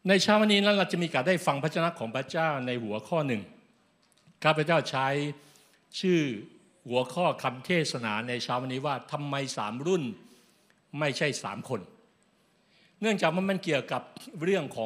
ในเช้าวันนี้นั้นเราจะมีการได้ฟังพระวจนะของพระเจ้าในหัวข้อหนึ่งข้าพเจ้าใช้ชื่อหัวข้อคำเทศนาในเช้าวันนี้ว่าทำไม3รุ่นไม่ใช่3คนเนื่องจากมันเกี่ยวกับเรื่องของ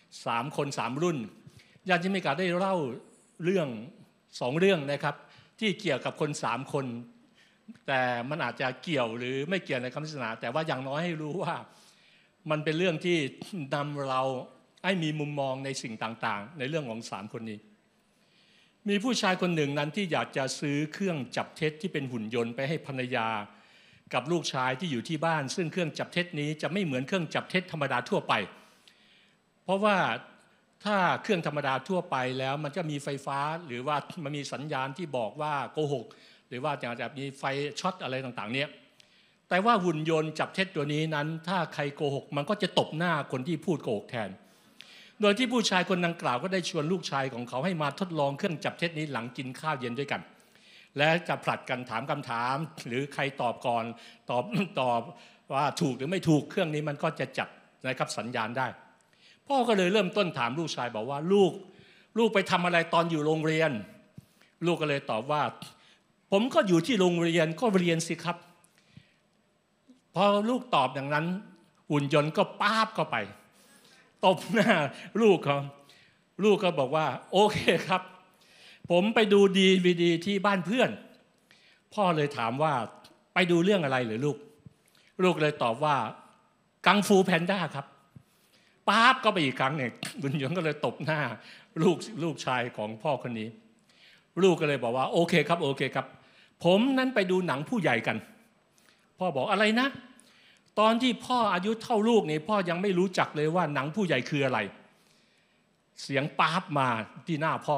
3คน3รุ่นอยากจะมีการได้เล่าเรื่อง2เรื่องนะครับที่เกี่ยวกับคน3คนแต่มันอาจจะเกี่ยวหรือไม่เกี่ยวในคำเทศนาแต่ว่าอย่างน้อยให้รู้ว่ามันเป็นเรื่องที่นำเราให้มีมุมมองในสิ่งต่างๆในเรื่องของ3คนนี้มีผู้ชายคนหนึ่งนั้นที่อยากจะซื้อเครื่องจับเท็จที่เป็นหุ่นยนต์ไปให้ภรรยากับลูกชายที่อยู่ที่บ้านซึ่งเครื่องจับเท็จนี้จะไม่เหมือนเครื่องจับเท็จธรรมดาทั่วไปเพราะว่าถ้าเครื่องธรรมดาทั่วไปแล้วมันจะมีไฟฟ้าหรือว่ามันมีสัญญาณที่บอกว่าโกหกหรือว่าจะมีไฟช็อตอะไรต่างๆเนี่ยแต่ว่าหุ่นยนต์จับเท็จตัวนี้นั้นถ้าใครโกหกมันก็จะตบหน้าคนที่พูดโกหกแทนโดยที่ผู้ชายคนดังกล่าวก็ได้ชวนลูกชายของเขาให้มาทดลองเครื่องจับเท็จนี้หลังกินข้าวเย็นด้วยกันและจะผลัดกันถามคำถามหรือใครตอบก่อนตอบว่าถูกหรือไม่ถูกเครื่องนี้มันก็จะจับนะครับสัญญาณได้พ่อก็เลยเริ่มต้นถามลูกชายบอกว่าลูกไปทำอะไรตอนอยู่โรงเรียนลูกก็เลยตอบว่าผมก็อยู่ที่โรงเรียนก็เรียนสิครับพอลูกตอบอย่างนั้นหุ่นยนต์ก็ป๊าบเข้าไปตบหน้าลูกเขาลูกก็บอกว่าโอเคครับผมไปดูDVDที่บ้านเพื่อนพ่อเลยถามว่าไปดูเรื่องอะไรหรือลูกเลยตอบว่ากังฟูแพนด้าครับป๊าบก็ไปอีกครั้งหนึ่งหุ่นยนต์ก็เลยตบหน้าลูกชายของพ่อคนนี้ลูกก็เลยบอกว่าโอเคครับผมนั้นไปดูหนังผู้ใหญ่กันพ่อบอกอะไรนะตอนที่พ่ออายุเท่าลูกนี่พ่อยังไม่รู้จักเลยว่าหนังผู้ใหญ่คืออะไรเสียงป๊าบมาที่หน้าพ่อ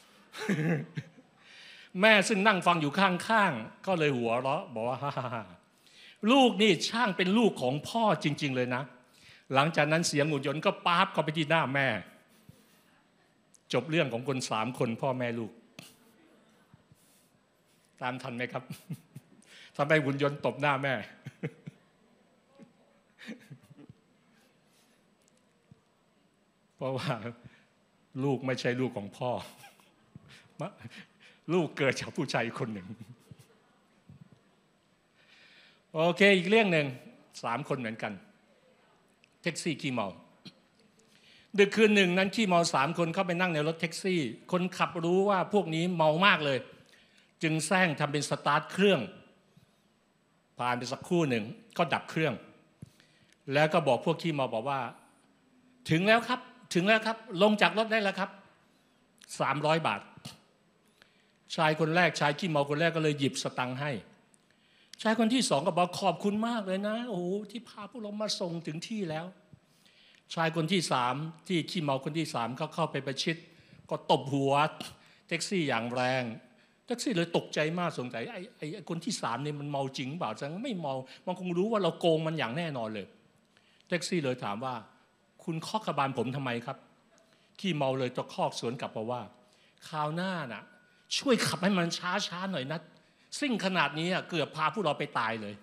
แม่ซึ่งนั่งฟังอยู่ข้างๆก็เลยหัวเราะบอกว่า ลูกนี่ช่างเป็นลูกของพ่อจริงๆเลยนะหลังจากนั้นเสียงหุ่นยนต์ก็ป๊าบเข้าไปที่หน้าแม่จบเรื่องของคน3คนพ่อแม่ลูกตามทันไหมครับ ทำไมหุ่นยนต์ตบหน้าแม่ เพราะว่าลูกไม่ใช่ลูกของพ่อ ลูกเกิดจากผู้ชายคนหนึ่งโอเคอีกเรื่องหนึ่ง3คนเหมือนกันแท็กซี่ขี้เมาดึกคืนหนึ่งนั้นขี้เมา3คนเข้าไปนั่งในรถแท็กซี่คนขับรู้ว่าพวกนี้เมามากเลยจึงแซงทำเป็นสตาร์ทเครื่องผ่านไปสักครู่หนึ่งก็ดับเครื่องแล้วก็บอกพวกขี้เมาบอกว่าถึงแล้วครับลงจากรถได้แล้วครับ300 บาทชายคนแรกชายขี้เมาคนแรกก็เลยหยิบสตังค์ให้ชายคนที่2ก็บอกขอบคุณมากเลยนะโอ้ที่พาพวกเรามาส่งถึงที่แล้วชายคนที่3ที่ขี้เมาคนที่3ก็เข้าไปประชิดก็ตบหัวแท็กซี่อย่างแรงแท็กซี่เลยตกใจมากสงสัยไอ้คนที่3นี่มันเมาจริงเปล่าจังไม่เมามันคงรู้ว่าเราโกงมันอย่างแน่นอนเลยแท็กซี่เลยถามว่าคุณเคาะกระบาลผมทำไมครับขี้เมาเลยตะคอกสวนกลับมาว่าคราวหน้าน่ะช่วยขับให้มันช้าหน่อยนะซิ่งขนาดนี้เกือบพาพวกเราไปตายเลย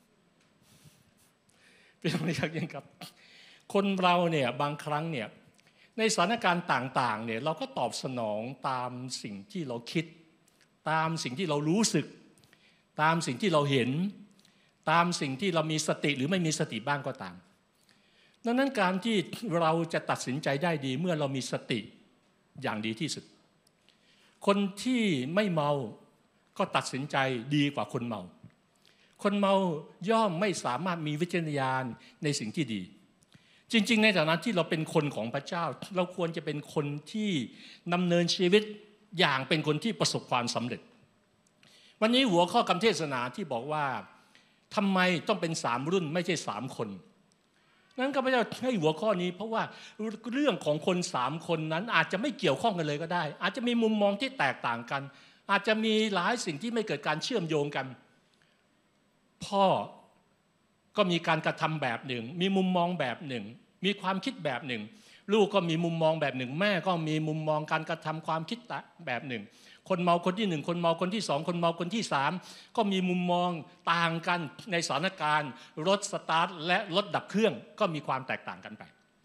เป็นอะไรอย่างครับคนเราเนี่ยบางครั้งเนี่ยในสถานการณ์ต่างๆเนี่ยเราก็ตอบสนองตามสิ่งที่เราคิดตามสิ่งที่เรารู้สึกตามสิ่งที่เราเห็นตามสิ่งที่เรามีสติหรือไม่มีสติบ้างก็ตามดังนั้นการที่เราจะตัดสินใจได้ดีเมื่อเรามีสติอย่างดีที่สุดคนที่ไม่เมาก็ตัดสินใจดีกว่าคนเมาคนเมาย่อมไม่สามารถมีวิจารณญาณในสิ่งที่ดีจริงๆในฐานะที่เราเป็นคนของพระเจ้าเราควรจะเป็นคนที่ดำเนินชีวิตอย่างเป็นคนที่ประสบความสำเร็จวันนี้หัวข้อคำเทศนาที่บอกว่าทำไมต้องเป็น3รุ่นไม่ใช่3คนนั้นก็พระเจ้าให้หัวข้อนี้เพราะว่าเรื่องของคน3คนนั้นอาจจะไม่เกี่ยวข้องกันเลยก็ได้อาจจะมีมุมมองที่แตกต่างกันอาจจะมีหลายสิ่งที่ไม่เกิดการเชื่อมโยงกันพ่อก็มีการกระทำแบบหนึ่งมีมุมมองแบบหนึ่งมีความคิดแบบหนึ่งลูกก็มีมุมมองแบบหนึ่งแม่ก็มีมุมมองการกระทำความคิดแบบหนึ่งคนเมาคนที่1คนเมาคนที่2คนเมาคนที่3ก็มีมุมมองต่างกันในสถานการณ์รถสตาร์ทและรถดับเครื่องก็มีความแตกต่างกันไป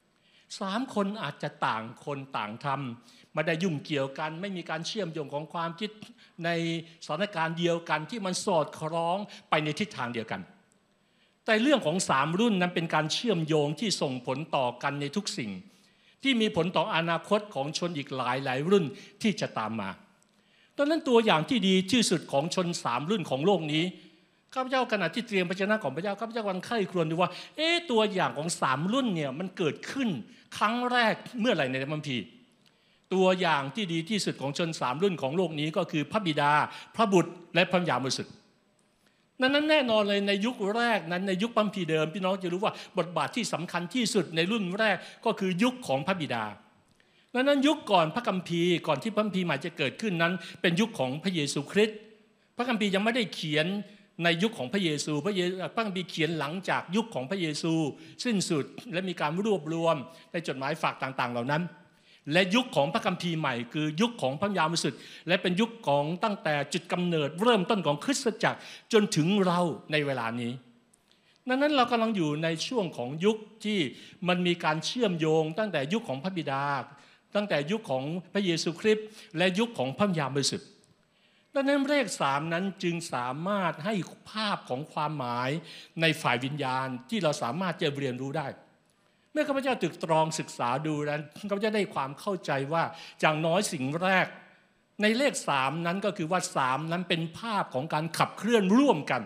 3 คนอาจจะต่างคนต่างทำไม่ได้ยุ่งเกี่ยวกันไม่มีการเชื่อมโยงของความคิดในสถานการณ์เดียวกันที่มันสอดคล้องไปในทิศทางเดียวกันแต่เรื่องของ3 รุ่นนั้นเป็นการเชื่อมโยงที่ส่งผลต่อกันในทุกสิ่งที่มีผลต่ออนาคตของชนอีกหลายรุ่นที่จะตามมาดังนั้นตัวอย่างที่ดีที่สุดของชน3 รุ่นของโลกนี้ข้าพเจ้าขณะที่เตรียมพระชนะของพระเจ้าข้าพเจ้ากำลังใคร่ครวญดูว่าตัวอย่างของ3 รุ่นเนี่ยมันเกิดขึ้นครั้งแรกเมื่อไหร่ในพระคัมภีร์ตัวอย่างที่ดีที่สุดของชน3 รุ่นของโลกนี้ก็คือพระบิดาพระบุตรและพระวิญญาณบริสุทธิ์นั้นแน่นอนเลยในยุคแรกนั้นในยุคพระคัมภีร์เดิมพี่น้องจะรู้ว่าบทบาทที่สำคัญที่สุดในรุ่นแรกก็คือยุคของพระบิดานั้นยุคก่อนพระคัมภีร์ก่อนที่พระคัมภีร์ใหม่จะเกิดขึ้นนั้นเป็นยุคของพระเยซูคริสต์พระคัมภีร์ยังไม่ได้เขียนในยุคของพระเยซูพระคัมภีร์เขียนหลังจากยุคของพระเยซูสิ้นสุดและมีการรวบรวมในจดหมายฝากต่างๆเหล่านั้นและยุคของพระคัมภีร์ใหม่คือยุคของพระวิญญาณบริสุทธิ์และเป็นยุคของตั้งแต่จุดกำเนิดเริ่มต้นของคริสตจักรจนถึงเราในเวลานี้นั้นเรากำลังอยู่ในช่วงของยุคที่มันมีการเชื่อมโยงตั้งแต่ยุคของพระบิดาตั้งแต่ยุคของพระเยซูคริสต์และยุคของพระวิญญาณบริสุทธิ์ดังนั้นเลข3นั้นจึงสามารถให้ภาพของความหมายในฝ่ายวิญญาณที่เราสามารถจะเรียนรู้ได้เมื่อข้าพเจ้าตรึกตรองศึกษาดูนั้นข้าพเจ้าได้ความเข้าใจว่าอย่างน้อยสิ่งแรกในเลข3นั้นก็คือว่า3นั้นเป็นภาพของการขับเคลื่อนร่วมกัน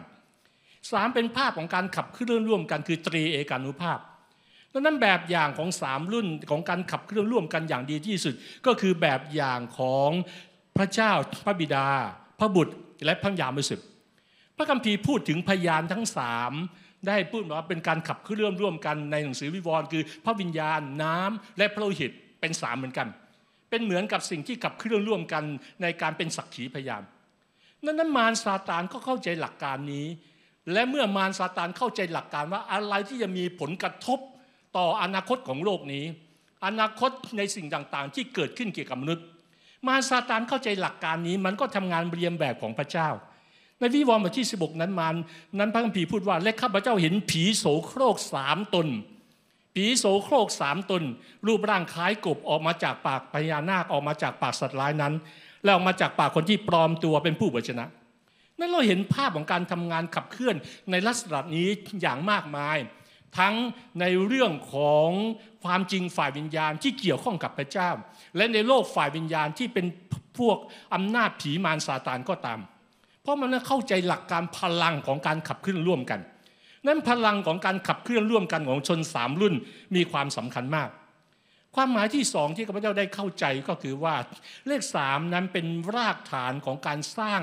3เป็นภาพของการขับเคลื่อนร่วมกันคือตรีเอกานุภาพดังนั้นแบบอย่างของ3รุ่นของการขับเคลื่อนร่วมกันอย่างดีที่สุดก็คือแบบอย่างของพระเจ้าพระบิดาพระบุตรและพระวิญญาณบริสุทธิ์พระคัมภีร์พูดถึงพยานทั้ง3ได้พูดว่าเป็นการขับเคลื่อนร่วมกันในหนังสือวิวรณ์คือพระวิญญาณน้ำและพระโลหิตเป็น3เหมือนกันเป็นเหมือนกับสิ่งที่ขับเคลื่อนร่วมกันในการเป็นสักขีพยานนั้นมารซาตานก็เข้าใจหลักการนี้และเมื่อมารซาตานเข้าใจหลักการว่าอะไรที่จะมีผลกระทบต่ออนาคตของโลกนี้อนาคตในสิ่งต่างๆที่เกิดขึ้นเกี่ยวกับมนุษย์มารซาตานเข้าใจหลักการนี้มันก็ทำงานเรียนแบบของพระเจ้าในวิวรณ์บทที่16นั้นพระคัมภีร์พูดว่าและข้าพเจ้าเห็นผีโสโครก3 ตนผีโสโครก3 ตนรูปร่างคล้ายกบออกมาจากปากพญานาคออกมาจากปากสัตว์ร้ายนั้นแล้วออกมาจากปากคนที่ปลอมตัวเป็นผู้เผยชนะนั้นเราเห็นภาพของการทำงานขับเคลื่อนในลักษณะนี้อย่างมากมายทั้งในเรื่องของความจริงฝ่ายวิญญาณที่เกี่ยวข้องกับพระเจ้าและในโลกฝ่ายวิญญาณที่เป็นพวกอำนาจผีมารซาตานก็ตามเพราะมันเข้าใจหลักการพลังของการขับเคลื่อนร่วมกันนั้นพลังของการขับเคลื่อนร่วมกันของชน3 รุ่นมีความสำคัญมากความหมายที่2ที่ข้าพเจ้าได้เข้าใจก็คือว่าเลข3นั้นเป็นรากฐานของการสร้าง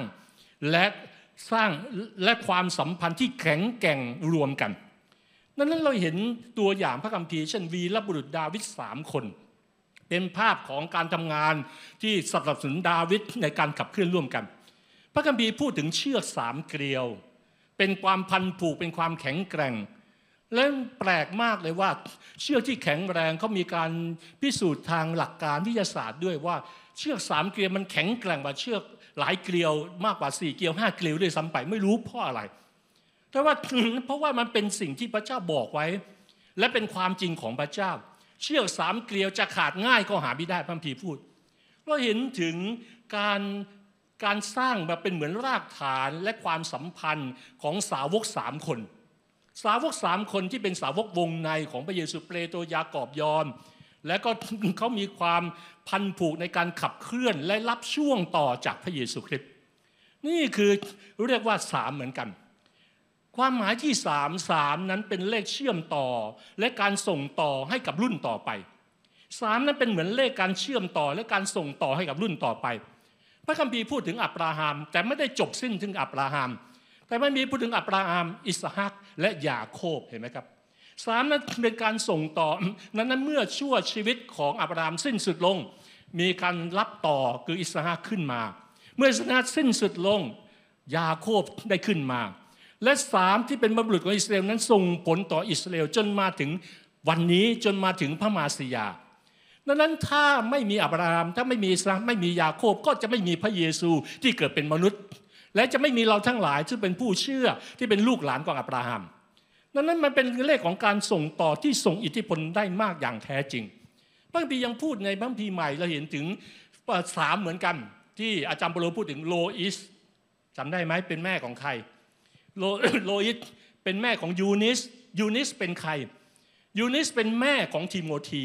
และความสัมพันธ์ที่แข็งแกร่งรวมกันนั้นเราเห็นตัวอย่างพระคัมภีร์เช่นวีรบุรุษดาวิด3 คนเป็นภาพของการทำงานที่สนับสนุนดาวิดในการขับเคลื่อนร่วมกันพระคัมภีร์พูดถึงเชือก3 เกลียวเป็นความพันผูกเป็นความแข็งแกร่งและแปลกมากเลยว่าเชือกที่แข็งแรงเขามีการพิสูจน์ทางหลักการวิทยาศาสตร์ด้วยว่าเชือก3 เกลียวมันแข็งแกร่งกว่าเชือกหลายเกลียวมากกว่า4 เกลียว5 เกลียวด้วยซ้ำไปไม่รู้เพราะอะไรแต่ว่าเพราะว่ามันเป็นสิ่งที่พระเจ้าบอกไว้และเป็นความจริงของพระเจ้าเชือก3 เกลียวจะขาดง่ายก็หาไม่ได้พระคัมภีร์พูดเราเห็นถึงการสร้างมาเป็นเหมือนรากฐานและความสัมพันธ์ของสาวก3 คนสาวก3 คนที่เป็นสาวกวงในของพระเยซูเปโตรยากอบยอห์นและก็เขามีความพันผูกในการขับเคลื่อนและรับช่วงต่อจากพระเยซูคริสต์นี่คือเรียกว่า3เหมือนกันความหมายที่3นั้นเป็นเลขเชื่อมต่อและการส่งต่อให้กับรุ่นต่อไป3นั้นเป็นเหมือนเลขการเชื่อมต่อและการส่งต่อให้กับรุ่นต่อไปพระคัมภีร์พูดถึงอับราฮัมแต่ไม่ได้จบสิ้นถึงอับราฮัมแต่ไม่มีพูดถึงอับราฮัมอิสฮักและยาโคบเห็นไหมครับ3นั้นเป็นการส่งต่อนั้นเมื่อชั่วชีวิตของอับราฮัมสิ้นสุดลงมีการรับต่อคืออิสฮักขึ้นมาเมื่ออิสฮักสิ้นสุดลงยาโคบได้ขึ้นมาและ3ที่เป็นบรรพบุรุษของอิสราเอลนั้นส่งผลต่ออิสราเอลจนมาถึงวันนี้จนมาถึงพระมาสียาดังนั้นถ้าไม่มีอับราฮัมถ้าไม่มีอิสฮักไม่มียาโคบก็จะไม่มีพระเยซูที่เกิดเป็นมนุษย์และจะไม่มีเราทั้งหลายซึ่งเป็นผู้เชื่อที่เป็นลูกหลานของอับราฮัมดังนั้นมันเป็นเลขของการส่งต่อที่ส่งอิทธิพลได้มากอย่างแท้จริงพระคัมภีร์ยังพูดในพระคัมภีร์ใหม่เราเห็นถึง3เหมือนกันที่อาจารย์เปโลพูดถึงโลอิสจำได้ไหมเป็นแม่ของใครโลอิสเป็นแม่ของยูนิสเป็นใครยูนิสเป็นแม่ของทิโมธี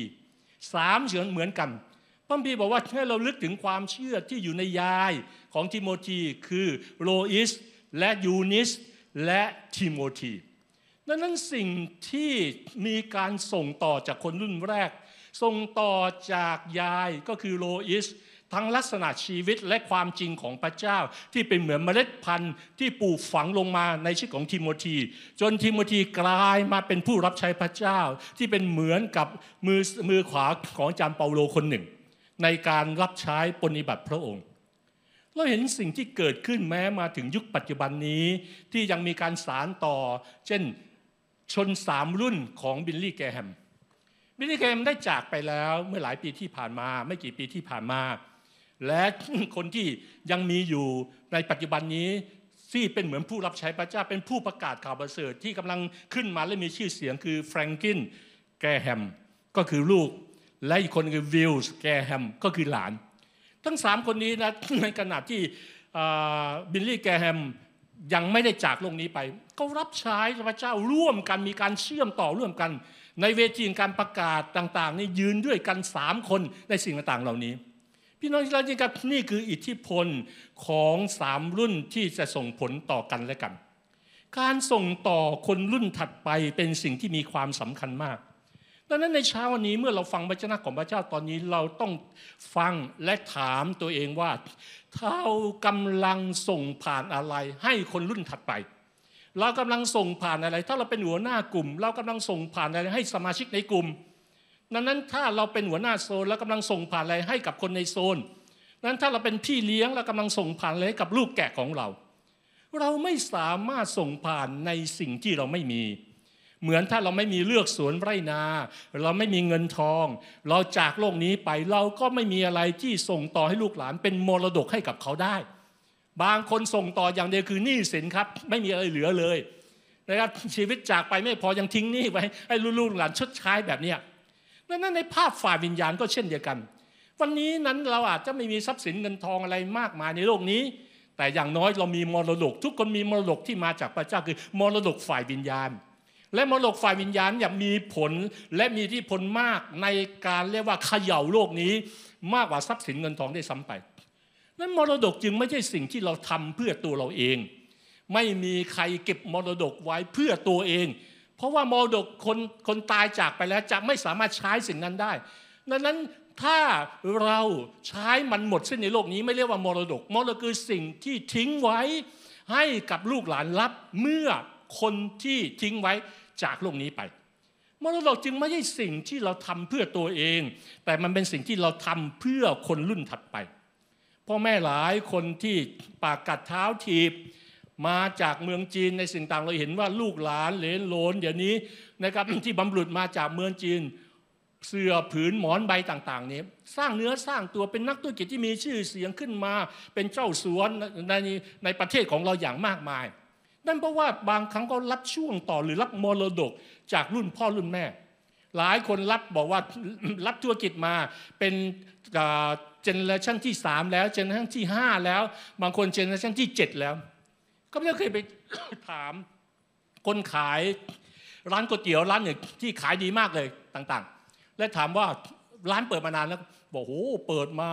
3เหมือนกันพระคัมภีร์บอกว่าให้เราลึกถึงความเชื่อที่อยู่ในยายของทิโมธีคือโลอิสและยูนิสและทิโมธีดังนั้นสิ่งที่มีการส่งต่อจากคนรุ่นแรกส่งต่อจากยายก็คือโลอิสทั้งลักษณะชีวิตและความจริงของพระเจ้าที่เป็นเหมือนเมล็ดพันธุ์ที่ปลูกฝังลงมาในชีวิตของทิโมธีจนทิโมธีกลายมาเป็นผู้รับใช้พระเจ้าที่เป็นเหมือนกับมือขวาของอาจารย์เปาโลคนหนึ่งในการรับใช้ปฏิบัติพระองค์เราเห็นสิ่งที่เกิดขึ้นแม้มาถึงยุคปัจจุบันนี้ที่ยังมีการสานต่อเช่นชน3รุ่นของบิลลี่แกรแฮมได้จากไปแล้วเมื่อหลายปีที่ผ่านมาไม่กี่ปีที่ผ่านมาและคนที่ยังมีอยู่ในปัจจุบันนี้ที่เป็นเหมือนผู้รับใช้พระเจ้าเป็นผู้ประกาศข่าวประเสริฐที่กำลังขึ้นมาและมีชื่อเสียงคือแฟรงกินแกรแฮมก็คือลูกและอีกคนคือวิลส์แกรแฮมก็คือหลานทั้ง3คนนี้นะในขณะที่บิลลี่แกรแฮมยังไม่ได้จากโลกนี้ไปก็รับใช้พระเจ้าร่วมกันมีการเชื่อมต่อร่วมกันในเวทีการประกาศต่างๆนี่ยืนด้วยกัน3คนในสิ่งต่างๆเหล่านี้พี่น้องที่รักครับนี่คืออิทธิพลของ3รุ่นที่จะส่งผลต่อกันและกันการส่งต่อคนรุ่นถัดไปเป็นสิ่งที่มีความสำคัญมากดังนั้นในเช้าวันนี้เมื่อเราฟังพระเจ้าของพระเจ้าตอนนี้เราต้องฟังและถามตัวเองว่าเรากำลังส่งผ่านอะไรให้คนรุ่นถัดไปเรากำลังส่งผ่านอะไรถ้าเราเป็นหัวหน้ากลุ่มเรากำลังส่งผ่านอะไรให้สมาชิกในกลุ่มดังนั้นถ้าเราเป็นหัวหน้าโซนเรากำลังส่งผ่านอะไรให้กับคนในโซนนั้นถ้าเราเป็นพี่เลี้ยงเรากำลังส่งผ่านอะไรให้กับลูกแกะของเราไม่สามารถส่งผ่านในสิ่งที่เราไม่มีเหมือนถ้าเราไม่มีเลือกสวนไร่นาเราไม่มีเงินทองเราจากโลกนี้ไปเราก็ไม่มีอะไรที่ส่งต่อให้ลูกหลานเป็นมรดกให้กับเขาได้บางคนส่งต่ออย่างเดียวคือหนี้สินครับไม่มีอะไรเหลือเลยนะครับชีวิตจากไปไม่พอยังทิ้งหนี้ไว้ให้ลูกหลานชดใช้แบบนี้นั้นในภาพฝ่ายวิญญาณก็เช่นเดียวกันวันนี้นั้นเราอาจจะไม่มีทรัพย์สินเงินทองอะไรมากมายในโลกนี้แต่อย่างน้อยเรามีมรดกทุกคนมีมรดกที่มาจากพระเจ้าคือมรดกฝ่ายวิญญาณและมรดกฝ่ายวิญญาณอย่างมีผลและมีอิทธิพลมากในการเรียกว่าเขย่าโลกนี้มากกว่าทรัพย์สินเงินทองได้ซ้ำไปนั้นมรดกจึงไม่ใช่สิ่งที่เราทำเพื่อตัวเราเองไม่มีใครเก็บมรดกไว้เพื่อตัวเองเพราะว่ามรดกคนตายจากไปแล้วจะไม่สามารถใช้สิ่งนั้นได้ดังนั้นถ้าเราใช้มันหมดสิ้นในโลกนี้ไม่เรียกว่ามรดกคือสิ่งที่ทิ้งไว้ให้กับลูกหลานรับเมื่อคนที่ทิ้งไว้จากโลกนี้ไปมรดกจึงไม่ใช่สิ่งที่เราทำเพื่อตัวเองแต่มันเป็นสิ่งที่เราทำเพื่อคนรุ่นถัดไปพ่อแม่หลายคนที่ปากกัดเท้าถีบมาจากเมืองจีนในสิ่งต่างเราเห็นว่าลูกหลานเหลนโหลนเดี๋ยวนี้นะครับที่บำรุดมาจากเมืองจีนเสื้อผืนหมอนใบต่างๆนี้สร้างเนื้อสร้างตัวเป็นนักธุรกิจที่มีชื่อเสียงขึ้นมาเป็นเจ้าสวนในประเทศของเราอย่างมากมายนั่นเพราะว่าบางครั้งก็รับช่วงต่อหรือรับมรดกจากรุ่นพ่อรุ่นแม่หลายคนบอกว่ารับธุรกิจมาเป็นเจเนอเรชันที่3แล้วเจเนอเรชันที่5แล้วบางคนเจเนอเรชันที่7แล้วก็ไม่เคยไปถามคนขายร้านก๋วยเตี๋ยวร้านหนึ่งที่ขายดีมากเลยต่างๆและถามว่าร้านเปิดมานานแล้วบอกโอ้เปิดมา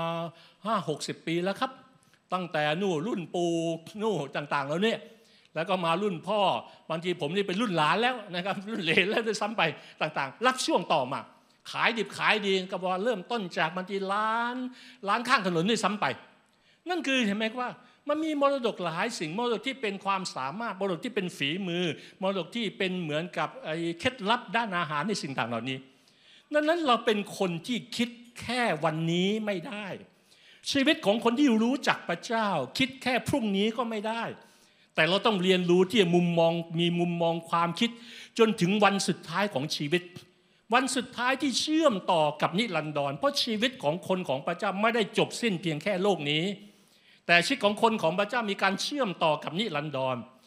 50-60 ปีแล้วครับตั้งแต่นู่นรุ่นปู่นู่นต่างๆแล้วเนี่ยแล้วก็มารุ่นพ่อบางทีผมนี่เป็นรุ่นหลานแล้วนะครับรุ่นเหลนแล้วด้วยซ้ำไปต่างๆรับช่วงต่อมาขายดิบขายดีก็บอกว่าเริ่มต้นจากบางทีร้านข้างถนนด้วยซ้ำไปนั่นคือเห็นไหมว่ามันมีมรดกหลายสิ่งมรดกที่เป็นความสามารถมรดกที่เป็นฝีมือมรดกที่เป็นเหมือนกับเคล็ดลับด้านอาหารในสิ่งต่างเหล่านี้ดังนั้นเราเป็นคนที่คิดแค่วันนี้ไม่ได้ชีวิตของคนที่รู้จักพระเจ้าคิดแค่พรุ่งนี้ก็ไม่ได้แต่เราต้องเรียนรู้ที่มีมุมมองความคิดจนถึงวันสุดท้ายของชีวิตวันสุดท้ายที่เชื่อมต่อกับนิรันดรเพราะชีวิตของคนของพระเจ้าไม่ได้จบสิ้นเพียงแค่โลกนี้แต่ชีวิตของคนของพระเจ้ามีการเชื่อมต่อกับนิรันดร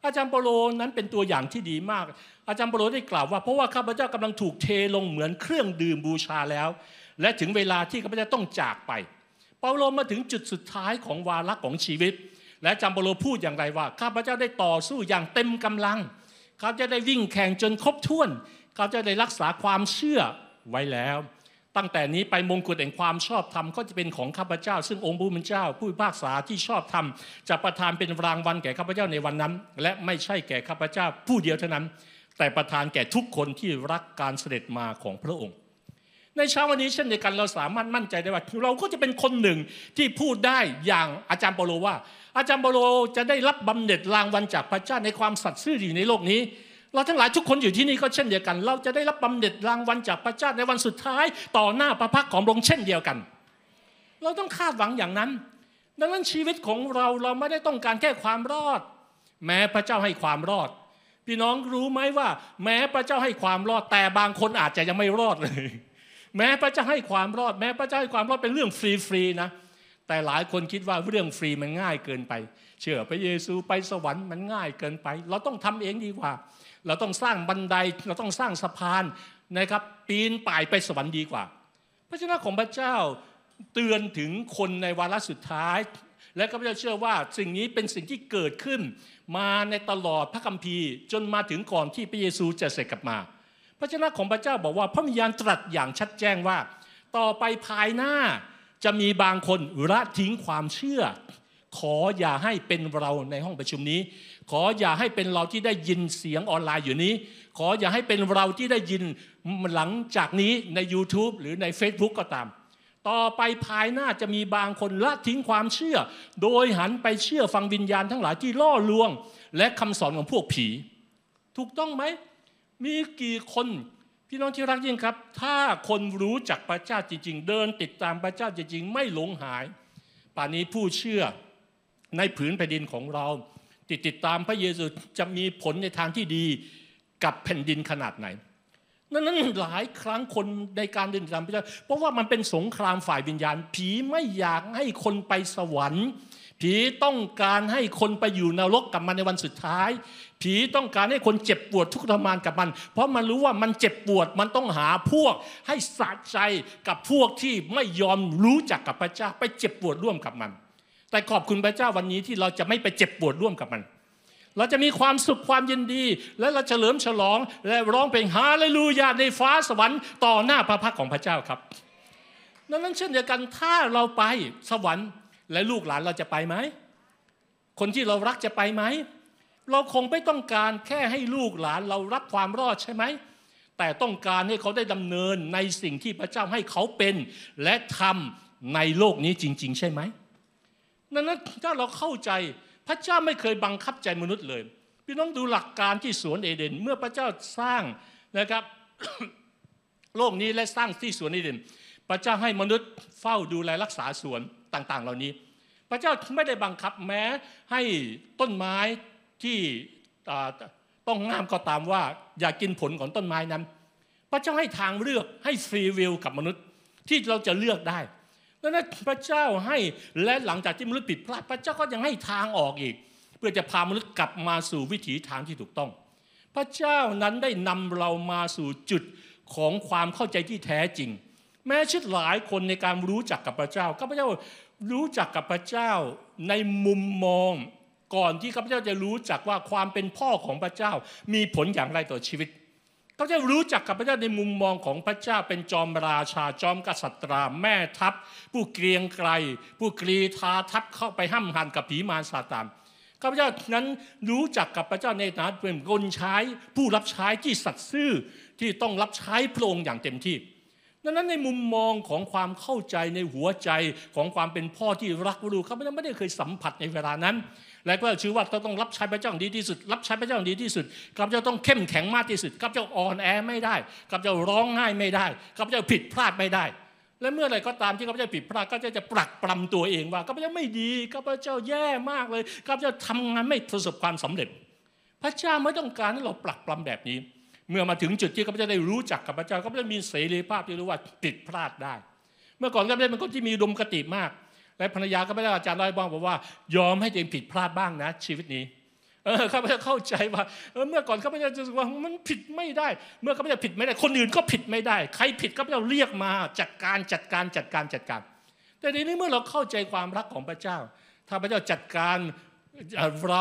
อาจารย์เปาโลนั้นเป็นตัวอย่างที่ดีมากอาจารย์เปาโลได้กล่าวว่าเพราะว่าข้าพเจ้ากำลังถูกเทลงเหมือนเครื่องดื่มบูชาแล้วและถึงเวลาที่ข้าพเจ้าต้องจากไปเปาโลมาถึงจุดสุดท้ายของวาระของชีวิตและอาจารย์เปาโลพูดอย่างไรว่าข้าพเจ้าได้ต่อสู้อย่างเต็มกำลังข้าพเจ้าได้วิ่งแข่งจนครบถ้วนข้าพเจ้าได้รักษาความเชื่อไว้แล้วตั้งแต่นี้ไปมงกุฎแห่งความชอบธรรมก็จะเป็นของข้าพเจ้าซึ่งองค์ผู้เป็นเจ้าผู้พิพากษาที่ชอบธรรมจะประทานเป็นรางวัลแก่ข้าพเจ้าในวันนั้นและไม่ใช่แก่ข้าพเจ้าผู้เดียวเท่านั้นแต่ประทานแก่ทุกคนที่รักการเสด็จมาของพระองค์ในเช้าวันนี้เช่นเดียวกันเราสามารถมั่นใจได้ว่าเราก็จะเป็นคนหนึ่งที่พูดได้อย่างอาจารย์เปาโลว่าอาจารย์เปาโลจะได้รับบำเหน็จรางวัลจากพระเจ้าในความสัตย์ซื่ออยู่ในโลกนี้เราทั้งหลายทุกคนอยู่ที่นี่ก็เช่นเดียวกันเราจะได้รับบำเหน็จรางวัลจากพระเจ้าในวันสุดท้ายต่อหน้าพระพักของพระองค์เช่นเดียวกันเราต้องคาดหวังอย่างนั้นดังนั้นชีวิตของเราไม่ได้ต้องการแค่ความรอดแม้พระเจ้าให้ความรอดพี่น้องรู้ไหมว่าแม้พระเจ้าให้ความรอดแต่บางคนอาจจะยังไม่รอดเลยแม้พระเจ้าให้ความรอดแม้พระเจ้าให้ความรอดเป็นเรื่องฟรีๆนะแต่หลายคนคิดว่าเรื่องฟรีมันง่ายเกินไปเชื่อพระเยซูไปสวรรค์มันง่ายเกินไปเราต้องทำเองดีกว่าเราต้องสร้างบันไดเราต้องสร้างสะพานนะครับปีนป่ายไปสวรรค์ดีกว่าพระเจ้าของพระเจ้าเตือนถึงคนในวาระสุดท้ายและข้าพเจ้าเชื่อว่าสิ่งนี้เป็นสิ่งที่เกิดขึ้นมาในตลอดพระคัมภีร์จนมาถึงก่อนที่พระเยซูจะเสด็จกลับมาพระเจ้าของพระเจ้าบอกว่าพระวิญญาณตรัสอย่างชัดแจ้งว่าต่อไปภายหน้าจะมีบางคนละทิ้งความเชื่อขออย่าให้เป็นเราในห้องประชุมนี้ขออย่าให้เป็นเราที่ได้ยินเสียงออนไลน์อยู่นี้ขออย่าให้เป็นเราที่ได้ยินหลังจากนี้ใน YouTube หรือใน Facebook ก็ตามต่อไปภายหน้าจะมีบางคนละทิ้งความเชื่อโดยหันไปเชื่อฟังวิญญาณทั้งหลายที่ล่อลวงและคำสอนของพวกผีถูกต้องไหมมีกี่คนพี่น้องที่รักยิ่งครับถ้าคนรู้จักพระเจ้าจริงๆเดินติดตามพระเจ้าจริงๆไม่หลงหายป่านนี้ผู้เชื่อในผืนแผ่นดินของเราติดตามพระเยซูจะมีผลในทางที่ดีกับแผ่นดินขนาดไหนนั้นหลายครั้งคนในการเดินตามพระเจ้าเพราะว่ามันเป็นสงครามฝ่ายวิญญาณผีไม่อยากให้คนไปสวรรค์ผีต้องการให้คนไปอยู่นรกกับมันในวันสุดท้ายผีต้องการให้คนเจ็บปวดทุกข์ทรมานกับมันเพราะมันรู้ว่ามันเจ็บปวดมันต้องหาพวกให้สะใจกับพวกที่ไม่ยอมรู้จักกับพระเจ้าไปเจ็บปวดร่วมกับมันแต่ขอบคุณพระเจ้าวันนี้ที่เราจะไม่ไปเจ็บปวดร่วมกับมันเราจะมีความสุขความยินดีและเราเฉลิมฉลองและร้องเพลงฮาเลลูยาในฟ้าสวรรค์ต่อหน้าพระพักของพระเจ้าครับดังนั้นเช่นเดียวกันถ้าเราไปสวรรค์และลูกหลานเราจะไปไหมคนที่เรารักจะไปไหมเราคงไม่ต้องการแค่ให้ลูกหลานเรารับความรอดใช่ไหมแต่ต้องการให้เขาได้ดำเนินในสิ่งที่พระเจ้าให้เขาเป็นและทำในโลกนี้จริงๆใช่ไหมดังนั้นถ้าเราเข้าใจพระเจ้าไม่เคยบังคับใจมนุษย์เลยพี่น้องดูหลักการที่สวนเอเดนเมื่อพระเจ้าสร้างนะครับ โลกนี้และสร้างที่สวนเอเดนพระเจ้าให้มนุษย์เฝ้าดูแลรักษาสวนต่างๆเหล่านี้พระเจ้าไม่ได้บังคับแม้ให้ต้นไม้ที่ต้องห้ามก็ตามว่าอย่ากินผลของต้นไม้นั้นพระเจ้าให้ทางเลือกให้ฟรีวิลกับมนุษย์ที่เราจะเลือกได้ดังนั้นพระเจ้าให้และหลังจากที่มนุษย์ผิดพลาดพระเจ้าก็ยังให้ทางออกอีกเพื่อจะพามนุษย์กลับมาสู่วิถีทางที่ถูกต้องพระเจ้านั้นได้นำเรามาสู่จุดของความเข้าใจที่แท้จริงแม้ชิดหลายคนในการรู้จักกับพระเจ้าข้าพเจ้ารู้จักกับพระเจ้าในมุมมองก่อนที่ข้าพเจ้าจะรู้จักว่าความเป็นพ่อของพระเจ้ามีผลอย่างไรต่อชีวิตข้าพเจ้ารู้จักกับพระเจ้าในมุมมองของพระเจ้าเป็นจอมราชาจอมกษัตริย์แม่ทัพผู้เกรียงไกรผู้กรีธาทัพเข้าไปห้ำหั่นกับผีมารซาตานข้าพเจ้านั้นรู้จักกับพระเจ้าในฐานะเป็นคนใช้ผู้รับใช้ที่สัตย์ซื่อที่ต้องรับใช้พระองค์อย่างเต็มที่ดังนั้นในมุมมองของความเข้าใจในหัวใจของความเป็นพ่อที่รักลูกข้าพเจ้าไม่ได้เคยสัมผัสในเวลานั้นและก็ชื่อว่าเราต้องรับใช้พระเจ้าดีที่สุดรับใช้พระเจ้าดีที่สุดข้าพเจ้าต้องเข้มแข็งมากที่สุดข้าพเจ้าอ่อนแอไม่ได้ข้าพเจ้าร้องไห้ไม่ได้ข้าพเจ้าผิดพลาดไม่ได้และเมื่อไรก็ตามที่ข้าพเจ้าผิดพลาดก็จะปรักปรำตัวเองว่าข้าพเจ้าไม่ดีข้าพเจ้าแย่มากเลยข้าพเจ้าทำงานไม่ประสบความสำเร็จพระเจ้าไม่ต้องการให้เราปรักปรำแบบนี้เมื่อมาถึงจุดที่ข้าพเจ้าได้รู้จักกับพระเจ้าข้าพเจ้ามีเสรีภาพที่รู้ว่าผิดพลาดได้เมื่อก่อนข้าพเจ้าเป็นคนที่มีอุดมคติมากและภรรยาก็ไม่ได้อาจารย์เล่าให้บ้างบอกว่ายอมให้ตัวเองผิดพลาดบ้างนะชีวิตนี้ข้าพเจ้าเข้าใจว่าเมื่อก่อนข้าพเจ้าจะรู้สึกว่ามันผิดไม่ได้เมื่อข้าพเจ้าผิดไม่ได้คนอื่นก็ผิดไม่ได้ใครผิดข้าพเจ้าเรียกมาจัดการแต่ทีนี้เมื่อเราเข้าใจความรักของพระเจ้าถ้าพระเจ้าจัดการเรา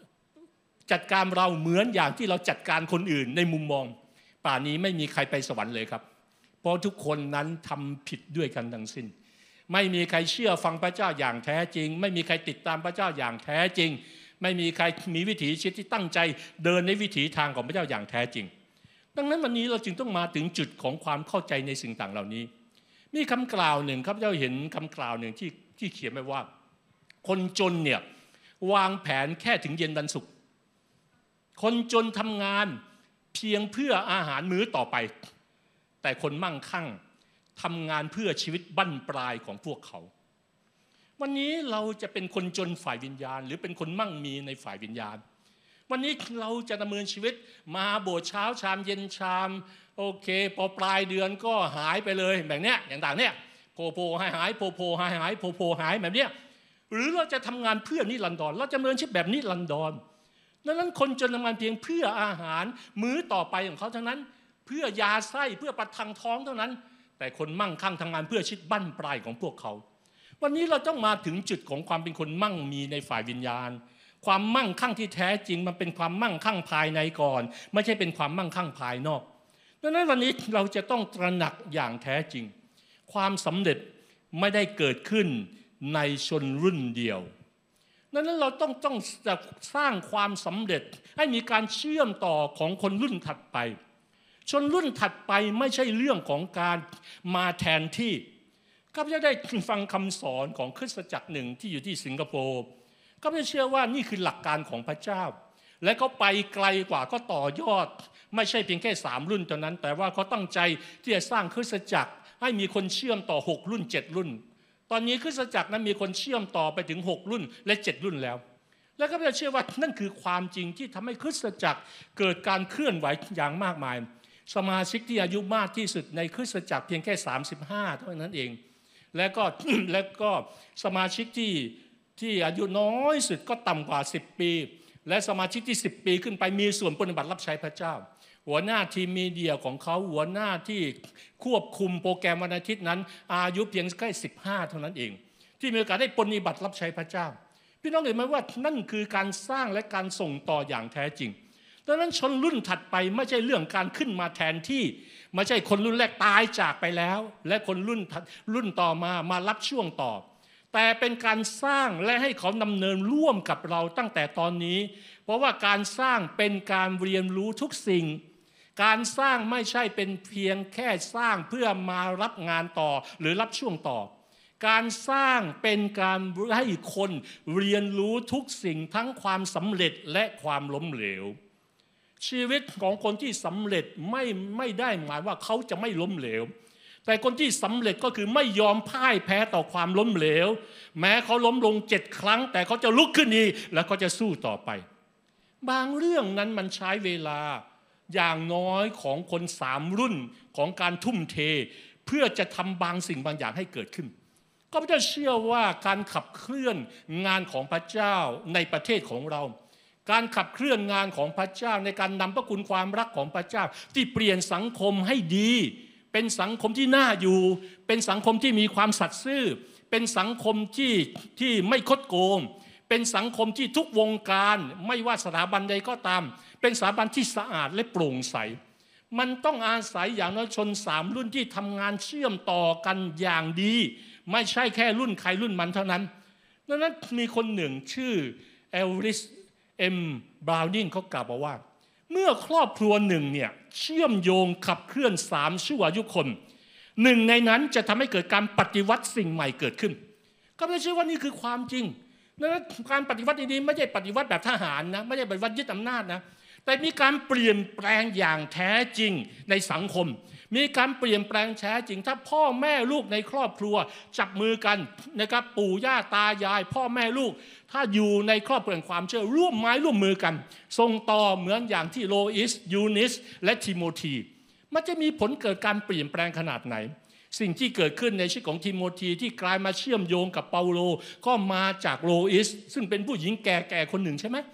เหมือนอย่างที่เราจัดการคนอื่นในมุมมองป่านนี้ไม่มีใครไปสวรรค์เลยครับเพราะทุกคนนั้นทำผิดด้วยกันทั้งสิ้นไม่มีใครเชื่อฟังพระเจ้าอย่างแท้จริงไม่มีใครติดตามพระเจ้าอย่างแท้จริงไม่มีใครมีวิถีชีวิตที่ตั้งใจเดินในวิถีทางของพระเจ้าอย่างแท้จริงดังนั้นวันนี้เราจึงต้องมาถึงจุดของความเข้าใจในสิ่งต่างเหล่านี้มีคำกล่าวหนึ่งครับพระเจ้าเห็นคำกล่าวหนึ่งที่เขียนไว้ว่าคนจนเนี่ยวางแผนแค่ถึงเย็นวันศุกร์คนจนทำงานเพียงเพื่ออาหารมื้อต่อไปแต่คนมั่งคั่งทำงานเพื่อชีวิตบั้นปลายของพวกเขาวันนี้เราจะเป็นคนจนฝ่ายวิญญาณหรือเป็นคนมั่งมีในฝ่ายวิญญาณวันนี้เราจะดำเนินชีวิตมาโบสถ์เช้าชามเย็นชามโอเคพอปลายเดือนก็หายไปเลยแบบเนี้ยอย่างต่างเนี้ยโผล่หายโผล่หายโผล่หายแบบเนี้ยหรือเราจะทำงานเพื่อนิรันดรเราจะดำเนินชีวิตแบบนิรันดรดังนั้นคนจนทำงานเพียงเพื่ออาหารมื้อต่อไปของเขาเท่านั้นเพื่อยาไส้เพื่อประทังท้องเท่านั้นแต่คนมั่งคั่งทำงานเพื่อชีวิตบั้นปลายของพวกเขาวันนี้เราต้องมาถึงจุดของความเป็นคนมั่งมีในฝ่ายวิญญาณความมั่งคั่งที่แท้จริงมันเป็นความมั่งคั่งภายในก่อนไม่ใช่เป็นความมั่งคั่งภายนอกดังนั้นวันนี้เราจะต้องตระหนักอย่างแท้จริงความสำเร็จไม่ได้เกิดขึ้นในชนรุ่นเดียวดังนั้นเราต้องสร้างความสำเร็จให้มีการเชื่อมต่อของคนรุ่นถัดไปชนรุ่นถัดไปไม่ใช่เรื่องของการมาแทนที่ข้าพเจ้าได้ฟังคำสอนของคริสตจักรหนึ่งที่อยู่ที่สิงคโปร์ข้าพเจ้าเชื่อว่านี่คือหลักการของพระเจ้าและเขาไปไกลกว่าก็ต่อยอดไม่ใช่เพียงแค่3รุ่นเท่านั้นแต่ว่าเขาตั้งใจที่จะสร้างคริสตจักรให้มีคนเชื่อมต่อ6รุ่น7รุ่นตอนนี้คริสตจักรนั้นมีคนเชื่อมต่อไปถึง6รุ่นและ7รุ่นแล้วและข้าพเจ้าเชื่อว่านั่นคือความจริงที่ทำให้คริสตจักรเกิดการเคลื่อนไหวอย่างมากมายสมาชิกที่อายุมากที่สุดในคริสตจักรเพียงแค่35เท่านั้นเองและก็สมาชิกที่อายุน้อยสุดก็ต่ำกว่า10ปีและสมาชิกที่10ปีขึ้นไปมีส่วนปฏิบัติรับใช้พระเจ้าหัวหน้าทีมมีเดียของเขาหัวหน้าที่ควบคุมโปรแกรมวันอาทิตย์นั้นอายุเพียงแค่15เท่านั้นเองที่มีโอกาสได้ปฏิบัติรับใช้พระเจ้าพี่น้องเห็นไหมว่านั่นคือการสร้างและการส่งต่ออย่างแท้จริงดังนั้นชนรุ่นถัดไปไม่ใช่เรื่องการขึ้นมาแทนที่ไม่ใช่คนรุ่นแรกตายจากไปแล้วและคนรุ่นต่อมารับช่วงต่อแต่เป็นการสร้างและให้เขาดำเนินร่วมกับเราตั้งแต่ตอนนี้เพราะว่าการสร้างเป็นการเรียนรู้ทุกสิ่งการสร้างไม่ใช่เป็นเพียงแค่สร้างเพื่อมารับงานต่อหรือรับช่วงต่อการสร้างเป็นการให้คนเรียนรู้ทุกสิ่งทั้งความสำเร็จและความล้มเหลวชีวิตของคนที่สำเร็จไม่ได้หมายว่าเขาจะไม่ล้มเหลวแต่คนที่สำเร็จก็คือไม่ยอมพ่ายแพ้ต่อความล้มเหลวแม้เขาล้มลง7 ครั้งแต่เขาจะลุกขึ้นอีกแล้วเขาจะสู้ต่อไปบางเรื่องนั้นมันใช้เวลาอย่างน้อยของคน3รุ่นของการทุ่มเทเพื่อจะทำบางสิ่งบางอย่างให้เกิดขึ้นก็พระเจ้าเชื่อว่าการขับเคลื่อนงานของพระเจ้าในประเทศของเราการขับเคลื่อนงานของพระเจ้าในการนำพระคุณความรักของพระเจ้าที่เปลี่ยนสังคมให้ดีเป็นสังคมที่น่าอยู่เป็นสังคมที่มีความสัตย์ซื่อเป็นสังคมที่ไม่คดโกงเป็นสังคมที่ทุกวงการไม่ว่าสถาบันใดก็ตามเป็นสถาบันที่สะอาดและโปร่งใสมันต้องอาศัยอย่างน้อยชน3รุ่นที่ทำงานเชื่อมต่อกันอย่างดีไม่ใช่แค่รุ่นใครรุ่นมันเท่านั้นดังนั้นมีคนหนึ่งชื่อเอลริสบราวนิงเขากล่าวว่าเมื่อครอบครัวหนึ่งเนี่ยเชื่อมโยงขับเคลื่อน3ชั่วอายุคนหนึ่งในนั้นจะทำให้เกิดการปฏิวัติสิ่งใหม่เกิดขึ้นก็ไม่ใช่ว่านี่คือความจริงดังนั้นการปฏิวัตินี้ไม่ใช่ปฏิวัติแบบทหารนะไม่ใช่ปฏิวัติยึดอำนาจนะแต่มีการเปลี่ยนแปลงอย่างแท้จริงในสังคมมีการเปลี่ยนแปลงแท้จริงถ้าพ่อแม่ลูกในครอบครัวจับมือกันนะครับปู่ย่าตายายพ่อแม่ลูกถ้าอยู่ในครอบครัวแห่งความเชื่อร่วมไม้ร่วมมือกันส่งต่อเหมือนอย่างที่โลอิสยูนิสและทิโมธีมันจะมีผลเกิดการเปลี่ยนแปลงขนาดไหนสิ่งที่เกิดขึ้นในชีวิตของทิโมธีที่กลายมาเชื่อมโยงกับเปาโลก็มาจากโลอิสซึ่งเป็นผู้หญิงแก่ๆคนหนึ่งใช่ไหม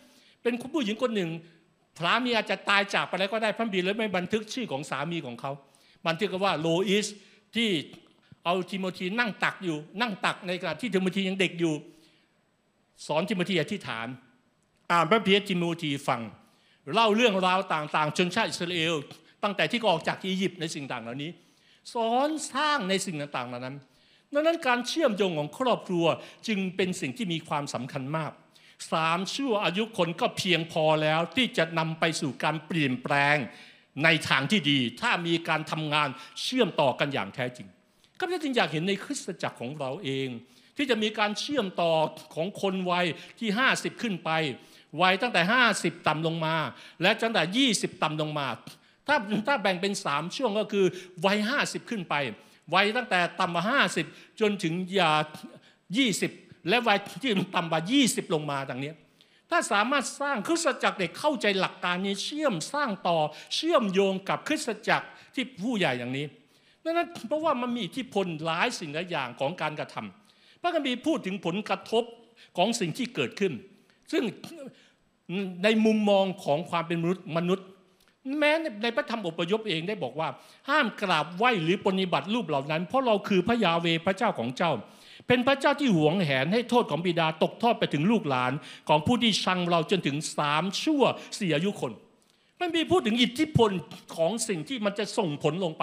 เป็นผู้หญิงคนหนึ่งสามีอาจจะตายจากไปแล้วก็ได้พระคัมภีร์เลยไม่บันทึกชื่อของสามีของเขาบันทึกว่าโลอิสที่เอาทิโมธีนั่งตักในขณะที่ทิโมธียังเด็กอยู่สอนทิโมธีอธิษฐานอ่านพระคัมภีร์ทิโมธีฟังเล่าเรื่องราวต่างๆชนชาติอิสราเอลตั้งแต่ที่ออกจากอียิปต์ในสิ่งต่างเหล่านี้สอนสร้างในสิ่งต่างๆเหล่านั้นดังนั้นการเชื่อมโยงของครอบครัวจึงเป็นสิ่งที่มีความสำคัญมาก3 ชั่วอายุคนก็เพียงพอแล้วที่จะนำไปสู่การเปลี่ยนแปลงในทางที่ดีถ้ามีการทำงานเชื่อมต่อกันอย่างแท้จริงข้าพเจ้าจึงอยากเห็นในคริสตจักรของเราเองที่จะมีการเชื่อมต่อของคนวัยที่50ขึ้นไปวัยตั้งแต่50ต่ำลงมาและตั้งแต่20ต่ำลงมาถ้าแบ่งเป็น3ช่วงก็คือวัย50ขึ้นไปวัยตั้งแต่ต่ำกว่า50จนถึง20และวัยที่ต่ำกว่า20ลงมาดังนี้ถ้าสามารถสร้างคริสตจักรเด็กเข้าใจหลักการนี้เชื่อมสร้างต่อเชื่อมโยงกับคริสตจักรที่ผู้ใหญ่อย่างนี้ดังนั้นเพราะว่ามันมีอิทธิพลหลายสิ่งหลายอย่างของการกระทำพระคัมภีร์พูดถึงผลกระทบของสิ่งที่เกิดขึ้นซึ่งในมุมมองของความเป็นมนุษย์แม้ในพระธรรมอพยพเองได้บอกว่าห้ามกราบไหว้หรือปฏิบัติรูปเหล่านั้นเพราะเราคือพระยาเวห์พระเจ้าของเจ้าเป็นพระเจ้าที่หวงแหนให้โทษของบิดาตกทอดไปถึงลูกหลานของผู้ที่ชังเราจนถึง3 ชั่ว 4 อายุคนมันมีพูดถึงอิทธิพลของสิ่งที่มันจะส่งผลลงไป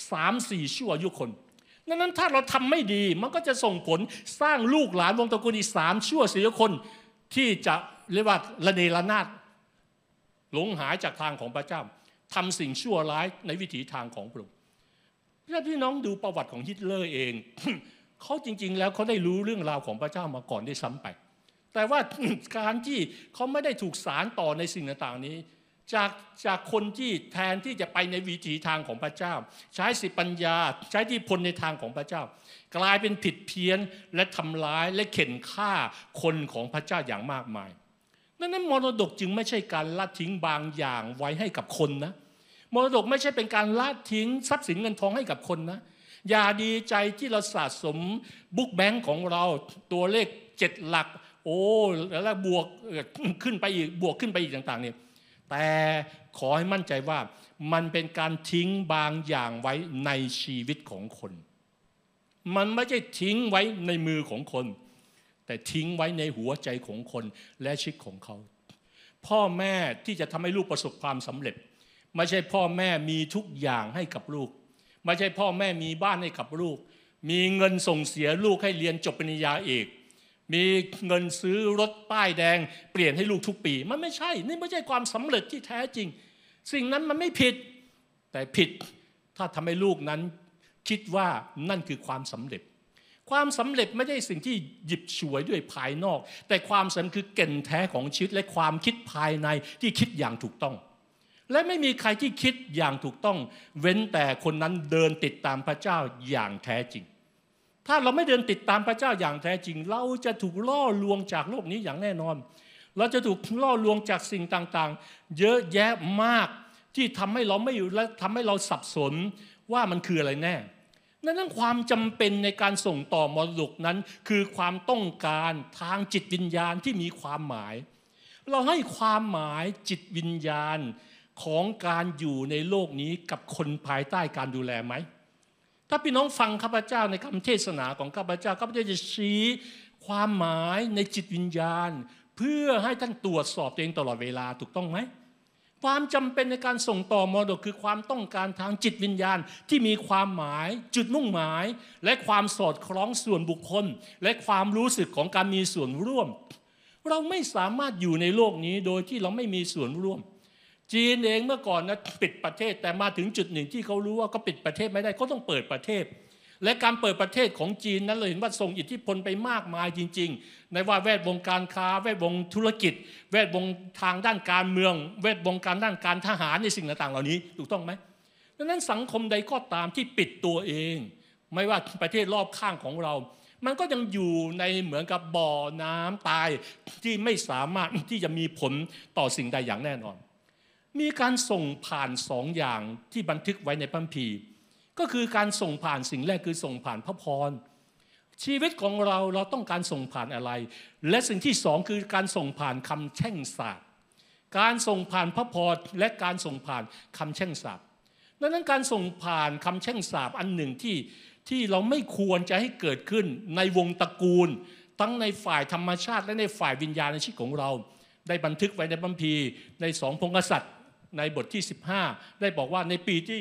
3-4 ชั่วอายุคนดังนั้นถ้าเราทำไม่ดีมันก็จะส่งผลสร้างลูกหลานวงตระกูลอีก3 ชั่ว 4 อายุคนที่จะเรียกว่าระเนระนาดหลงหายจากทางของพระเจ้าทำสิ่งชั่วร้ายในวิถีทางของพระองค์ถ้าพี่น้องดูประวัติของฮิตเลอร์เอง เขาจริงๆแล้วเขาได้รู้เรื่องราวของพระเจ้ามาก่อนได้ซ้ำไปแต่ว่าการที่เขาไม่ได้ถูกสารต่อในสิ่งต่างๆนี้จากคนที่แทนที่จะไปในวิถีทางของพระเจ้าใช้สติปัญญาใช้อิทธิพลในทางของพระเจ้ากลายเป็นผิดเพี้ยนและทำร้ายและเข็นฆ่าคนของพระเจ้าอย่างมากมายดังนั้นมรดกจึงไม่ใช่การละทิ้งบางอย่างไว้ให้กับคนนะมรดกไม่ใช่เป็นการละทิ้งทรัพย์สินเงินทองให้กับคนนะอย่าดีใจที่เราสะสมบุ๊กแบงค์ของเราตัวเลข7 หลักโอ้แล้วบวกขึ้นไปอีกบวกขึ้นไปอีกต่างๆเนี่ยแต่ขอให้มั่นใจว่ามันเป็นการทิ้งบางอย่างไว้ในชีวิตของคนมันไม่ใช่ทิ้งไว้ในมือของคนแต่ทิ้งไว้ในหัวใจของคนและชีวิตของเขาพ่อแม่ที่จะทำให้ลูกประสบความสำเร็จไม่ใช่พ่อแม่มีทุกอย่างให้กับลูกไม่ใช่พ่อแม่มีบ้านให้กับลูกมีเงินส่งเสียลูกให้เรียนจบปริญญาเอกมีเงินซื้อรถป้ายแดงเปลี่ยนให้ลูกทุกปีมันไม่ใช่นี่ไม่ใช่ความสำเร็จที่แท้จริงสิ่งนั้นมันไม่ผิดแต่ผิดถ้าทำให้ลูกนั้นคิดว่านั่นคือความสำเร็จความสำเร็จไม่ใช่สิ่งที่หยิบฉวยด้วยภายนอกแต่ความสำเร็จคือแก่นแท้ของชีวิตและความคิดภายในที่คิดอย่างถูกต้องและไม่มีใครที่คิดอย่างถูกต้องเว้นแต่คนนั้นเดินติดตามพระเจ้าอย่างแท้จริงถ้าเราไม่เดินติดตามพระเจ้าอย่างแท้จริงเราจะถูกล่อลวงจากโลกนี้อย่างแน่นอนเราจะถูกล่อลวงจากสิ่งต่างๆเยอะแยะมากที่ทำให้เราไม่อยู่และทำให้เราสับสนว่ามันคืออะไรแน่นั้นความจำเป็นในการส่งต่อมรดกนั้นคือความต้องการทางจิตวิญญาณที่มีความหมายเราให้ความหมายจิตวิญญาณของการอยู่ในโลกนี้กับคนภายใต้การดูแลไหมถ้าพี่น้องฟังข้าพเจ้าในคำเทศนาของข้าพเจ้าจะชี้ความหมายในจิตวิญญาณเพื่อให้ท่านตรวจสอบตัวเองตลอดเวลาถูกต้องไหมความจำเป็นในการส่งต่อมรดกคือความต้องการทางจิตวิญญาณที่มีความหมายจุดมุ่งหมายและความสอดคล้องส่วนบุคคลและความรู้สึกของการมีส่วนร่วมเราไม่สามารถอยู่ในโลกนี้โดยที่เราไม่มีส่วนร่วมจีนเองเมื่อก่อนนะปิดประเทศแต่มาถึงจุดหนึ่งที่เขารู้ว่าเขาปิดประเทศไม่ได้เขาต้องเปิดประเทศและการเปิดประเทศของจีนนั้นเราเห็นว่าส่งอิทธิพลไปมากมายจริงๆในว่าแวดวงการค้าแวดวงธุรกิจแวดวงทางด้านการเมืองแวดวงการด้านการทหารในสิ่งต่างๆเหล่านี้ถูกต้องไหมดังนั้นสังคมใดก็ตามที่ปิดตัวเองไม่ว่าประเทศรอบข้างของเรามันก็ยังอยู่ในเหมือนกับบ่อน้ำตายที่ไม่สามารถที่จะมีผลต่อสิ่งใดอย่างแน่นอนมีการส่งผ่าน2 อย่างที่บันทึกไว้ในพระคัมภีร์ก็คือการส่งผ่านสิ่งแรกคือส่งผ่านพระพรชีวิตของเราต้องการส่งผ่านอะไรและสิ่งที่2คือการส่งผ่านคำแช่งสาปการส่งผ่านพระพรและการส่งผ่านคำแช่งสาปดังนั้นการส่งผ่านคำแช่งสาปอันหนึ่งที่เราไม่ควรจะให้เกิดขึ้นในวงตระกูลทั้งในฝ่ายธรรมชาติและในฝ่ายวิญญาณในชีวิตของเราได้บันทึกไว้ในคัมภีร์ใน2 พงศ์กษัตริย์ในบทที่15ได้บอกว่าในปีที่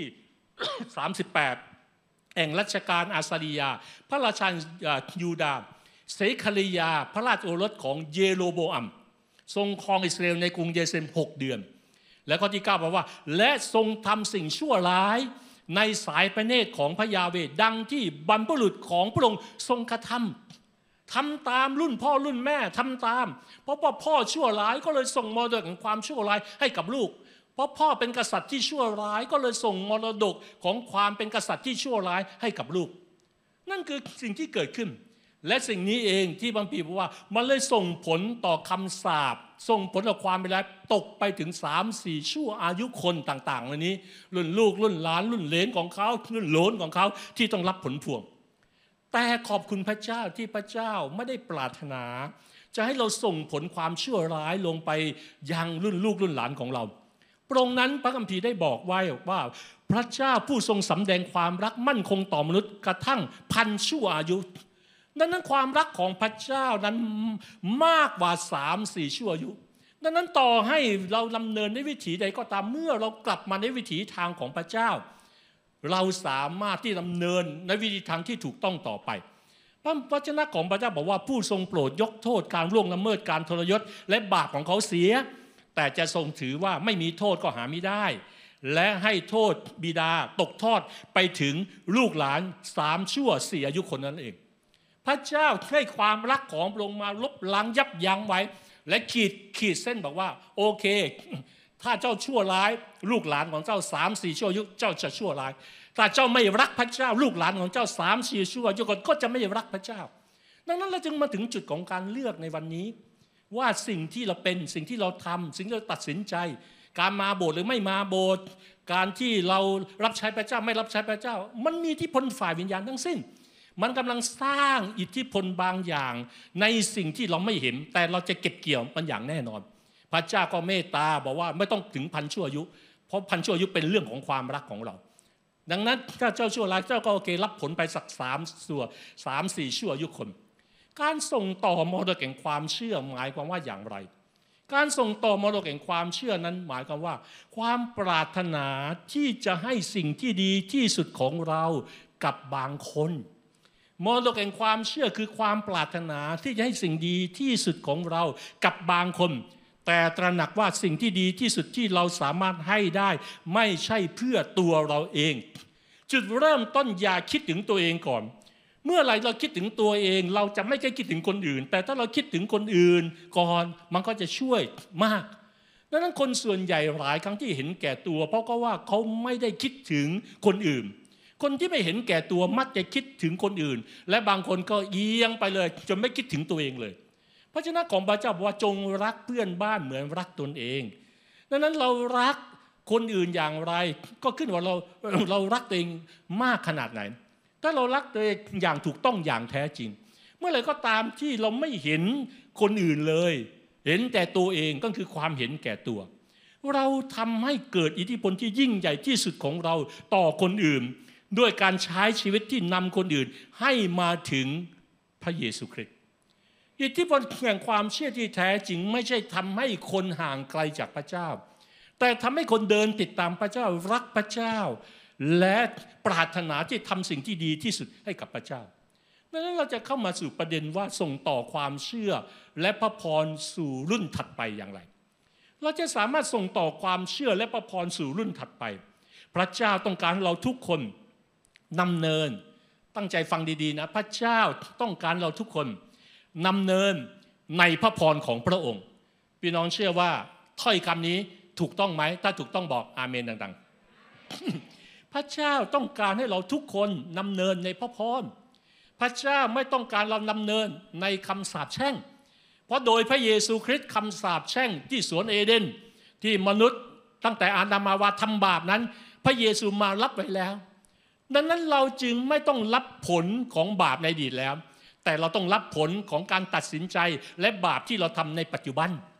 38แห่งรัชกาลอาซาริยาพระราชายูดาห์เสคาริยาพระราชโอรสของเยโรโบอัมทรงครองอิสราเอลในกรุงเยรูซาเล็ม6 เดือนและข้อที่9บอกว่าและทรงทำสิ่งชั่วร้ายในสายพระเนตรของพระยาเวห์ดังที่บรรพบุรุษของพระองค์ทรงกระทำตามรุ่นพ่อรุ่นแม่ทำตามเพราะว่าพ่อชั่วร้ายก็เลยส่งมรดกของความชั่วร้ายให้กับลูกเพราะพ่อเป็นกษัตริย์ที่ชั่วร้ายก็เลยส่งมรดกของความเป็นกษัตริย์ที่ชั่วร้ายให้กับลูกนั่นคือสิ่งที่เกิดขึ้นและสิ่งนี้เองที่บางปีบอกว่ามันเลยส่งผลต่อคำสาปส่งผลต่อความเป็นร้ายตกไปถึง 3-4 ชั่วอายุคนต่างๆเหล่านี้รุ่นลูกรุ่นหลานรุ่นเหลนของเขารุ่นโหลนของเขาที่ต้องรับผลพวงแต่ขอบคุณพระเจ้าที่พระเจ้าไม่ได้ปรารถนาจะให้เราส่งผลความชั่วร้ายลงไปยังรุ่นลูกรุ่นหลานของเราพระองค์นั้นพระคัมภีร์ได้บอกไว้ว่าพระเจ้าผู้ทรงสำแดงความรักมั่นคงต่อมนุษย์กระทั่ง1,000 ชั่วอายุดังนั้นความรักของพระเจ้านั้นมากกว่า 3-4 ชั่วอายุดังนั้นต่อให้เราดำเนินในวิถีใดก็ตามเมื่อเรากลับมาในวิถีทางของพระเจ้าเราสามารถที่ดำเนินในวิถีทางที่ถูกต้องต่อไปพระวจนะของพระเจ้าบอกว่าผู้ทรงโปรดยกโทษการล่วงละเมิดการทรยศและบาปของเขาเสียแต่จะทรงถือว่าไม่มีโทษก็หาไม่ได้และให้โทษบิดาตกทอดไปถึงลูกหลาน3 ชั่ว 4 อายุคนนั้นเองพระเจ้าให้ความรักของพระองค์มาลบล้างยับยั้งไว้และขีดเส้นบอกว่าโอเคถ้าเจ้าชั่วร้ายลูกหลานของเจ้า 3-4 ชั่วอายุเจ้าจะชั่วร้ายถ้าเจ้าไม่รักพระเจ้าลูกหลานของเจ้า 3-4 ชั่วอายุก็จะไม่รักพระเจ้าดังนั้นเราจึงมาถึงจุดของการเลือกในวันนี้ว่าสิ่งที่เราเป็นสิ่งที่เราทำสิ่งที่เราตัดสินใจการมาโบสถ์หรือไม่มาโบสถ์การที่เรารับใช้พระเจ้าไม่รับใช้พระเจ้ามันมีอิทธิพลฝ่ายวิญญาณทั้งสิ้นมันกำลังสร้างอิทธิพลบางอย่างในสิ่งที่เราไม่เห็นแต่เราจะเก็บเกี่ยวมันอย่างแน่นอนพระเจ้าก็เมตตาบอกว่าไม่ต้องถึง1,000 ชั่วอายุเพราะ1,000 ชั่วอายุเป็นเรื่องของความรักของเราดังนั้นถ้าเจ้าชั่วร้ายเจ้าก็โอเครับผลไปสัก3-4 ชั่วอายุคนการส่งต่อมรดกแห่งความเชื่อหมายความว่าอย่างไรการส่งต่อมรดกแห่งความเชื่อนั้นหมายความว่าความปรารถนาที่จะให้สิ่งที่ดีที่สุดของเรากับบางคนมรดกแห่งความเชื่อคือความปรารถนาที่จะให้สิ่งดีที่สุดของเรากับบางคนแต่ตระหนักว่าสิ่งที่ดีที่สุดที่เราสามารถให้ได้ไม่ใช่เพื่อตัวเราเองจุดเริ่มต้นอย่าคิดถึงตัวเองก่อนเมื่อไหร่เราคิดถึงตัวเองเราจะไม่ใช่คิดถึงคนอื่นแต่ถ้าเราคิดถึงคนอื่นก่อนมันก็จะช่วยมากดังนั้นคนส่วนใหญ่หลายครั้งที่เห็นแก่ตัวเพราะก็ว่าเขาไม่ได้คิดถึงคนอื่นคนที่ไม่เห็นแก่ตัวมักจะคิดถึงคนอื่นและบางคนก็เอียงไปเลยจนไม่คิดถึงตัวเองเลยเพราะฉะนั้นของพระเจ้าบอกว่าจงรักเพื่อนบ้านเหมือนรักตนเองดังนั้นเรารักคนอื่นอย่างไรก็ขึ้นว่าเรารักตัวเองมากขนาดไหนถ้าเรารักตัวเองอย่างถูกต้องอย่างแท้จริงเมื่อไหร่ก็ตามที่เราไม่เห็นคนอื่นเลยเห็นแต่ตัวเองก็คือความเห็นแก่ตัวเราทำให้เกิดอิทธิพลที่ยิ่งใหญ่ที่สุดของเราต่อคนอื่นด้วยการใช้ชีวิตที่นำคนอื่นให้มาถึงพระเยซูคริสต์อิทธิพลแห่งความเชื่อที่แท้จริงไม่ใช่ทำให้คนห่างไกลจากพระเจ้าแต่ทำให้คนเดินติดตามพระเจ้ารักพระเจ้าและปรารถนาที่ทำสิ่งที่ดีที่สุดให้กับพระเจ้าดังนั้นเราจะเข้ามาสู่ประเด็นว่าส่งต่อความเชื่อและพระพรสู่รุ่นถัดไปอย่างไรเราจะสามารถส่งต่อความเชื่อและพระพรสู่รุ่นถัดไปพระเจ้าต้องการเราทุกคนนำเนินตั้งใจฟังดีๆนะพระเจ้าต้องการเราทุกคนนำเนินในพระพรของพระองค์พี่น้องเชื่อว่าถ้อยคำนี้ถูกต้องไหมถ้าถูกต้องบอกอาเมนดังๆพระเจ้าต้องการให้เราทุกคนนำเนินในพระพรพระเจ้าไม่ต้องการเรานำเนินในคำสาปแช่งเพราะโดยพระเยซูคริสต์คำสาปแช่งที่สวนเอเดนที่มนุษย์ตั้งแต่อาดัมอาวาทำบาปนั้นพระเยซูมารับไว้แล้วดังนั้นเราจึงไม่ต้องรับผลของบาปในอดีตแล้วแต่เราต้องรับผลของการตัดสินใจและบาปที่เราทำในปัจจุบัน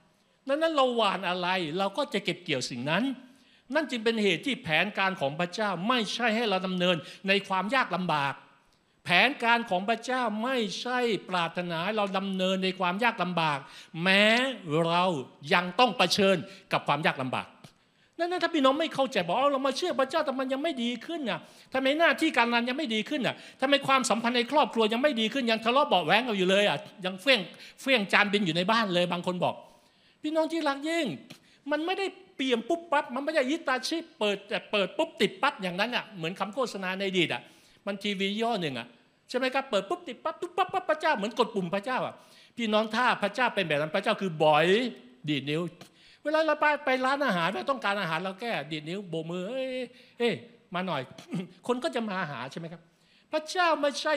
นั้นเราหว่านอะไรเราก็จะเก็บเกี่ยวสิ่งนั้นนั่นจึงเป็นเหตุที่แผนการของพระเจ้าไม่ใช่ให้เราดำเนินในความยากลำบากแผนการของพระเจ้าไม่ใช่ปรารถนาเราดำเนินในความยากลำบากแม้เรายังต้องเผชิญกับความยากลำบากนั่นถ้าพี่น้องไม่เข้าใจบอกเรามาเชื่อพระเจ้าแต่มันยังไม่ดีขึ้นน่ะทำไมหน้าที่การงานยังไม่ดีขึ้นน่ะทำไมความสัมพันธ์ในครอบครัวยังไม่ดีขึ้นยังทะเลาะเบาะแว้งกันอยู่เลยอ่ะยังเฟี้ยงจานบินอยู่ในบ้านเลยบางคนบอกพี่น้องที่รักยิ่งมันไม่ได้เปลี่ยนปุ๊บปั๊บมันไม่ใช่ยิตาชิเปิดปุ๊บติดปั๊บอย่างนั้นอ่ะเหมือนคำโฆษณาในอดีตอ่ะมันทีวีย่อหนึ่งอ่ะใช่ไหมครับเปิดปุ๊บติดปั๊บปุ๊บปั๊บพระเจ้าเหมือนกดปุ่มพระเจ้าอ่ะพี่น้องถ้าพระเจ้าเป็นแบบนั้นพระเจ้าคือบ่อยดีดนิ้วเวลาเราไปร้านอาหารเราต้องการอาหารเราแก้ดีดนิ้วโบกมือเอ้มาหน่อยคนก็จะมาหาใช่ไหมครับพระเจ้าไม่ใช่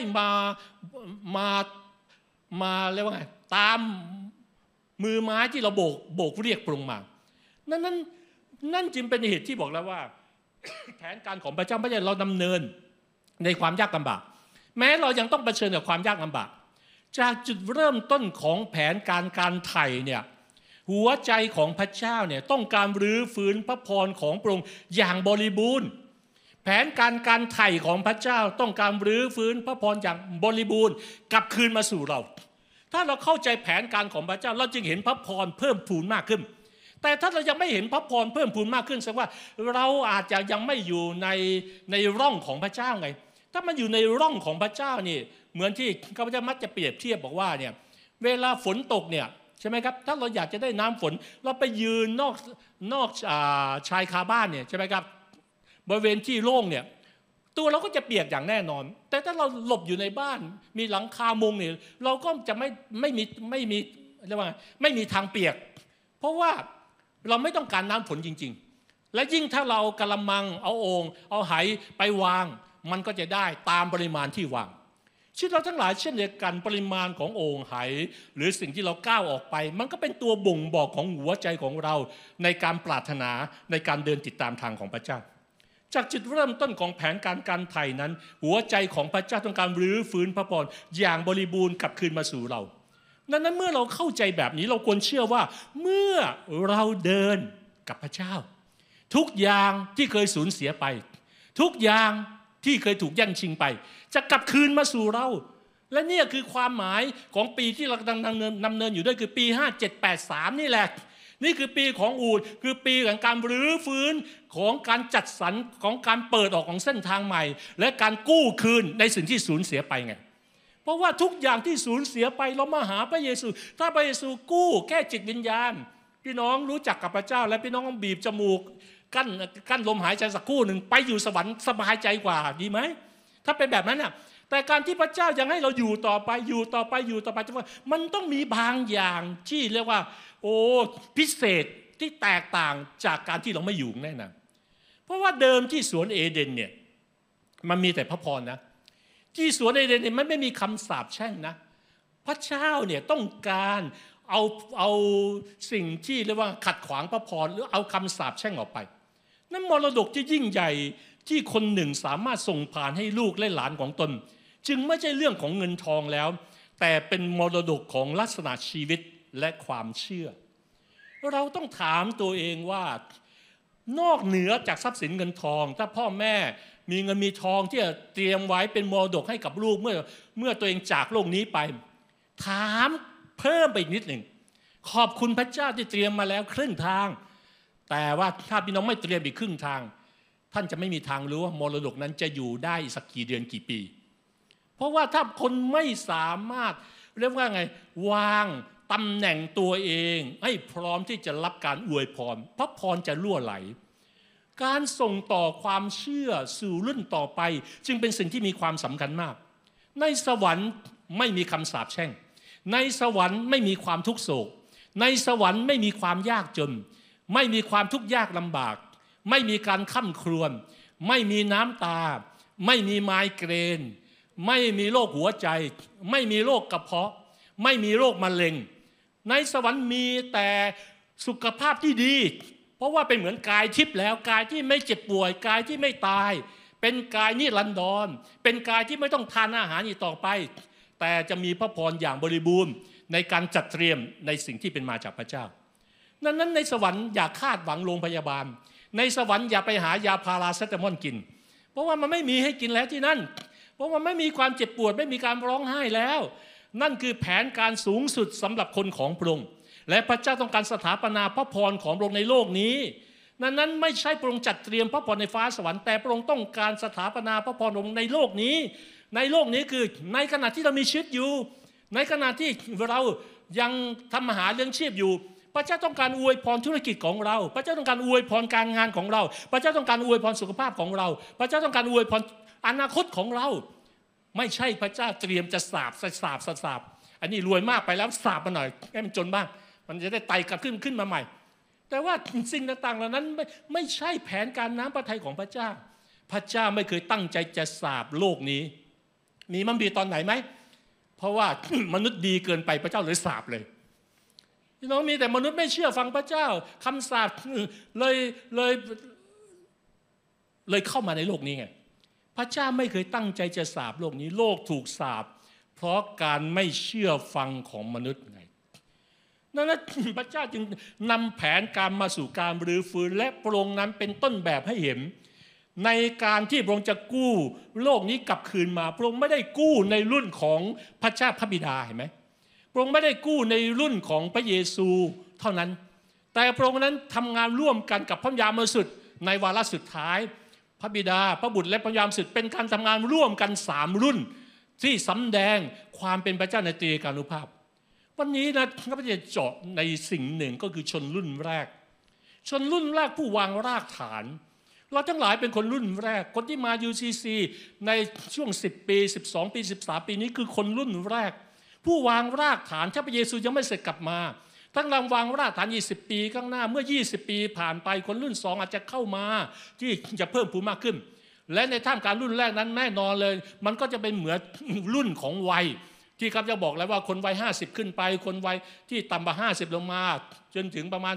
มาเรียกว่าไงตามมือไม้ที่เราโบกเรียกปรุงมานั่นจึงเป็นเหตุที่บอกแล้วว่า แผนการของพระเจ้าไม่ใช่เราดำเนินในความยากลำบากแม้เรายังต้องเผชิญกับความยากลำบากจากจุดเริ่มต้นของแผนการไถ่เนี่ยหัวใจของพระเจ้าเนี่ยต้องการรื้อฟื้นพระพรของพระองค์อย่างบริบูรณ์แผนการไถ่ของพระเจ้าต้องการรื้อฟื้นพระพรอย่างบริบูรณ์กลับคืนมาสู่เราถ้าเราเข้าใจแผนการของพระเจ้าเราจึงเห็นพระพรเพิ่มพูนมากขึ้นแต่ถ้าเรายังไม่เห็นพระพรเพิ่มพูนมากขึ้นแสดงว่าเราอาจจะยังไม่อยู่ในร่องของพระเจ้าไงถ้ามันอยู่ในร่องของพระเจ้านี่เหมือนที่ข้าพเจ้ามักจะเปรียบเทียบบอกว่าเนี่ยเวลาฝนตกเนี่ยใช่ไหมครับถ้าเราอยากจะได้น้ำฝนเราไปยืนนอกชายคาบ้านเนี่ยใช่ไหมครับบริเวณที่โล่งเนี่ยตัวเราก็จะเปียกอย่างแน่นอนแต่ถ้าเราหลบอยู่ในบ้านมีหลังคามุงเนี่ยเราก็จะไม่มีเรียกว่าไม่มีทางเปียกเพราะว่าเราไม่ต้องการน้ำฝนจริงๆและยิ่งถ้าเรากระมังเอาโอ่งเอาไหไปวางมันก็จะได้ตามปริมาณที่วางชีวิตเราทั้งหลายเช่นเดียวกันปริมาณของโอ่งไหหรือสิ่งที่เราก้าวออกไปมันก็เป็นตัวบ่งบอกของหัวใจของเราในการปรารถนาในการเดินติดตามทางของพระเจ้าจากจุดเริ่มต้นของแผนการไถ่นั้นหัวใจของพระเจ้าต้องการรื้อฟื้นพระพรอย่างบริบูรณ์กลับคืนมาสู่เรานั้นเมื่อเราเข้าใจแบบนี้เราควรเชื่อว่าเมื่อเราเดินกับพระเจ้าทุกอย่างที่เคยสูญเสียไปทุกอย่างที่เคยถูกแย่งชิงไปจะกลับคืนมาสู่เราและนี่คือความหมายของปีที่เรากำลังดำเนินอยู่ด้วยคือปี5783นี่แหละนี่คือปีของอูฐคือปีของการรื้อฟื้นของการจัดสรรของการเปิดออกของเส้นทางใหม่และการกู้คืนในสิ่งที่สูญเสียไปไงเพราะว่าทุกอย่างที่สูญเสียไปเรามาหาพระเยซูถ้าพระเยซูกู้แค่จิตวิญญาณพี่น้องรู้จักกับพระเจ้าและพี่น้องต้องบีบจมูกกั้นลมหายใจสักครู่หนึ่งไปอยู่สวรรค์สบายใจกว่าดีไหมถ้าเป็นแบบนั้นน่ะแต่การที่พระเจ้ายังให้เราอยู่ต่อไปมันต้องมีบางอย่างที่เรียกว่าพิเศษที่แตกต่างจากการที่เราไม่อยู่แน่นอนเพราะว่าเดิมที่สวนเอเดนเนี่ยมันมีแต่พระพรนะที่สวนเอเดนเนี่ยมันไม่มีคำสาปแช่งนะพระเจ้าเนี่ยต้องการเอาสิ่งที่เรียกว่าขัดขวางพระพรหรือเอาคำสาปแช่งออกไปนั่นมรดกที่ยิ่งใหญ่ที่คนหนึ่งสามารถส่งผ่านให้ลูกและหลานของตนจึงไม่ใช่เรื่องของเงินทองแล้วแต่เป็นมรดกของลักษณะชีวิตและความเชื่อเราต้องถามตัวเองว่านอกเหนือจากทรัพย์สินเงินทองถ้าพ่อแม่มีเงินมีทองที่จะเตรียมไว้เป็นมรดกให้กับลูกเมื่อตัวเองจากโลกนี้ไปถามเพิ่มไปอีกนิดหนึ่งขอบคุณพระเจ้าที่เตรียมมาแล้วครึ่งทางแต่ว่าถ้าพี่น้องไม่เตรียมอีกครึ่งทางท่านจะไม่มีทางรู้ว่ามรดกนั้นจะอยู่ได้สักกี่เดือนกี่ปีเพราะว่าถ้าคนไม่สามารถเรียกว่าไงวางตำแหน่งตัวเองให้พร้อมที่จะรับการอวยพรพระพรจะรั่วไหลการส่งต่อความเชื่อสู่รุ่นต่อไปจึงเป็นสิ่งที่มีความสำคัญมากในสวรรค์ไม่มีคำสาปแช่งในสวรรค์ไม่มีความทุกโศกในสวรรค์ไม่มีความยากจนไม่มีความทุกข์ยากลำบากไม่มีการข้ำครวญไม่มีน้ำตาไม่มีไมเกรนไม่มีโรคหัวใจไม่มีโรคกระเพาะไม่มีโรคมะเร็งในสวรรค์มีแต่สุขภาพที่ดีเพราะว่าเป็นเหมือนกายทิพย์แล้วกายที่ไม่เจ็บป่วยกายที่ไม่ตายเป็นกายนิรันดรเป็นกายที่ไม่ต้องทานอาหารอีกต่อไปแต่จะมีพระพรอย่างบริบูรณ์ในการจัดเตรียมในสิ่งที่เป็นมาจากพระเจ้านั้นในสวรรค์อย่าคาดหวังโรงพยาบาลในสวรรค์อย่าไปหายาพาราเซตามอลกินเพราะว่ามันไม่มีให้กินแล้วที่นั่นเพราะว่าไม่มีความเจ็บปวดไม่มีการร้องไห้แล้วนั่นคือแผนการสูงสุดสำหรับคนของพระองค์และพระเจ้าต้องการสถาปนาพระพรของพระองค์ในโลกนี้นั้นไม่ใช่พระองค์จัดเตรียมพระพรในฟ้าสวรรค์แต่พระองค์ต้องการสถาปนาพระพรลงในโลกนี้คือในขณะที่เรามีชีวิตอยู่ในขณะที่เรายังทำอาหารเลี้ยงชีพอยู่พระเจ้าต้องการอวยพรธุรกิจของเราพระเจ้าต้องการอวยพรการงานของเราพระเจ้าต้องการอวยพรสุขภาพของเราพระเจ้าต้องการอวยพรอนาคตของเราไม่ใช่พระเจ้าเตรียมจะสาบอันนี้รวยมากไปแล้วสาบมาหน่อยให้มันจนบ้างมันจะได้ไต่กลับขึ้นมาใหม่แต่ว่าสิ่งต่างๆเหล่านั้นไม่ใช่แผนการน้ำพระทัยของพระเจ้าพระเจ้าไม่เคยตั้งใจจะสาบโลกนี้มีตอนไหนไหมเพราะว่ามนุษย์ดีเกินไปพระเจ้าเลยสาบเลยพี่น้องมีแต่มนุษย์ไม่เชื่อฟังพระเจ้าคำสาปเลยเข้ามาในโลกนี้ไงพระเจ้าไม่เคยตั้งใจจะสาปโลกนี้โลกถูกสาปเพราะการไม่เชื่อฟังของมนุษย์ไงนั้นพระเจ้าจึงนำแผนการมาสู่การรื้อฟื้นและพระองค์นั้นเป็นต้นแบบให้เห็นในการที่พระองค์จะกู้โลกนี้กลับคืนมาพระองค์ไม่ได้กู้ในรุ่นของพระเจ้าพระบิดาเห็นไหมพระองค์ไม่ได้กู้ในรุ่นของพระเยซูเท่านั้นแต่พระองค์นั้นทำงานร่วมกันกับพระวิญญาณบริสุทธิ์ในวาระสุดท้ายพระบิดาพระบุตรและพระวิญญาณบริสุทธิ์เป็นการทำงานร่วมกัน3รุ่นที่สำแดงความเป็นพระเจ้าในตรีเอกานุภาพวันนี้นะข้าพเจ้าเจาะในสิ่งหนึ่งก็คือชนรุ่นแรกผู้วางรากฐานเราทั้งหลายเป็นคนรุ่นแรกคนที่มา UCC ในช่วง10ปี12ปี13ปีนี้คือคนรุ่นแรกผู้วางรากฐานถ้าพระเยซูยังไม่เสร็จกลับมาทั้งเราวางรากฐาน20ปีข้างหน้าเมื่อ20ปีผ่านไปคนรุ่น2อาจจะเข้ามาที่จะเพิ่มพูนมากขึ้นและในท่ามกลางรุ่นแรกนั้นแน่นอนเลยมันก็จะเป็นเหมือนรุ่นของวัยที่ครับจะบอกแล้วว่าคนวัย50ขึ้นไปคนวัยที่ต่ำกว่า50ลงมาจนถึงประมาณ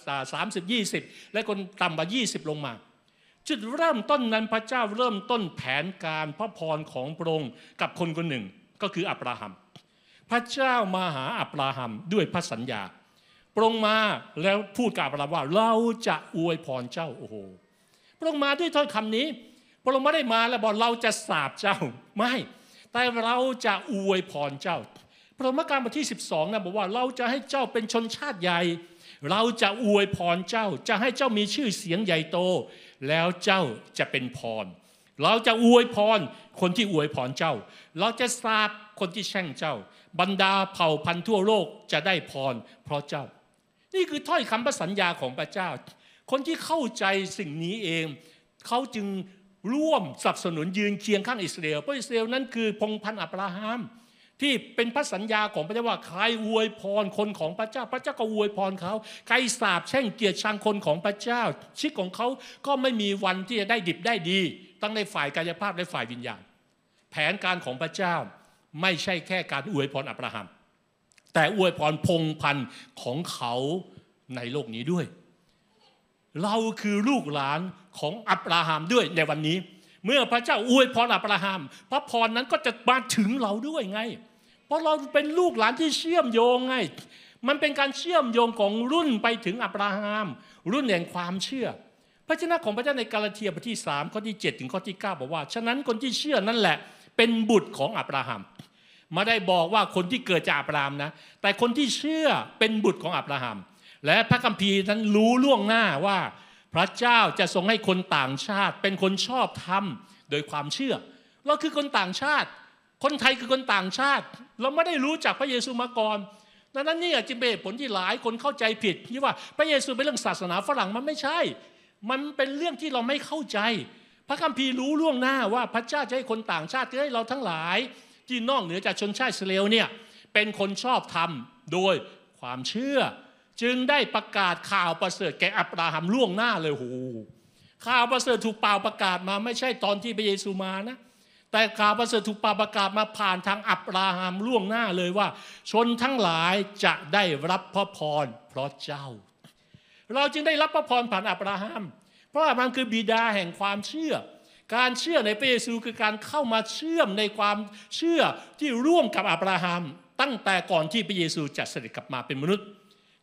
30-20และคนต่ำกว่า20ลงมาจุดเริ่มต้นนั้นพระเจ้าเริ่มต้นแผนการพระพรของพระองค์กับคนคนหนึ่งก็คืออับราฮัมพระเจ้ามาหาอับราฮัมด้วยพระสัญญาพระองค์มาแล้วพูดกับอับราฮัมว่าเราจะอวยพรเจ้าโอ้โหพระองค์มาด้วยถ้อยคำนี้พระองค์ไม่ได้มาแล้วบอกเราจะสาปเจ้าไม่แต่เราจะอวยพรเจ้าพระธรรมกาลบทที่12นะบอกว่าเราจะให้เจ้าเป็นชนชาติใหญ่เราจะอวยพรเจ้าจะให้เจ้ามีชื่อเสียงใหญ่โตแล้วเจ้าจะเป็นพรเราจะอวยพรคนที่อวยพรเจ้าเราจะสาปคนที่แช่งเจ้าบรรดาเผ่าพันธุ์ทั่วโลกจะได้พรเพราะเจ้านี่คือถ้อยคำพระสัญญาของพระเจ้าคนที่เข้าใจสิ่งนี้เองเขาจึงร่วมสนับสนุนยืนเคียงข้างอิสราเอลเพราะอิสราเอลนั้นคือพงศ์พันธุ์อับราฮัมที่เป็นพระสัญญาของพระเจ้าว่าใครอวยพรคนของพระเจ้าพระเจ้าก็อวยพรเขาใครสาปแช่งเกียรติชังคนของพระเจ้าชีวิตของเขาก็ไม่มีวันที่จะได้ดิบได้ดีทั้งในฝ่ายกายภาพและฝ่ายวิญญาณแผนการของพระเจ้าไม่ใช่แค่การอวยพรอับราฮัมแต่อวยพรพงศ์พันธุ์ของเขาในโลกนี้ด้วยเราคือลูกหลานของอับราฮัมด้วยในวันนี้เมื่อพระเจ้าอวยพรอับราฮัมพระพรนั้นก็จะมาถึงเราด้วยไงเพราะเราเป็นลูกหลานที่เชื่อมโยงไงมันเป็นการเชื่อมโยงของรุ่นไปถึงอับราฮัมรุ่นแห่งความเชื่อพระเจ้าของพระเจ้าในกาลาเทียบทที่3ข้อที่7ถึงข้อที่9บอกว่าฉะนั้นคนที่เชื่อนั่นแหละเป็นบุตรของอับราฮัมไม่ได้บอกว่าคนที่เกิดจากอับราฮัมนะแต่คนที่เชื่อเป็นบุตรของอับราฮัมและพระคัมภีร์นั้นรู้ล่วงหน้าว่าพระเจ้าจะทรงให้คนต่างชาติเป็นคนชอบธรรมโดยความเชื่อเราคือคนต่างชาติคนไทยคือคนต่างชาติเราไม่ได้รู้จักพระเยซูมาก่อนดังนั้นนี่จึงเป็นผลที่หลายคนเข้าใจผิดที่ว่าพระเยซูเป็นเรื่องศาสนาฝรั่งมันไม่ใช่มันเป็นเรื่องที่เราไม่เข้าใจพระคัมภีร์รู้ล่วงหน้าว่าพระเจ้าจะให้คนต่างชาติให้เราทั้งหลายที่นอกเหนือจากชนชาติอิสราเอลเนี่ยเป็นคนชอบธรรมโดยความเชื่อจึงได้ประกาศข่าวประเสริฐแก่อับราฮัมล่วงหน้าเลยโหข่าวประเสริฐถูกเป่าประกาศมาไม่ใช่ตอนที่พระเยซูมานะแต่ข่าวประเสริฐถูกเป่าประกาศมาผ่านทางอับราฮัมล่วงหน้าเลยว่าชนทั้งหลายจะได้รับพระพรเพราะเจ้าเราจึงได้รับพระพรผ่านอับราฮัมเพราะมันคือบิดาแห่งความเชื่อการเชื่อในพระเยซูคือการเข้ามาเชื่อมในความเชื่อที่ร่วมกับอับราฮัมตั้งแต่ก่อนที่พระเยซูจะเสด็จกลับมาเป็นมนุษย์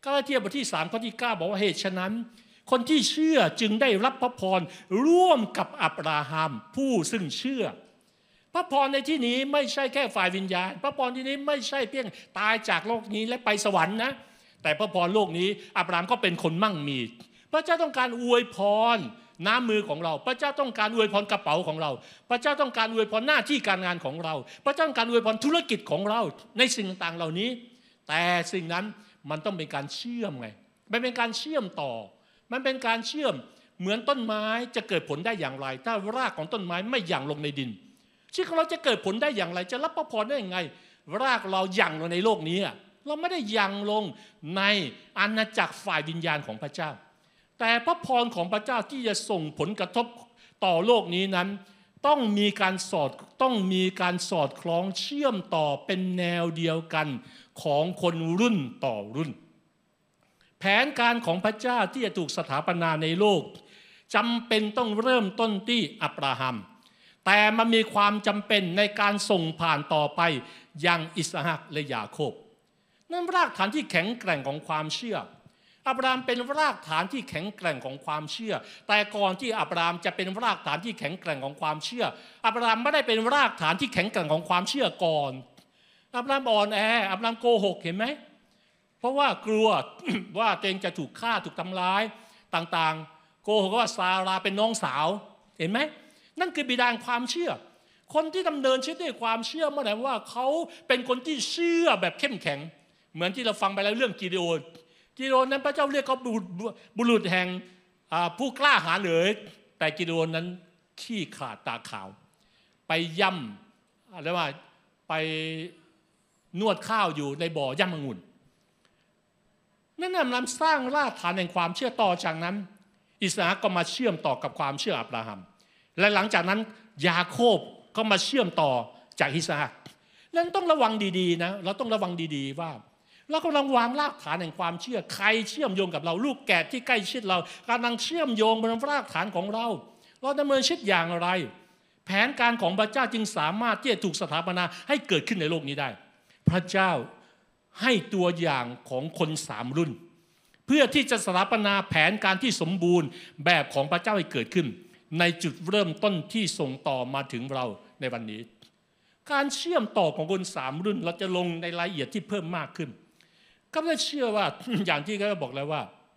กาลาเทียบทที่3ข้อที่9บอกว่าเหตุฉะนั้นคนที่เชื่อจึงได้รับพระพรร่วมกับอับราฮัมผู้ซึ่งเชื่อพระพรในที่นี้ไม่ใช่แค่ฝ่ายวิญญาณพระพรที่นี้ไม่ใช่เพียงตายจากโลกนี้และไปสวรรค์นะแต่พระพรโลกนี้อับราฮัมก็เป็นคนมั่งมีพระเจ้าต้องการอวยพรน้ำมือของเราพระเจ้าต้องการอวยพรกระเป๋าของเราพระเจ้าต้องการอวยพรหน้าที่การงานของเราพระเจ้าต้องการอวยพรธุรกิจของเราในสิ่งต่างๆเหล่านี้แต่สิ่งนั้นมันต้องเป็นการเชื่อมไงมันเป็นการเชื่อมต่อมันเป็นการเชื่อมเหมือนต้นไม้จะเกิดผลได้อย่างไรถ้ารากของต้นไม้ไม่หยั่งลงในดินชีวิตของเราจะเกิดผลได้อย่างไรจะรับพระพรได้ยังไงรากเราหยั่งลงในโลกนี้เราไม่ได้หยั่งลงในอาณาจักรฝ่ายวิญญาณของพระเจ้าแต่พระพรของพระเจ้าที่จะส่งผลกระทบต่อโลกนี้นั้นต้องมีการสอดคล้องเชื่อมต่อเป็นแนวเดียวกันของคนรุ่นต่อรุ่นแผนการของพระเจ้าที่จะถูกสถาปนาในโลกจำเป็นต้องเริ่มต้นที่อับราฮัมแต่มันมีความจำเป็นในการส่งผ่านต่อไปยังอิสหักและยาโคบนั่นรากฐานที่แข็งแกร่งของความเชื่ออับราฮัมเป็นรากฐานที่แข็งแกร่งของความเชื่อแต่ก่อนที่อับราฮัมจะเป็นรากฐานที่แข็งแกร่งของความเชื่ออับราฮัมไม่ได้เป็นรากฐานที่แข็งแกร่งของความเชื่อก่อนอับราฮัมอ่อนแออับราฮัมโกหกเห็นไหมเพราะว่ากลัว ว่าตัวเองจะถูกฆ่าถูกทำร้ายต่างๆโกหกว่าซาราเป็นน้องสาวเห็นไหมนั่นคือบิดาแห่งความเชื่อคนที่ดำเนินชีวิตด้วยความเชื่อหมายถึงว่าเขาเป็นคนที่เชื่อแบบเข้มแข็งเหมือนที่เราฟังไปแล้วเรื่องกิเดโอนนั้นพระเจ้าเรียกเขาบุรุษแห่งผู้กล้าหาญเลยแต่กิเดโอนนั้นขี้ขลาดตาขาวไปย่ำอะไรว่าไปนวดข้าวอยู่ในบ่อย่ำองุ่นนั่นนำสร้างรากฐานแห่งความเชื่อต่อจากนั้นอิสหักก็มาเชื่อมต่อกับความเชื่ออับราฮัมและหลังจากนั้นยาโคบก็มาเชื่อมต่อจากอิสหักนั้นต้องระวังดีๆนะเราต้องระวังดีๆว่าเรากำลังวางรากฐานแห่งความเชื่อใครเชื่อมโยงกับเราลูกแกะที่ใกล้ชิดเรากำลังเชื่อมโยงบนรากฐานของเราดำเนินชีวิตอย่างไรแผนการของพระเจ้าจึงสามารถที่จะถูกสถาปนาให้เกิดขึ้นในโลกนี้ได้พระเจ้าให้ตัวอย่างของคน3รุ่นเพื่อที่จะสถาปนาแผนการที่สมบูรณ์แบบของพระเจ้าให้เกิดขึ้นในจุดเริ่มต้นที่ส่งต่อมาถึงเราในวันนี้การเชื่อมต่อของคน3รุ่นเราจะลงในรายละเอียดที่เพิ่มมากขึ้นก็ได้เชื่อว่า อย่างที่เขาบอกแล้วว่า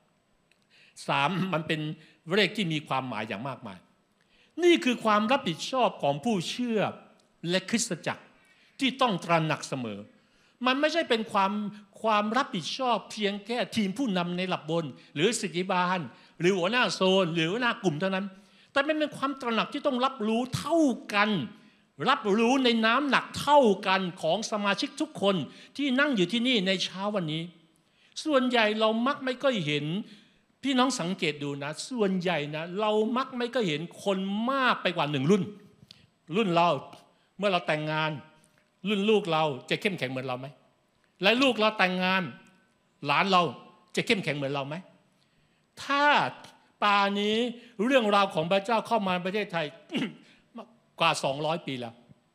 3มันเป็นเลขที่มีความหมายอย่างมากมายนี่คือความรับผิดชอบของผู้เชื่อและคริสตจักรที่ต้องตระหนักเสมอมันไม่ใช่เป็นความรับผิดชอบเพียงแค่ทีมผู้นำในระดับบนหรือศิษยาบาลหรือหัวหน้าโซนหรือหัวหน้ากลุ่มเท่านั้นแต่มันเป็นความตระหนักที่ต้องรับรู้เท่ากันรับรู้ในน้ำหนักเท่ากันของสมาชิกทุกคนที่นั่งอยู่ที่นี่ในเช้าวันนี้ส่วนใหญ่เรามักไม่ค่อยเห็นพี่น้องสังเกตดูนะส่วนใหญ่นะเรามักไม่ค่อยเห็นคนมากไปกว่า1รุ่นเราเมื่อเราแต่งงานรุ่นลูกเราจะเข้มแข็งเหมือนเราไหมและลูกเราแต่งงานหลานเราจะเข้มแข็งเหมือนเราไหมถ้าป่านี้เรื่องราวของพระเจ้าเข้ามาในประเทศไทย กว่า200 ปีแล้ว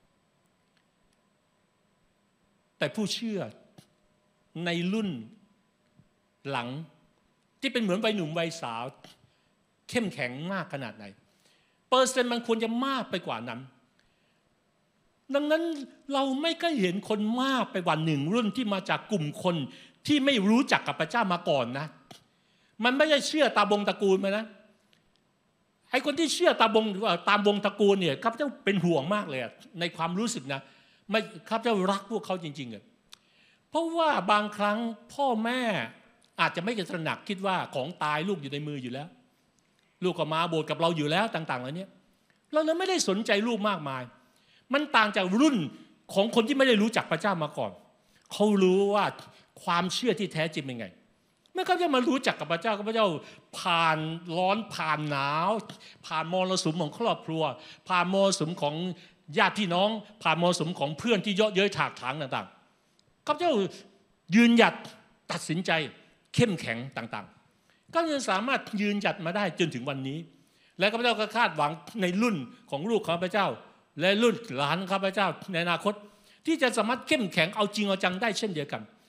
แต่ผู้เชื่อในรุ่นหลังที่เป็นเหมือนวัยหนุ่มวัยสาวเข้มแข็งมากขนาดไหนเปอร์เซ็นต์มันควรจะมากไปกว่านั้นดังนั้นเราไม่เคยเห็นคนมากไปกว่า1รุ่นที่มาจากกลุ่มคนที่ไม่รู้จักกับพระเจ้ามาก่อนนะมันไม่ใช่เชื่อตามวงตระกูลมานะไอ้คนที่เชื่อตามวงตระกูลเนี่ยข้าพเจ้าเป็นห่วงมากเลยในความรู้สึกนะไม่ข้าพเจ้ารักพวกเขาจริงๆเพราะว่าบางครั้งพ่อแม่อาจจะไม่ตระหนักคิดว่าของตายลูกอยู่ในมืออยู่แล้วลูกก็มาโบสถ์กับเราอยู่แล้วต่างๆเหล่านี้เราเลยไม่ได้สนใจลูกมากมายมันต่างจากรุ่นของคนที่ไม่ได้รู้จักพระเจ้ามาก่อนเขารู้ว่าความเชื่อที่แท้จริงเป็นไงเมื่อเขาจะมารู้จักกับพระเจ้าพระเจ้าผ่านร้อนผ่านหนาวผ่านมรสุมของครอบครัวผ่านมรสุมของญาติพี่น้องผ่านมรสุมของเพื่อนที่เยอะเย้ยถากถางต่างๆเขาจะยืนหยัดตัดสินใจเข้มแข็งต่างๆก็ยังสามารถยืนหยัดมาได้จนถึงวันนี้และข้าพเจ้าก็คาดหวังในรุ่นของลูกของพระเจ้าและรุ่นหลานข้าพเจ้าในอนาคตที่จะสามารถเข้มแข็งเอาจริงเอาจังได้เช่นเดียวกัน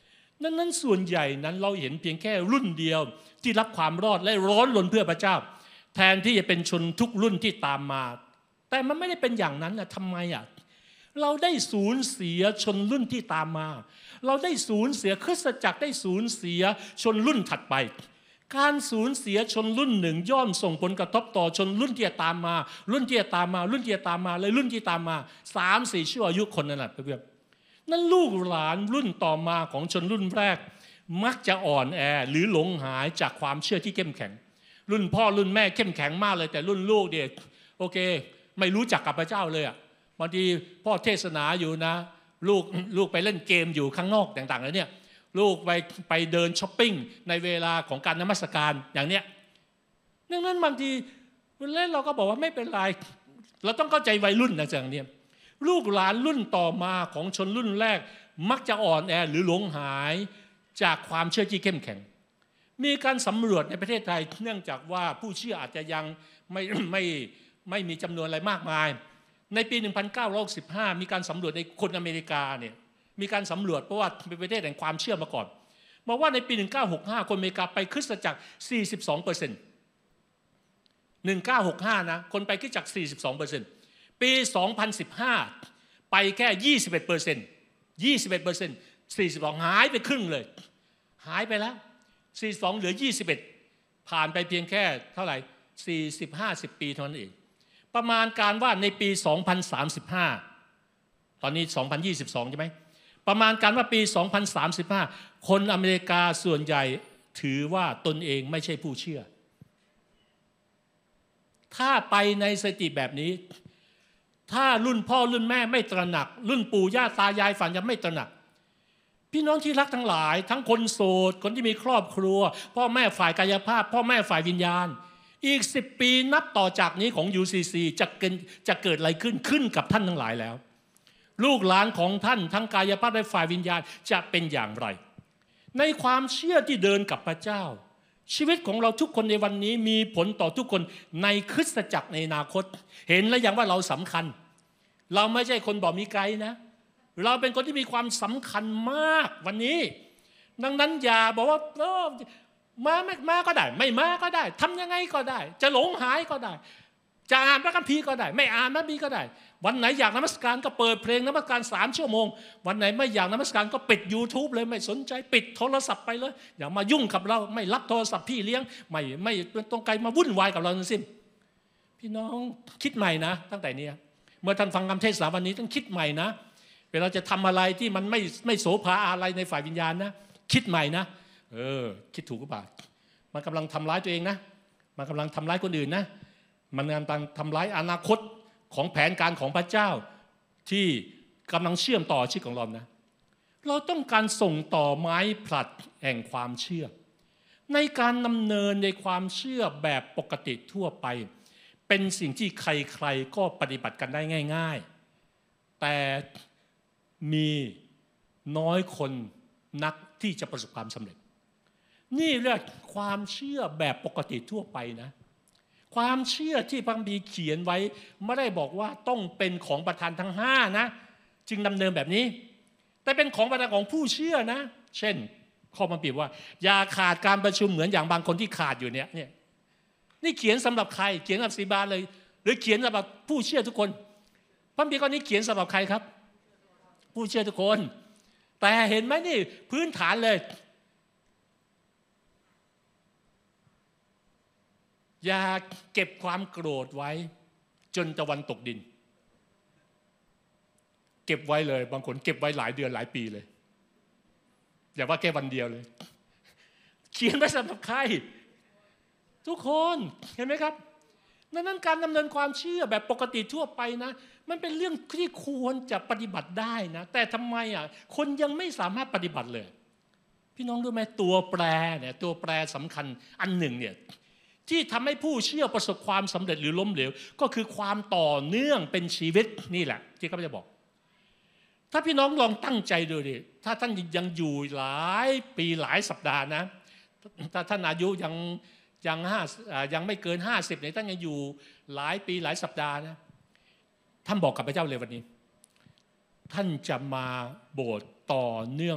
นั้นส่วนใหญ่นั้นเราเห็นเพียงแค่รุ่นเดียวที่รับความรอดและร้อนรนเพื่อพระเจ้าแทนที่จะเป็นชนทุกรุ่นที่ตามมาแต่มันไม่ได้เป็นอย่างนั้นนะทำไมเราได้สูญเสียชนรุ่นที่ตามมาเราได้สูญเสียคริสตจักรได้สูญเสียชนรุ่นถัดไปการสูญเสียชนรุ่นหนึ่งย่อมส่งผลกระทบต่อชนรุ่นที่จะตามมารุ่นที่จะตามมารุ่นที่จะตามมาเลยรุ่นที่ตามมา 3-4 ชั่วอายุคนนั่นแหละเพื่อนนั่นลูกหลานรุ่นต่อมาของชนรุ่นแรกมักจะอ่อนแอหรือหลงหายจากความเชื่อที่เข้มแข็งรุ่นพ่อรุ่นแม่เข้มแข็งมากเลยแต่รุ่นลูกเด็กโอเคไม่รู้จักกับพระเจ้าเลยบางทีพ่อเทศนาอยู่นะลูกไปเล่นเกมอยู่ข้างนอกต่างๆแล้วเนี่ยลูกไปเดินช้อปปิ้งในเวลาของการนมัสการอย่างเนี้ยดังนั้นบางทีเล่นเราก็บอกว่าไม่เป็นไรเราต้องเข้าใจวัยรุ่นนะอย่างนี้ลูกหลานรุ่นต่อมาของชนรุ่นแรกมักจะอ่อนแอหรือหลงหายจากความเชื่อที่เข้มแข็งมีการสำรวจในประเทศไทยเนื่องจากว่าผู้เชื่ออาจจะยังไม่มีจำนวนอะไรมากมายในปี 1965 มีการสำรวจในคนอเมริกาเนี่ยมีการสำรวจเพราะว่าเป็นประเทศแห่งความเชื่อมาก่อนบอกว่าในปี 1965 คนอเมริกาไปคริสตจักร 42% 1965 นะคนไปคริสตจักร 42% ปี 2015 ไปแค่ 21% 42หายไปครึ่งเลยหายไปแล้ว42เหลือ21ผ่านไปเพียงแค่เท่าไหร่40-50 ปีเท่านั้นเองประมาณการว่าในปี 2035 ตอนนี้ 2022 ใช่ไหมประมาณการว่าปี 2035 คนอเมริกาส่วนใหญ่ถือว่าตนเองไม่ใช่ผู้เชื่อถ้าไปในสถิติแบบนี้ถ้ารุ่นพ่อรุ่นแม่ไม่ตระหนักรุ่นปู่ย่าตายายฝันยังไม่ตระหนักพี่น้องที่รักทั้งหลายทั้งคนโสดคนที่มีครอบครัวพ่อแม่ฝ่ายกายภาพพ่อแม่ฝ่ายวิญญาณอีก10 ปีนับต่อจากนี้ของ UCC จะเกิดอะไรขึ้นกับท่านทั้งหลายแล้วลูกหลานของท่านทั้งกายภาพและฝ่ายวิญญาณจะเป็นอย่างไรในความเชื่อที่เดินกับพระเจ้าชีวิตของเราทุกคนในวันนี้มีผลต่อทุกคนในคริสตจักรในอนาคตเห็นแล้วยังว่าเราสำคัญเราไม่ใช่คนบอกมีไกลนะเราเป็นคนที่มีความสำคัญมากวันนี้ดังนั้นอย่าบอกว่ามาไม่มาก็ได้ไม่มาก็ได้ทำยังไงก็ได้จะหลงหายก็ได้จะอ่านพระคัมภีร์ก็ได้ไม่อ่านพระคัมภีร์ก็ได้วันไหนอยากนมัสการก็เปิดเพลงนมัสการ3 ชั่วโมงวันไหนไม่อยากนมัสการก็ปิด YouTube เลยไม่สนใจปิดโทรศัพท์ไปเลยอย่ามายุ่งกับเราไม่รับโทรศัพท์พี่เลี้ยงไม่ต้องไกลมาวุ่นวายกับเราทั้งสิ้นพี่น้องคิดใหม่นะตั้งแต่นี้เมื่อท่านฟังคำเทศนาวันนี้ต้องคิดใหม่นะเวลาจะทำอะไรที่มันไม่โสภาอะไรในฝ่ายวิญญาณนะคิดใหม่นะคิดถูกหรือเปล่ามันกำลังทำร้ายตัวเองนะมันกำลังทำร้ายคนอื่นนะมันกำลังทำร้ายอนาคตของแผนการของพระเจ้าที่กำลังเชื่อมต่อชีวิตของเรานะเราต้องการส่งต่อไม้ผลัดแห่งความเชื่อในการดำเนินในความเชื่อแบบปกติทั่วไปเป็นสิ่งที่ใครๆก็ปฏิบัติกันได้ง่ายๆแต่มีน้อยคนนักที่จะประสบความสำเร็จนี่เรียกความเชื่อแบบปกติทั่วไปนะความเชื่อที่พระคัมภีร์เขียนไว้ไม่ได้บอกว่าต้องเป็นของประธานทั้ง5นะจึงดำเนินแบบนี้แต่เป็นของประธานของผู้เชื่อนะเช่นข้อบังคับว่าอย่าขาดการประชุมเหมือนอย่างบางคนที่ขาดอยู่เนี่ยนี่เขียนสำหรับใครเขียนกับซีบาเลยหรือเขียนสำหรับผู้เชื่อทุกคนพระคัมภีร์ข้อนี้เขียนสำหรับใครครับผู้เชื่อทุกคนแต่เห็นไหมนี่พื้นฐานเลยอย่าเก็บความโกรธไว้จนตะวันตกดินเก็บไว้เลยบางคนเก็บไว้หลายเดือนหลายปีเลยอย่าว่าแค่วันเดียวเลยเขียนไว้สำหรับใครทุกคนเห็นไหมครับดังนั้นการดำเนินความเชื่อแบบปกติทั่วไปนะมันเป็นเรื่องที่ควรจะปฏิบัติได้นะแต่ทำไมคนยังไม่สามารถปฏิบัติเลยพี่น้องรู้ไหมตัวแปรเนี่ยตัวแปรสำคัญอันหนึ่งเนี่ยที่ทำให้ผู้เชื่อประสบความสำเร็จหรือล้มเหลวก็คือความต่อเนื่องเป็นชีวิตนี่แหละที่เขาจะบอกถ้าพี่น้องลองตั้งใจดูดิถ้าท่านยังอยู่หลายปีหลายสัปดาห์นะถ้าท่านอายุยังไม่เกิน50เนี่ยท่านยังอยู่หลายปีหลายสัปดาห์นะท่านบอกกับพระเจ้าเลยวันนี้ท่านจะมาโบสถ์ต่อเนื่อง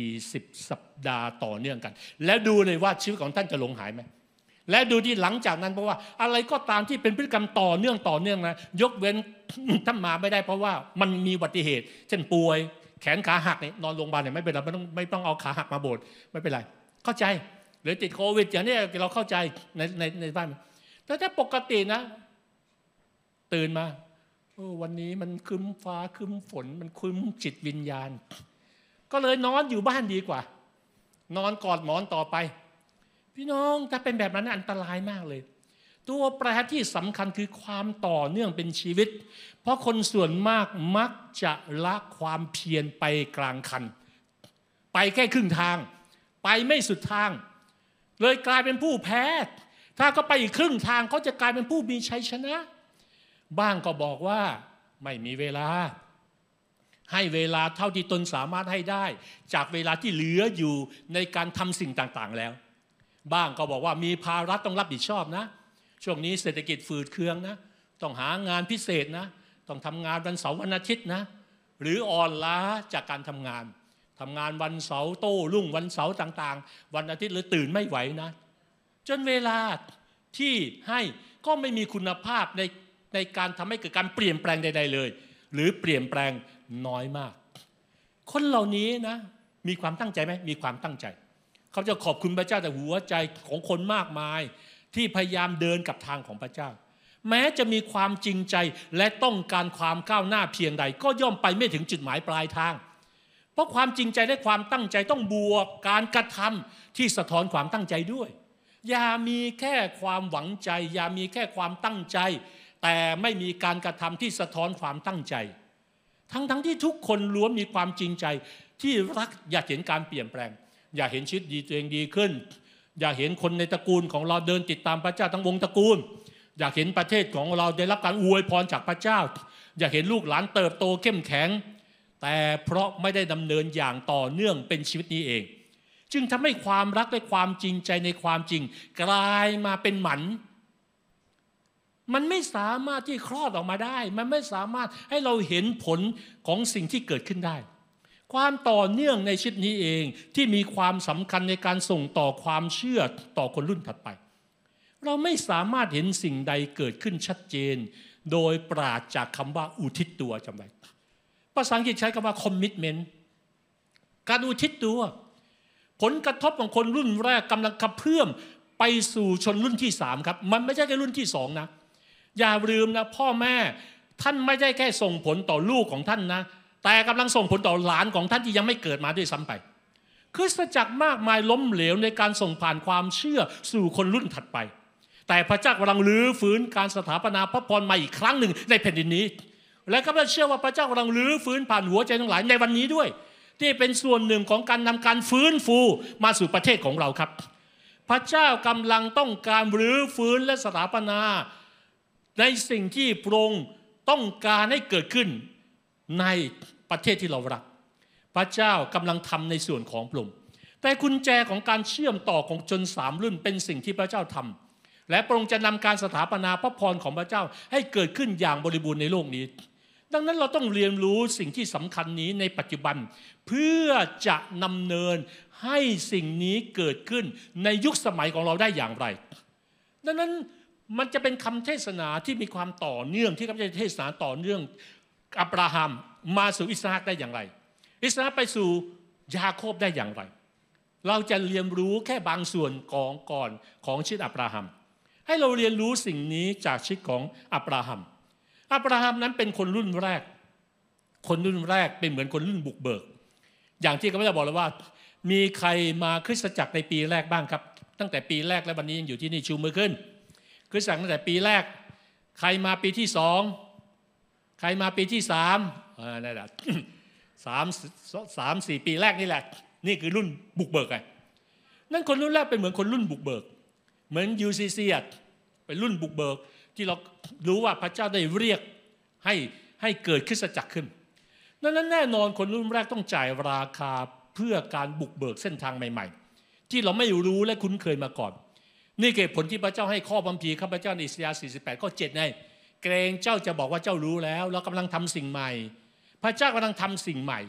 40สัปดาห์ต่อเนื่องกันแล้วดูเลยว่าชีวิตของท่านจะหลงหายไหมและดูที่หลังจากนั้นเพราะว่าอะไรก็ตามที่เป็นพฤติกรรมต่อเนื่องนะยกเว้น ท่านมาไม่ได้เพราะว่ามันมีอุบัติเหตุเช่นป่วยแขนขาหักเนี่ยนอนโรงพยาบาลเนี่ยไม่เป็นไรไม่ต้องเอาขาหักมาโบสถ์ไม่เป็นไรเข้าใจหรือติดโควิดอย่างนี้เราเข้าใจในบ้านแต่ถ้าปกตินะตื่นมาวันนี้มันครึ้มฟ้าครึ้มฝนมันครึ้มจิตวิญญาณก็เลยนอนอยู่บ้านดีกว่านอนกอดหมอนต่อไปพี่น้องถ้าเป็นแบบนั้นอันตรายมากเลยตัวแปรที่สำคัญคือความต่อเนื่องเป็นชีวิตเพราะคนส่วนมากมักจะละความเพียรไปกลางคันไปแค่ครึ่งทางไปไม่สุดทางเลยกลายเป็นผู้แพ้ถ้าก็ไปอีกครึ่งทางเขาจะกลายเป็นผู้มีชัยชนะบ้างก็บอกว่าไม่มีเวลาให้เวลาเท่าที่ตนสามารถให้ได้จากเวลาที่เหลืออยู่ในการทำสิ่งต่างๆแล้วบ้างก็บอกว่ามีภาระต้องรับผิดชอบนะช่วงนี้เศรษฐกิจฝืดเคืองนะต้องหางานพิเศษนะต้องทำงานวันเสาร์วันอาทิตย์นะหรืออ่อนล้าจากการทำงานวันเสาร์โต้รุ่งวันเสาร์ต่างๆวันอาทิตย์หรือตื่นไม่ไหวนะจนเวลาที่ให้ก็ไม่มีคุณภาพในการทำให้เกิดการเปลี่ยนแปลงใดๆเลยหรือเปลี่ยนแปลงน้อยมากคนเหล่านี้นะมีความตั้งใจไหมมีความตั้งใจเขาจะขอบคุณพระเจ้าแต่หัวใจของคนมากมายที่พยายามเดินกับทางของพระเจ้าแม้จะมีความจริงใจและต้องการความก้าวหน้าเพียงใดก็ย่อมไปไม่ถึงจุดหมายปลายทางเพราะความจริงใจและความตั้งใจต้องบวกการกระทำที่สะท้อนความตั้งใจด้วยอย่ามีแค่ความหวังใจอย่ามีแค่ความตั้งใจแต่ไม่มีการกระทำที่สะท้อนความตั้งใจทั้งที่ทุกคนล้วนมีความจริงใจที่รักอยากเห็นการเปลี่ยนแปลงอยากเห็นชีวิตตัวเองดีขึ้นอยากเห็นคนในตระกูลของเราเดินติดตามพระเจ้าทั้งวงตระกูลอยากเห็นประเทศของเราได้รับการอวยพรจากพระเจ้าอยากเห็นลูกหลานเติบโตเข้มแข็งแต่เพราะไม่ได้ดำเนินอย่างต่อเนื่องเป็นชีวิตนี้เองจึงทำให้ความรักและความจริงใจในความจริงกลายมาเป็นหมันมันไม่สามารถที่คลอดออกมาได้มันไม่สามารถให้เราเห็นผลของสิ่งที่เกิดขึ้นได้ความต่อเนื่องในชีวิตนี้เองที่มีความสำคัญในการส่งต่อความเชื่อต่อคนรุ่นถัดไปเราไม่สามารถเห็นสิ่งใดเกิดขึ้นชัดเจนโดยปราศจากคำว่าอุทิศตัวจำไว้ภาษาอังกฤษใช้คำว่า commitment การอุทิศตัวผลกระทบของคนรุ่นแรกกำลังกระเพื่อมไปสู่ชนรุ่นที่3ครับมันไม่ใช่แค่รุ่นที่2นะอย่าลืมนะพ่อแม่ท่านไม่ได้แค่ส่งผลต่อลูกของท่านนะแต่กำลังส่งผลต่อหลานของท่านที่ยังไม่เกิดมาด้วยซ้ำไปคริสตจักรมากมายล้มเหลวในการส่งผ่านความเชื่อสู่คนรุ่นถัดไปแต่พระเจ้ากำลังรื้อฟื้นการสถาปนาพระพรมาอีกครั้งหนึ่งในแผ่นดินนี้และข้าพเจ้าเชื่อว่าพระเจ้ากำลังรื้อฟื้นผ่านหัวใจทั้งหลายในวันนี้ด้วยที่เป็นส่วนหนึ่งของการนำการฟื้นฟูมาสู่ประเทศของเราครับพระเจ้ากำลังต้องการรื้อฟื้นและสถาปนาในสิ่งที่พระองค์ต้องการให้เกิดขึ้นในประเทศที่เรารักพระเจ้ากำลังทำในส่วนของพระองค์แต่กุญแจของการเชื่อมต่อของชน3รุ่นเป็นสิ่งที่พระเจ้าทำและพระองค์จะนำการสถาปนาพระพรของพระเจ้าให้เกิดขึ้นอย่างบริบูรณ์ในโลกนี้ดังนั้นเราต้องเรียนรู้สิ่งที่สำคัญนี้ในปัจจุบันเพื่อจะนำเนินให้สิ่งนี้เกิดขึ้นในยุคสมัยของเราได้อย่างไรดังนั้นมันจะเป็นคำเทศนาที่มีความต่อเนื่องที่ข้าพเจ้าเทศนาต่อเนื่องอับราฮัมมาสู่อิสราเอลได้อย่างไรอิสราเอลไปสู่ยาโคบได้อย่างไรเราจะเรียนรู้แค่บางส่วนก่อนของชีวิตอับราฮัมให้เราเรียนรู้สิ่งนี้จากชีวิตของอับราฮัมนั้นเป็นคนรุ่นแรกเป็นเหมือนคนรุ่นบุกเบิกอย่างที่ข้าพเจ้าบอกแล้วว่ามีใครมาคริสตจักรในปีแรกบ้างครับตั้งแต่ปีแรกและวันนี้ยังอยู่ที่นี่ชูมือขึ้นคริสตจักรตั้งแต่ปีแรกใครมาปีที่2ใครมาปีที่3นั่นแหละ3-4 ปีแรกนี่แหละนี่คือรุ่นบุกเบิกไงนั่นคนรุ่นแรกเป็นเหมือนคนรุ่นบุกเบิกเหมือน UCC เป็นรุ่นบุกเบิกที่เรารู้ว่าพระเจ้าได้เรียกให้เกิดคริสตจักรขึ้นนั้นแน่นอนคนรุ่นแรกต้องจ่ายราคาเพื่อการบุกเบิกเส้นทางใหม่ๆที่เราไม่รู้และคุ้นเคยมาก่อนนี่เหตุผลที่พระเจ้าให้ข้อบัญญัติข้าพเจ้าในอิสยาห์48ข้อ7ไงเกรงเจ้าจะบอกว่าเจ้ารู้แล้วเรากำลังทำสิ่งใหม่พระเจ้ากำลังทำสิ่งใหม่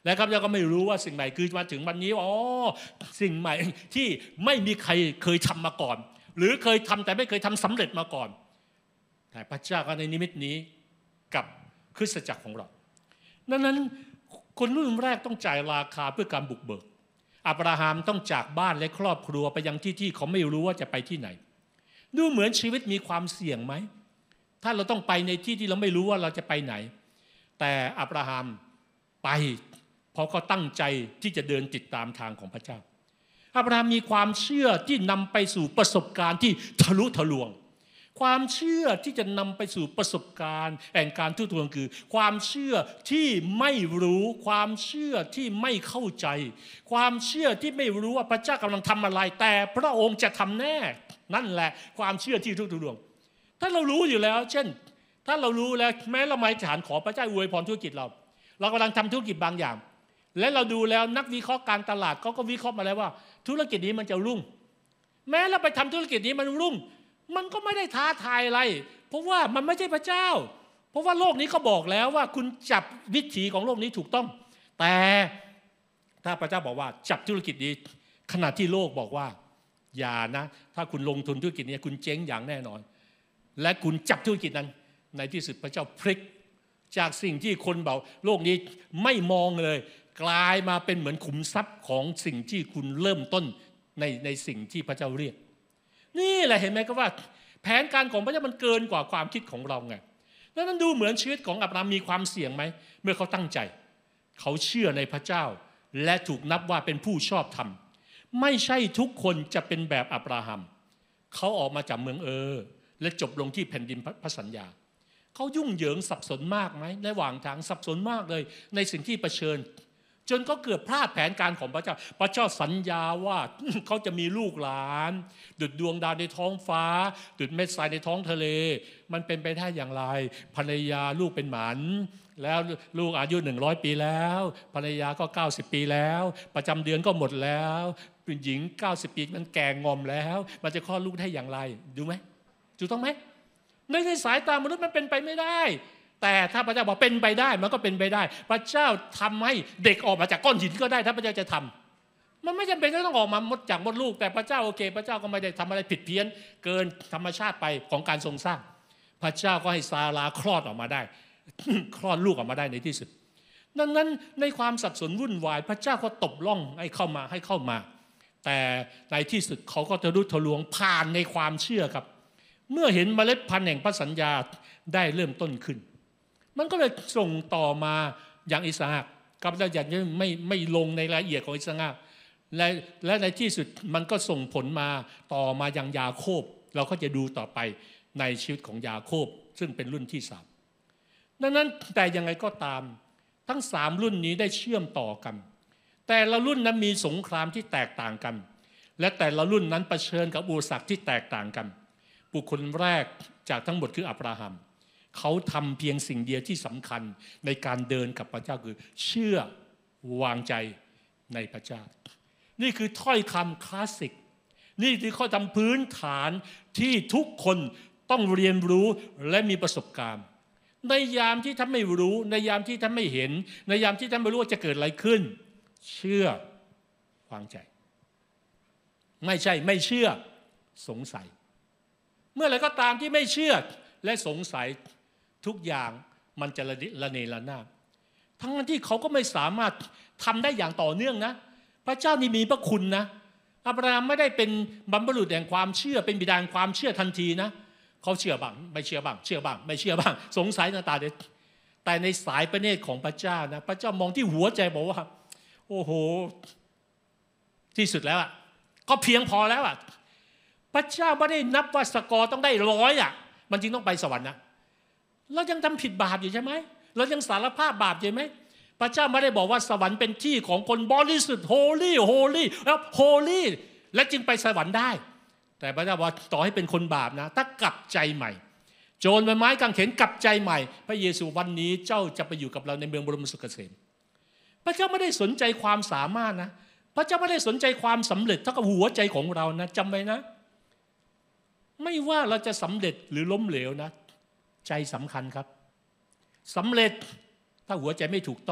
และข้าพเจ้าก็ไม่รู้ว่าสิ่งใหม่คือมาถึงวันนี้สิ่งใหม่ที่ไม่มีใครเคยทำมาก่อนหรือเคยทำแต่ไม่เคยทำสำเร็จมาก่อนแต่พระเจ้าก็ในนิมิตนี้กับคริสตจักรของเราดังนั้นคนรุ่นแรกต้องจ่ายราคาเพื่อการบุกเบิกอับราฮัมต้องจากบ้านและครอบครัวไปยังที่เขาไม่รู้ว่าจะไปที่ไหนดูเหมือนชีวิตมีความเสี่ยงไหมถ้าเราต้องไปในที่เราไม่รู้ว่าเราจะไปไหนแต่อับราฮัมไปเพราะเขาตั้งใจที่จะเดินติดตามทางของพระเจ้าอับราฮัมมีความเชื่อที่นำไปสู่ประสบการณ์ที่ทะลุทะลวงความเชื่อที่จะนำไปสู่ประสบการณ์แห่งการทุทวงคือความเชื่อที่ไม่รู้ความเชื่อที่ไม่เข้าใจความเชื่อที่ไม่รู้ว่าพระเจ้ากำลังทำอะไรแต่พระองค์จะทำแน่นั่นแหละความเชื่อที่ทุทวงถ้าเรารู้อยู่แล้วเช่นถ้าเรารู้แล้วแม้เราไม่ฐานขอพระเจ้าอวยพรธุรกิจเรากำลังทำธุรกิจบางอย่างและเราดูแล้วนักวิเคราะห์การตลาดเขาก็วิเคราะห์มาแล้วว่าธุรกิจนี้มันจะรุ่งแม้เราไปทำธุรกิจนี้มันรุ่งมันก็ไม่ได้ท้าทายอะไรเพราะว่ามันไม่ใช่พระเจ้าเพราะว่าโลกนี้เขาบอกแล้วว่าคุณจับวิถีของโลกนี้ถูกต้องแต่ถ้าพระเจ้าบอกว่าจับธุรกิจนี้ขณะที่โลกบอกว่าอย่านะถ้าคุณลงทุนธุรกิจนี้คุณเจ๊งอย่างแน่นอนและคุณจับธุรกิจนั้นในที่สุดพระเจ้าพลิกจากสิ่งที่คนบอกโลกนี้ไม่มองเลยกลายมาเป็นเหมือนขุมทรัพย์ของสิ่งที่คุณเริ่มต้นในสิ่งที่พระเจ้าเรียกนี่แหละเห็นไหมครับว่าแผนการของพระเจ้ามันเกินกว่าความคิดของเราไงดังนั้นดูเหมือนชีวิตของอับราฮัมมีความเสี่ยงไหมเมื่อเขาตั้งใจเขาเชื่อในพระเจ้าและถูกนับว่าเป็นผู้ชอบธรรมไม่ใช่ทุกคนจะเป็นแบบอับราฮัมเขาออกมาจากเมืองและจบลงที่แผ่นดินพระสัญญาเขายุ่งเหยิงสับสนมากไหมระหว่างทางสับสนมากเลยในสิ่งที่เผชิญจนก็เกือบพลาดแผนการของพระเจ้าพระเจ้าสัญญาว่าเขาจะมีลูกหลานดุจดวงดาวในท้องฟ้าดุจเม็ดทรายในท้องทะเลมันเป็นไปได้อย่างไรภรรยาลูกเป็นหมันแล้วลูกอายุ100 ปีแล้วภรรยาก็90 ปีแล้วประจำเดือนก็หมดแล้วเป็นหญิง90 ปีมันแก่งอมแล้วมันจะคลอดลูกได้อย่างไรดูไหมถูกต้องไหมในสายตามนุษย์มันเป็นไปไม่ได้แต่ถ้าพระเจ้าบอกเป็นไปได้มันก็เป็นไปได้พระเจ้าทำให้เด็กออกมาจากก้อนหินก็ได้ถ้าพระเจ้าจะทำมันไม่จำเป็นต้องออกมาจากมดลูกแต่พระเจ้าโอเคพระเจ้าก็ไม่ได้ทำอะไรผิดเพี้ยนเกินธรรมชาติไปของการทรงสร้างพระเจ้าก็ให้ซาราคลอดออกมาได้ คลอดลูกออกมาได้ในที่สุดดังนั้นในความสับสนวุ่นวายพระเจ้าก็ตบล่องให้เข้ามาแต่ในที่สุดเขาก็ทะลุทะลวงผ่านในความเชื่อครับเมื่อเห็นเมล็ดพันธุ์แห่งพระสัญญาได้เริ่มต้นขึ้นมันก็เลยส่งต่อมาอย่างอิสอัคกับเราอยากจะไม่ลงในรายละเอียดของอิสอัคและในที่สุดมันก็ส่งผลมาต่อมายังยาโคบเราก็จะดูต่อไปในชีวิตของยาโคบซึ่งเป็นรุ่นที่3ดังนั้นแต่ยังไงก็ตามทั้ง3รุ่นนี้ได้เชื่อมต่อกันแต่ละรุ่นนั้นมีสงครามที่แตกต่างกันและแต่ละรุ่นนั้นเผชิญกับอุปสรรคที่แตกต่างกันบุคคลแรกจากทั้งหมดคืออับราฮัมเขาทำเพียงสิ่งเดียวที่สำคัญในการเดินกับพระเจ้าคือเชื่อวางใจในพระเจ้านี่คือถ้อยคำคลาสสิกนี่คือข้อทำพื้นฐานที่ทุกคนต้องเรียนรู้และมีประสบการณ์ในยามที่ท่านไม่รู้ในยามที่ท่านไม่เห็นในยามที่ท่านไม่รู้ว่าจะเกิดอะไรขึ้นเชื่อวางใจไม่ใช่ไม่เชื่อสงสัยเมื่อไรก็ตามที่ไม่เชื่อและสงสัยทุกอย่างมันจะระเนระนาดทั้งที่เขาก็ไม่สามารถทำได้อย่างต่อเนื่องนะพระเจ้านี่มีพระคุณนะอับราฮัมไม่ได้เป็นบรรพบุรุษแห่งความเชื่อเป็นบิดาแห่งความเชื่อทันทีนะเขาเชื่อบ้างไม่เชื่อบ้างเชื่อบ้างไม่เชื่อบ้างสงสัยหน้าตาเด็ดแต่ในสายพระเนตรของพระเจ้านะพระเจ้ามองที่หัวใจบอกว่าโอ้โหที่สุดแล้วก็เพียงพอแล้วพระเจ้าไม่ได้นับว่าสกอร์ต้องได้100มันจึงต้องไปสวรรค์นะเรายังทำผิดบาปอยู่ใช่ไหมเรายังสารภาพบาปอยู่ไหมพระเจ้าไม่ได้บอกว่าสวรรค์เป็นที่ของคนบริสุทธิ์โฮลี่โฮลี่แล้วโฮลี่และจึงไปสวรรค์ได้แต่พระเจ้าบอกต่อให้เป็นคนบาปนะถ้ากลับใจใหม่โจรไม้กางเขนกลับใจใหม่พระเยซูวันนี้เจ้าจะไปอยู่กับเราในเมืองบรมสุขเกษมพระเจ้าไม่ได้สนใจความสามารถนะพระเจ้าไม่ได้สนใจความสำเร็จเท่ากับหัวใจของเรานะจำไว้นะไม่ว่าเราจะสำเร็จหรือล้มเหลวนะใจสำคัญครับสำเร็จถ้าหัวใจไม่ถูกต้อง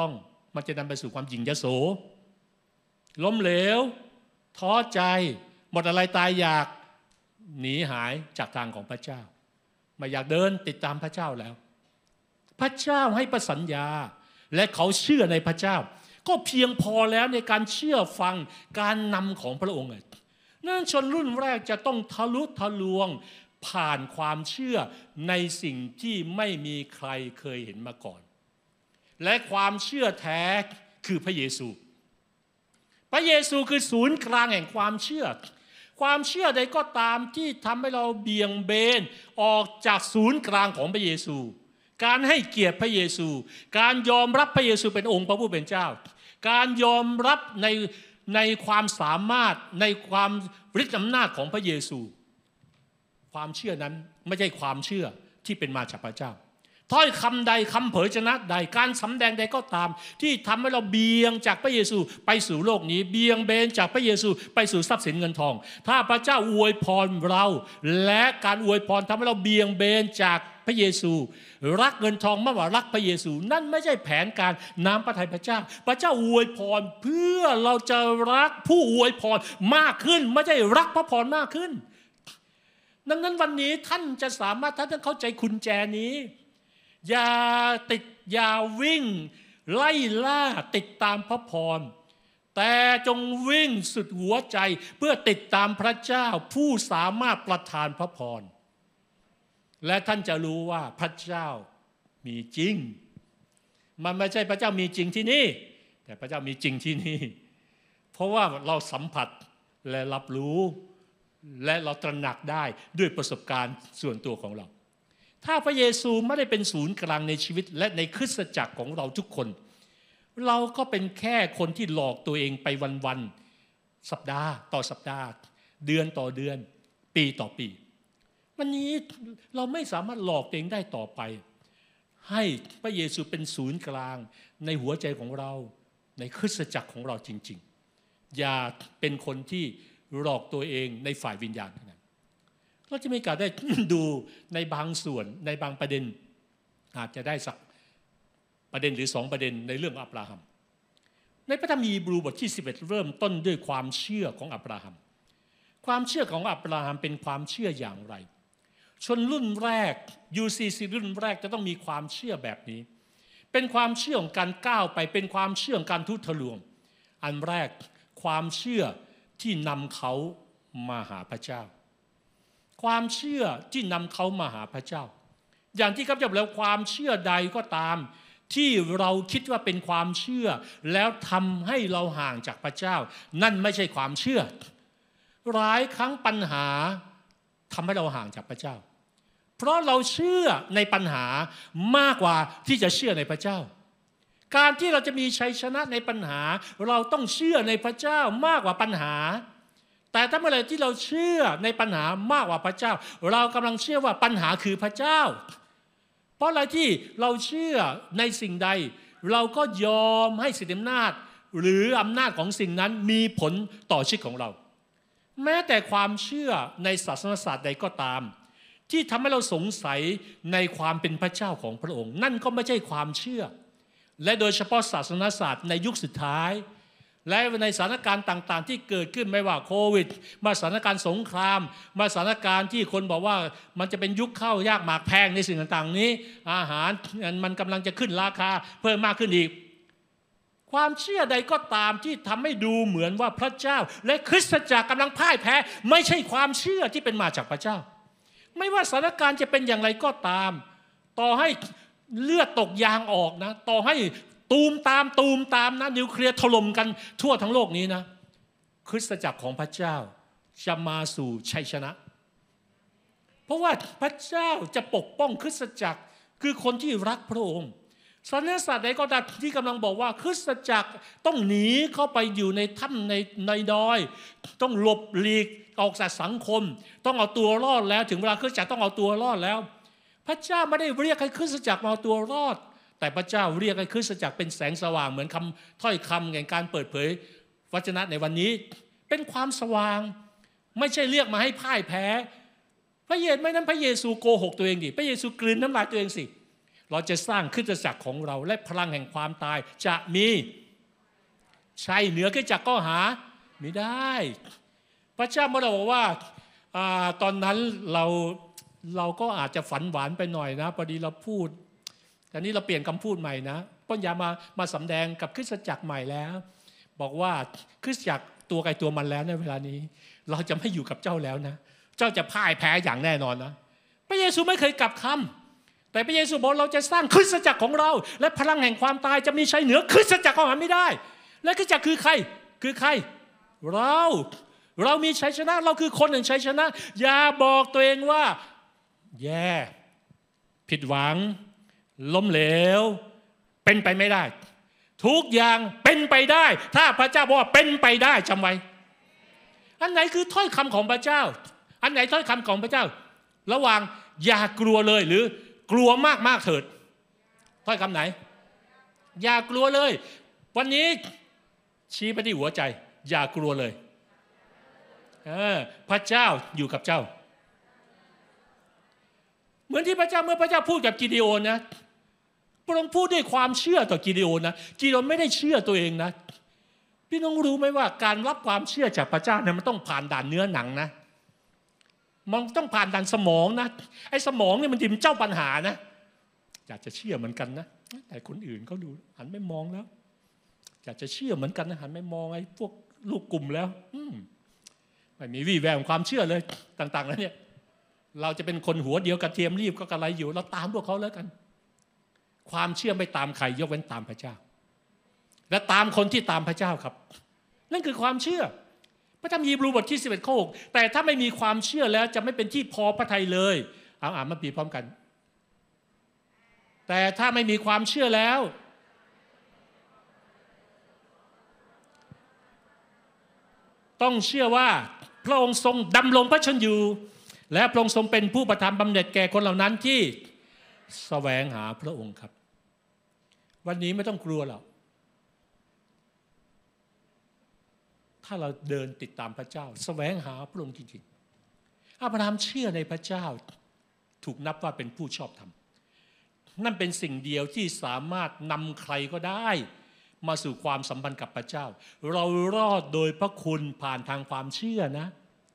มันจะนำไปสู่ความหยิ่งยโสล้มเหลวท้อใจหมดอะไรตายอยากหนีหายจากทางของพระเจ้าไม่อยากเดินติดตามพระเจ้าแล้วพระเจ้าให้พระสัญญาและเขาเชื่อในพระเจ้าก็เพียงพอแล้วในการเชื่อฟังการนำของพระองค์นั่นชนรุ่นแรกจะต้องทะลุทะลวงผ่านความเชื่อในสิ่งที่ไม่มีใครเคยเห็นมาก่อนและความเชื่อแท้คือพระเยซูพระเยซูคือศูนย์กลางแห่งความเชื่อความเชื่อใดก็ตามที่ทำให้เราเบี่ยงเบนออกจากศูนย์กลางของพระเยซูการให้เกียรติพระเยซูการยอมรับพระเยซูเป็นองค์พระผู้เป็นเจ้าการยอมรับในความสามารถในความฤทธิ์อำนาจของพระเยซูความเชื่อนั้นไม่ใช่ความเชื่อที่เป็นมาจากพระเจ้าถ้อยคำใดคำเผยชนะใดการสำแดงใดก็ตามที่ทำให้เราเบี่ยงจากพระเยซูไปสู่โลกนี้เบี่ยงเบนจากพระเยซูไปสู่ทรัพย์สินเงินทองถ้าพระเจ้าอวยพรเราและการอวยพรทำให้เราเบี่ยงเบนจากพระเยซูรักเงินทองมากกว่ารักพระเยซูนั่นไม่ใช่แผนการน้ำพระทัยพระเจ้าพระเจ้าอวยพรเพื่อเราจะรักผู้อวยพรมากขึ้นไม่ใช่รักพระพรมากขึ้นดังนั้นวันนี้ท่านจะสามารถท่านเข้าใจกุญแจนี้อย่าวิ่งไล่ล่าติดตามพระพรแต่จงวิ่งสุดหัวใจเพื่อติดตามพระเจ้าผู้สามารถประทานพระพรและท่านจะรู้ว่าพระเจ้ามีจริงมันไม่ใช่พระเจ้ามีจริงที่นี่แต่พระเจ้ามีจริงที่นี่เพราะว่าเราสัมผัสและรับรู้และเราตระหนักได้ด้วยประสบการณ์ส่วนตัวของเราถ้าพระเยซูไม่ได้เป็นศูนย์กลางในชีวิตและในคริสตจักรของเราทุกคนเราก็เป็นแค่คนที่หลอกตัวเองไปวันๆสัปดาห์ต่อสัปดาห์เดือนต่อเดือนปีต่อปีวันนี้เราไม่สามารถหลอกตัวเองได้ต่อไปให้พระเยซูเป็นศูนย์กลางในหัวใจของเราในคริสตจักรของเราจริงๆอย่าเป็นคนที่หลอกตัวเองในฝ่ายวิญญาณเราจะมีการได้ดูในบางส่วนในบางประเด็นอาจจะได้สักประเด็นหรือ2ประเด็นในเรื่องอับราฮัมในพระธรรมฮีบรูบทที่11เริ่มต้นด้วยความเชื่อของอับราฮัมความเชื่อของอับราฮัมเป็นความเชื่ออย่างไรชนรุ่นแรก UCC รุ่นแรกจะต้องมีความเชื่อแบบนี้เป็นความเชื่อของการก้าวไปเป็นความเชื่อของการทุทะลวงอันแรกความเชื่อที่นำเขามาหาพระเจ้าความเชื่อที่นำเขามาหาพระเจ้าอย่างที่ข้าพเจ้าบอกแล้วความเชื่อใดก็ตามที่เราคิดว่าเป็นความเชื่อแล้วทำให้เราห่างจากพระเจ้านั่นไม่ใช่ความเชื่อหลายครั้งปัญหาทำให้เราห่างจากพระเจ้าเพราะเราเชื่อในปัญหามากกว่าที่จะเชื่อในพระเจ้าการที่เราจะมีชัยชนะในปัญหาเราต้องเชื่อในพระเจ้ามากกว่าปัญหาแต่ถ้าเมื่อไหร่ที่เราเชื่อในปัญหามากกว่าพระเจ้าเรากำลังเชื่อว่าปัญหาคือพระเจ้าเพราะอะไรที่เราเชื่อในสิ่งใดเราก็ยอมให้สิทธิอำนาจหรืออำนาจของสิ่งนั้นมีผลต่อชีวิตของเราแม้แต่ความเชื่อในศาสนศาสตร์ใดก็ตามที่ทำให้เราสงสัยในความเป็นพระเจ้าของพระองค์นั่นก็ไม่ใช่ความเชื่อและโดยเฉพาะศาสนศาสตร์ในยุคสุดท้ายและในสถานการณ์ต่างๆที่เกิดขึ้นไม่ว่าโควิดมาสถานการณ์สงครามมาสถานการณ์ที่คนบอกว่ามันจะเป็นยุคข้าวยากหมากแพงในสิ่งต่างๆนี้อาหารมันกำลังจะขึ้นราคาเพิ่มมากขึ้นอีกความเชื่อใดก็ตามที่ทำให้ดูเหมือนว่าพระเจ้าและคริสตจักรกำลังพ่ายแพ้ไม่ใช่ความเชื่อที่เป็นมาจากพระเจ้าไม่ว่าสถานการณ์จะเป็นอย่างไรก็ตามต่อให้เลือดตกยางออกนะต่อให้ตูมตามนะนิวเคลียร์ถล่มกันทั่วทั้งโลกนี้นะคริสตจักรของพระเจ้าจะมาสู่ชัยชนะเพราะว่าพระเจ้าจะปกป้องคริสตจักรคือคนที่รักพระองค์ศาสนศาสตร์ใดก็ตามที่กำลังบอกว่าคริสตจักรต้องหนีเข้าไปอยู่ในถ้ำในดอยต้องหลบหลีกออกจากสังคมต้องเอาตัวรอดแล้วถึงเวลาคริสตจักรต้องเอาตัวรอดแล้วพระเจ้าไม่ได้เรียกให้คริสตจักรมาเอาตัวรอดแต่พระเจ้าเรียกให้คริสตจักรเป็นแสงสว่างเหมือนคำถ้อยคำแห่งการเปิดเผยวจนะในวันนี้เป็นความสว่างไม่ใช่เรียกมาให้พ่ายแพ้พระเยซูไม่นั้นพระเยซูโกหกตัวเองดิพระเยซูกลืนน้ำลายตัวเองสิเราจะสร้างคริสตจักรของเราและพลังแห่งความตายจะมีชัยเหนือคริสตจักรก็หาไม่ได้พระเจ้าเมื่อเราบอกว่าตอนนั้นเราก็อาจจะฝันหวานไปหน่อยนะพอดีเราพูดแต่นี้เราเปลี่ยนคำพูดใหม่นะปัญญามาสำแดงกับคริสตจักรใหม่แล้วบอกว่าคริสตจักรตัวใครตัวมันแล้วในเวลานี้เราจะไม่อยู่กับเจ้าแล้วนะเจ้าจะพ่ายแพ้อย่างแน่นอนนะพระเยซูไม่เคยกลับคำแต่พระเยซูบอกเราจะสร้างคริสตจักรของเราและพลังแห่งความตายจะมีชัยเหนือคริสตจักรของเราไม่ได้และคริสตจักรคือใครเรามีชัยชนะเราคือคนแห่งชัยชนะอย่าบอกตัวเองว่าแย่ผิดหวังล้มเหลวเป็นไปไม่ได้ทุกอย่างเป็นไปได้ถ้าพระเจ้าบอกว่าเป็นไปได้จำไว้อันไหนคือถ้อยคำของพระเจ้าอันไหนถ้อยคำของพระเจ้าระหว่างอย่ากลัวเลยหรือกลัวมากเถิดถ้อยคำไหนอย่ากลัวเลยวันนี้ชี้ไปที่หัวใจอย่ากลัวเลยพระเจ้าอยู่กับเจ้าเหมือนที่พระเจ้าเมื่อพระเจ้าพูดกับกิดีโอนนะพระองค์พูดด้วยความเชื่อต่อกิดีโอนนะกิดีโอนไม่ได้เชื่อตัวเองนะพี่น้องรู้ไหมว่าการรับความเชื่อจากพระเจ้าเนี่ยมันต้องผ่านด่านเนื้อหนังนะมันต้องผ่านด่านสมองนะไอ้สมองเนี่ยมันดิมเจ้าปัญหานะอยากจะเชื่อเหมือนกันนะแต่คนอื่นเขาดูหันไม่มองแล้วอยากจะเชื่อเหมือนกันนะหันไม่มองไอ้พวกลูกกลุ่มแล้วไม่มีวี่แววของความเชื่อเลยต่างๆแล้วเนี่ยเราจะเป็นคนหัวเดียวกระเทียมรีบก็กระไรอยู่เราตามพวกเขาแล้วกันความเชื่อไม่ตามใครยกเว้นตามพระเจ้าและตามคนที่ตามพระเจ้าครับนั่นคือความเชื่อพระธรรมฮีบรูบทที่11ข้อ 6แต่ถ้าไม่มีความเชื่อแล้วจะไม่เป็นที่พอพระทัยเลยอ่านมาปีพร้อมกันแต่ถ้าไม่มีความเชื่อแล้วต้องเชื่อว่าพระองค์ทรงดำรงพระชนอยู่และพระองค์ทรงเป็นผู้ประทานบำเหน็จแก่คนเหล่านั้นที่แสวงหาพระองค์ครับวันนี้ไม่ต้องกลัวหรอกถ้าเราเดินติดตามพระเจ้าแสวงหาพระองค์จริงๆอาบราฮัมเชื่อในพระเจ้าถูกนับว่าเป็นผู้ชอบธรรมนั่นเป็นสิ่งเดียวที่สามารถนำใครก็ได้มาสู่ความสัมพันธ์กับพระเจ้าเรารอดโดยพระคุณผ่านทางความเชื่อนะ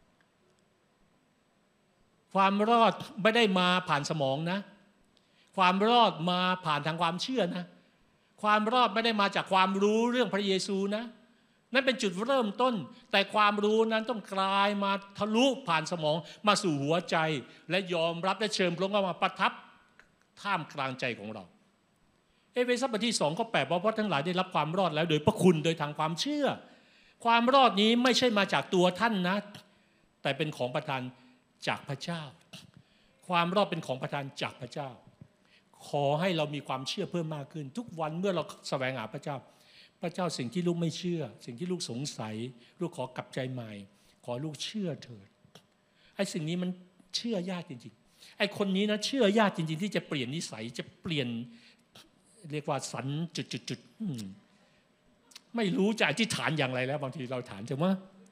ความรอดไม่ได้มาผ่านสมองนะความรอดมาผ่านทางความเชื่อนะความรอดไม่ได้มาจากความรู้เรื่องพระเยซูนะนั่นเป็นจุดเริ่มต้นแต่ความรู้นั้นต้องกลายมาทะลุผ่านสมองมาสู่หัวใจและยอมรับและเชิญพระองค์มาประทับท่ามกลางใจของเราเอเฟซัสบทที่2ข้อ8บอกว่าทั้งหลายได้รับความรอดแล้วโดยพระคุณโดยทางความเชื่อความรอดนี้ไม่ใช่มาจากตัวท่านนะแต่เป็นของประทานจากพระเจ้าความรอดเป็นของประทานจากพระเจ้าขอให้เรามีความเชื่อเพิ่มมากขึ้นทุกวันเมื่อเราแสวงหาพระเจ้าพระเจ้าสิ่งที่ลูกไม่เชื่อสิ่งที่ลูกสงสัยลูกขอกลับใจใหม่ขอลูกเชื่อเถิดไอ้สิ่งนี้มันเชื่อยากจริงๆไอ้คนนี้นะเชื่อยากจริงๆที่จะเปลี่ยนนิสัยจะเปลี่ยนเรียกว่าสันจุดไม่รู้จะอธิษฐานอย่างไรแล้วบางทีเราถามจะว่า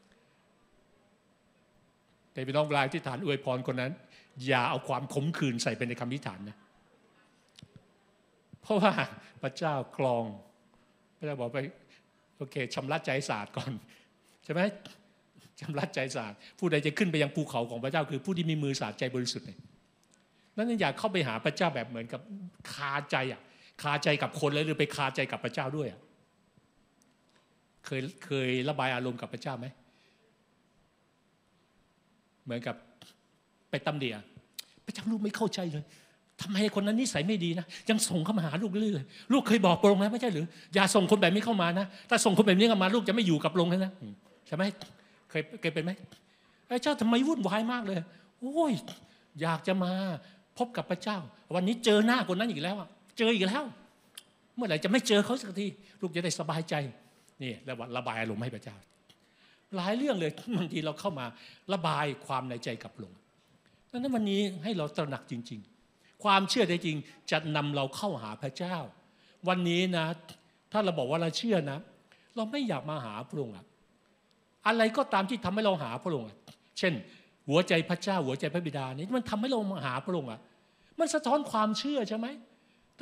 แต่พี่น้องรายที่ฐานอวยพรคนนั้นอย่าเอาความขมขื่นใส่ไปในคำอธิษฐานนะเพราะว่าพระเจ้ากรองพระเจ้าบอกไปโอเคชำระใจสะอาดก่อนใช่ไหมชำระใจสะอาดผู้ใดจะขึ้นไปยังภูเขาของพระเจ้าคือผู้ที่มีมือสะอาดใจบริสุทธิ์นั้นอยากเข้าไปหาพระเจ้าแบบเหมือนกับคาใจกับคนเลยหรือไปคาใจกับพระเจ้าด้วยเคยระบายอารมณ์กับพระเจ้าไหมเหมือนกับไปตำหนิพระเจ้าลูกไม่เข้าใจเลยทำไมคนนั้นนิสัยไม่ดีนะยังส่งเข้ามาหาลูกเรื่อยๆลูกเคยบอกพระองค์แล้วไม่ใช่หรืออย่าส่งคนแบบนี้เข้ามานะถ้าส่งคนแบบนี้เข้ามาลูกจะไม่อยู่กับพระองค์แล้วนะใช่ไหมเคยเป็นไหมไอ้เจ้าทำไมวุ่นวายมากเลยโอ้ยอยากจะมาพบกับพระเจ้าวันนี้เจอหน้าคนนั้นอีกแล้วเจออีกแล้วเมื่อไหร่จะไม่เจอเขาสักทีลูกจะได้สบายใจนี่ระบายอารมณ์ให้พระเจ้าหลายเรื่องเลยบางทีเราเข้ามาระบายความในใจกับพระองค์ดังนั้นวันนี้ให้เราตระหนักจริงๆความเชื่อได้จริงจะนำเราเข้าหาพระเจ้าวันนี้นะถ้าเราบอกว่าเราเชื่อนะเราไม่อยากมาหาพระองค์อะไรก็ตามที่ทำให้เราหาพระองค์เช่นหัวใจพระเจ้าหัวใจพระบิดานี่มันทำให้เรามาหาพระองค์มันสะท้อนความเชื่อใช่ไหม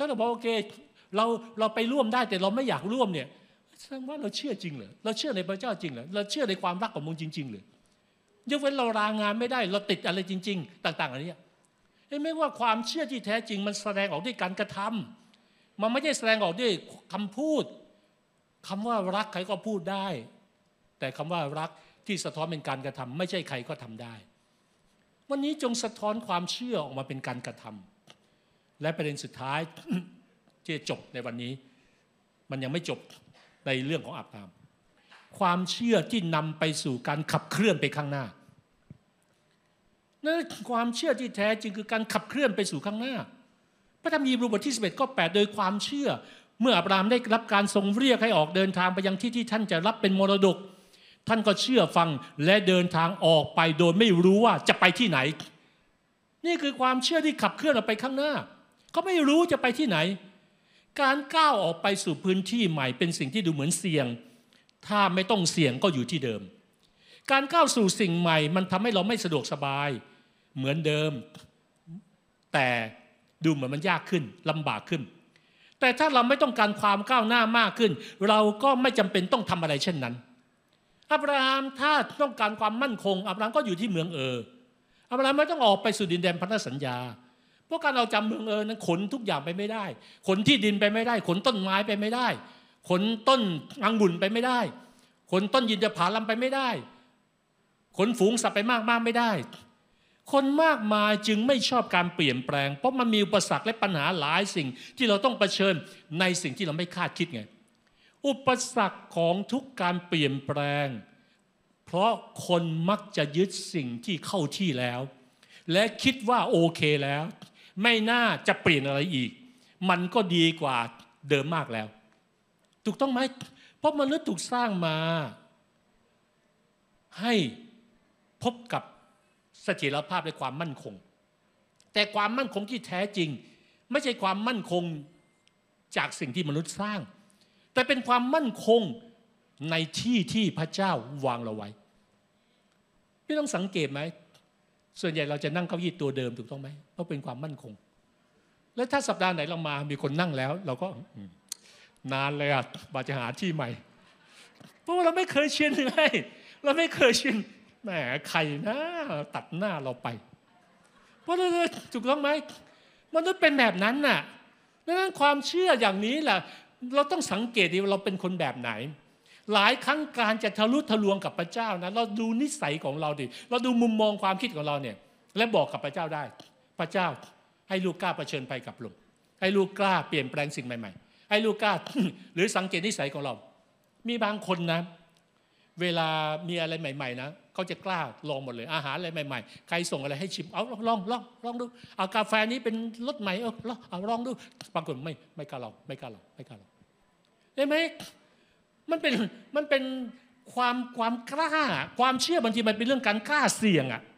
ถ้าเราบอกโอเคเราไปร่วมได้แต่เราไม่อยากร่วมเนี่ยแสดงว่าเราเชื่อจริงเหรอเราเชื่อในพระเจ้าจริงเหรอเราเชื่อในความรักของมึงจริงๆเหรอยกเว้นเราลางานไม่ได้เราติดอะไรจริงๆต่างๆอันนี้เห็นไหมว่าความเชื่อที่แท้จริงมันแสดงออกด้วยการกระทำมันไม่ใช่แสดงออกด้วยคำพูดคำว่ารักใครก็พูดได้แต่คำว่ารักที่สะท้อนเป็นการกระทำไม่ใช่ใครก็ทำได้วันนี้จงสะท้อนความเชื่อออกมาเป็นการกระทำและประเด็นสุดท้าย ที่จบในวันนี้มันยังไม่จบในเรื่องของอับรามความเชื่อที่นำไปสู่การขับเคลื่อนไปข้างหน้านั่นความเชื่อที่แท้จริงคือการขับเคลื่อนไปสู่ข้างหน้าพระธรรมฮีบรูบทที่11ข้อ8โดยความเชื่อเมื่ออับรามได้รับการทรงเรียกให้ออกเดินทางไปยังที่ที่ท่านจะรับเป็นมรดกท่านก็เชื่อฟังและเดินทางออกไปโดยไม่รู้ว่าจะไปที่ไหนนี่คือความเชื่อที่ขับเคลื่อนออกไปข้างหน้าเขาไม่รู้จะไปที่ไหนการก้าวออกไปสู่พื้นที่ใหม่เป็นสิ่งที่ดูเหมือนเสี่ยงถ้าไม่ต้องเสี่ยงก็อยู่ที่เดิมการก้าวสู่สิ่งใหม่มันทำให้เราไม่สะดวกสบายเหมือนเดิมแต่ดูเหมือนมันยากขึ้นลำบากขึ้นแต่ถ้าเราไม่ต้องการความก้าวหน้ามากขึ้นเราก็ไม่จำเป็นต้องทำอะไรเช่นนั้นอับราฮัมถ้าต้องการความมั่นคงอับราฮัมก็อยู่ที่เมืองอับราฮัมไม่ต้องออกไปสู่ดินแดนพันธสัญญาเพราะการเราจำเมืองนั้นขนทุกอย่างไปไม่ได้ขนที่ดินไปไม่ได้ขนต้นไม้ไปไม่ได้ขนต้นองุ่นไปไม่ได้ขนต้นยินจผาลัมไปไม่ได้ขนฝูงสัตว์ไปมากไม่ได้คนมากมายจึงไม่ชอบการเปลี่ยนแปลงเพราะมันมีอุปสรรคและปัญหาหลายสิ่งที่เราต้องเผชิญในสิ่งที่เราไม่คาดคิดไงอุปสรรคของทุกการเปลี่ยนแปลงเพราะคนมักจะยึดสิ่งที่เข้าที่แล้วและคิดว่าโอเคแล้วไม่น่าจะเปลี่ยนอะไรอีกมันก็ดีกว่าเดิมมากแล้วถูกต้องไหมเพราะมนุษย์ถูกสร้างมาให้พบกับเสถียรภาพและความมั่นคงแต่ความมั่นคงที่แท้จริงไม่ใช่ความมั่นคงจากสิ่งที่มนุษย์สร้างแต่เป็นความมั่นคงในที่ที่พระเจ้าวางเราไว้พี่ต้องสังเกตไหมส่วนใหญ่เราจะนั่งเก้าอี้ตัวเดิมถูกต้องไหมเพราะเป็นความมั่นคงแล้วถ้าสัปดาห์ไหนเรามามีคนนั่งแล้วเราก็นานเลยอะบาจะหาที่ใหม่เพราะว่าเราไม่เคยชินเลยเราไม่เคยชินแหมใครนะตัดหน้าเราไปเพราะถูกต้องไหมมันต้องเป็นแบบนั้นน่ะดังนั้นความเชื่ออย่างนี้แหละเราต้องสังเกตดีว่าเราเป็นคนแบบไหนหลายครั้งการจะทะลุทะลวงกับพระเจ้านะเราดูนิสัยของเราดิเราดูมุมมองความคิดของเราเนี่ยและบอกกับพระเจ้าได้พระเจ้าให้ลูกกล้าเผชิญภัยกับลมให้ลูกกล้าเปลี่ยนแปลงสิ่งใหม่ๆให้ลูกกล้า หรือสังเกตนิสัยของเรามีบางคนนะเวลามีอะไรใหม่ๆนะเขาจะกล้าลองหมดเลยอาหารอะไรใหม่ๆใครส่งอะไรให้ชิมเอาลองดูเอากาแฟนี้เป็นรสใหม่เอาลองดูบางคนไม่กล้าลองไม่กล้าเห็นไหมมันเป็นความกล้าความเชื่อบางทีมันเป็นเรื่องการกล้าเสี่ยงอ่ะ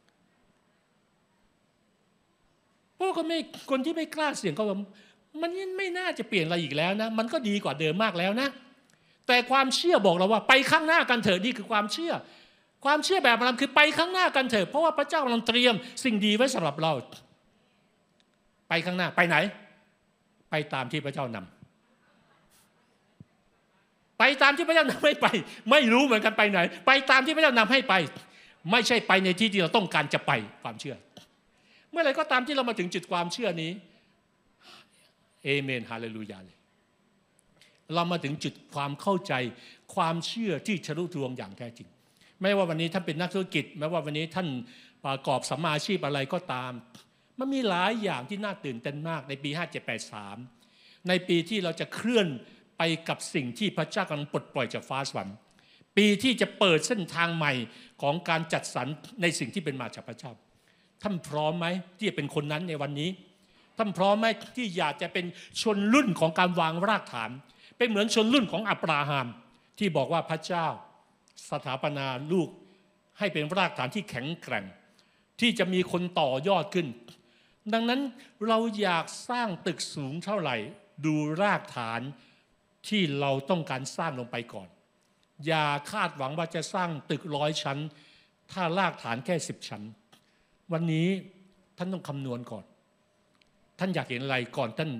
เพราะคนที่ไม่กล้าเสี่ยงก็มันไม่น่าจะเปลี่ยนอะไรอีกแล้วนะมันก็ดีกว่าเดิมมากแล้วนะแต่ความเชื่อบอกเราว่าไปข้างหน้ากันเถอะนี่คือความเชื่อแบบนั้นคือไปข้างหน้ากันเถอะเพราะว่าพระเจ้ากำลังเตรียมสิ่งดีไว้สำหรับเราไปข้างหน้าไปไหนไปตามที่พระเจ้านำไปตามที่พระเจ้านำให้ไปไม่รู้เหมือนกันไปไหนไปตามที่พระเจ้านำให้ไปไม่ใช่ไปในที่ที่เราต้องการจะไปความเชื่อเมื่อไหร่ก็ตามที่เรามาถึงจุดความเชื่อนี้เอเมนฮาเลลูยาเลยเรามาถึงจุดความเข้าใจความเชื่อที่ทะลุทะลวงอย่างแท้จริงไม่ว่าวันนี้ท่านเป็นนักธุรกิจไม่ว่าวันนี้ท่านประกอบสัมมาอาชีพอะไรก็ตามมันมีหลายอย่างที่น่าตื่นเต้นมากในปี5783ในปีที่เราจะเคลื่อนไปกับสิ่งที่พระเจ้ากำลังปลดปล่อยจากฟ้าสวรรค์ปีที่จะเปิดเส้นทางใหม่ของการจัดสรรในสิ่งที่เป็นมาจากพระเจ้าท่านพร้อมไหมที่จะเป็นคนนั้นในวันนี้ท่านพร้อมไหมที่อยากจะเป็นชนรุ่นของการวางรากฐานเป็นเหมือนชนรุ่นของอับราฮัมที่บอกว่าพระเจ้าสถาปนาลูกให้เป็นรากฐานที่แข็งแกร่งที่จะมีคนต่อยอดขึ้นดังนั้นเราอยากสร้างตึกสูงเท่าไหร่ดูรากฐานที่เราต้องการสร้างลงไปก่อนอย่าคาดหวังว่าจะสร้างตึก100 ชั้นถ้ารากฐานแค่10 ชั้นวันนี้ท่านต้องคำนวณก่อนท่านอยากเห็นอะไรก่อนท่าน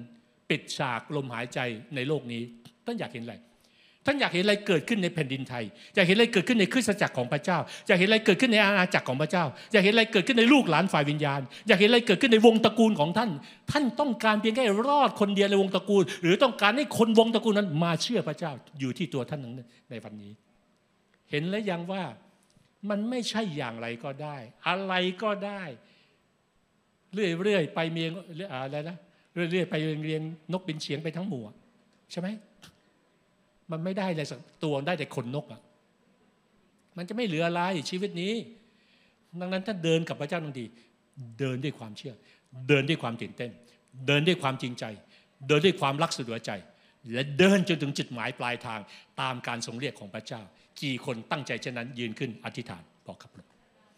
ปิดฉากลมหายใจในโลกนี้ท่านอยากเห็นอะไรท่านอยากเห็นอะไรเกิดขึ้นในแผ่นดินไทยอยากเห็นอะไรเกิดขึ้นในคริสตจักรของพระเจ้าอยากเห็นอะไรเกิดขึ้นในอาณาจักรของพระเจ้าอยากเห็นอะไรเกิดขึ้นในลูกหลานฝ่ายวิญญาณอยากเห็นอะไรเกิดขึ้นในวงตระกูลของท่านท่านต้องการเพียงแค่รอดคนเดียวในวงตระกูลหรือต้องการให้คนวงตระกูลนั้นมาเชื่อพระเจ้าอยู่ที่ตัวท่านนั้นในวันนี้เห็นแล้วยังว่ามันไม่ใช่อย่างไรก็ได้อะไรก็ได้เรื่อยๆไปเมียงอะไรนะเรื่อยๆไปเรียงนกบินเฉียงไปทั้งหมู่ใช่ไหมมันไม่ได้เลยสักตัวได้แต่ขนนกมันจะไม่เหลืออะไรชีวิตนี้ดังนั้นถ้าเดินกับพระเจ้าต้องดีเดินด้วยความเชื่อเดินด้วยความตื่นเต้นเดินด้วยความจริงใจเดินด้วยความรักสุดหัวใจและเดินจนถึงจุดหมายปลายทางตามการทรงเรียกของพระเจ้ากี่คนตั้งใจเช่นนั้นยืนขึ้นอธิษฐานบอกกับเรา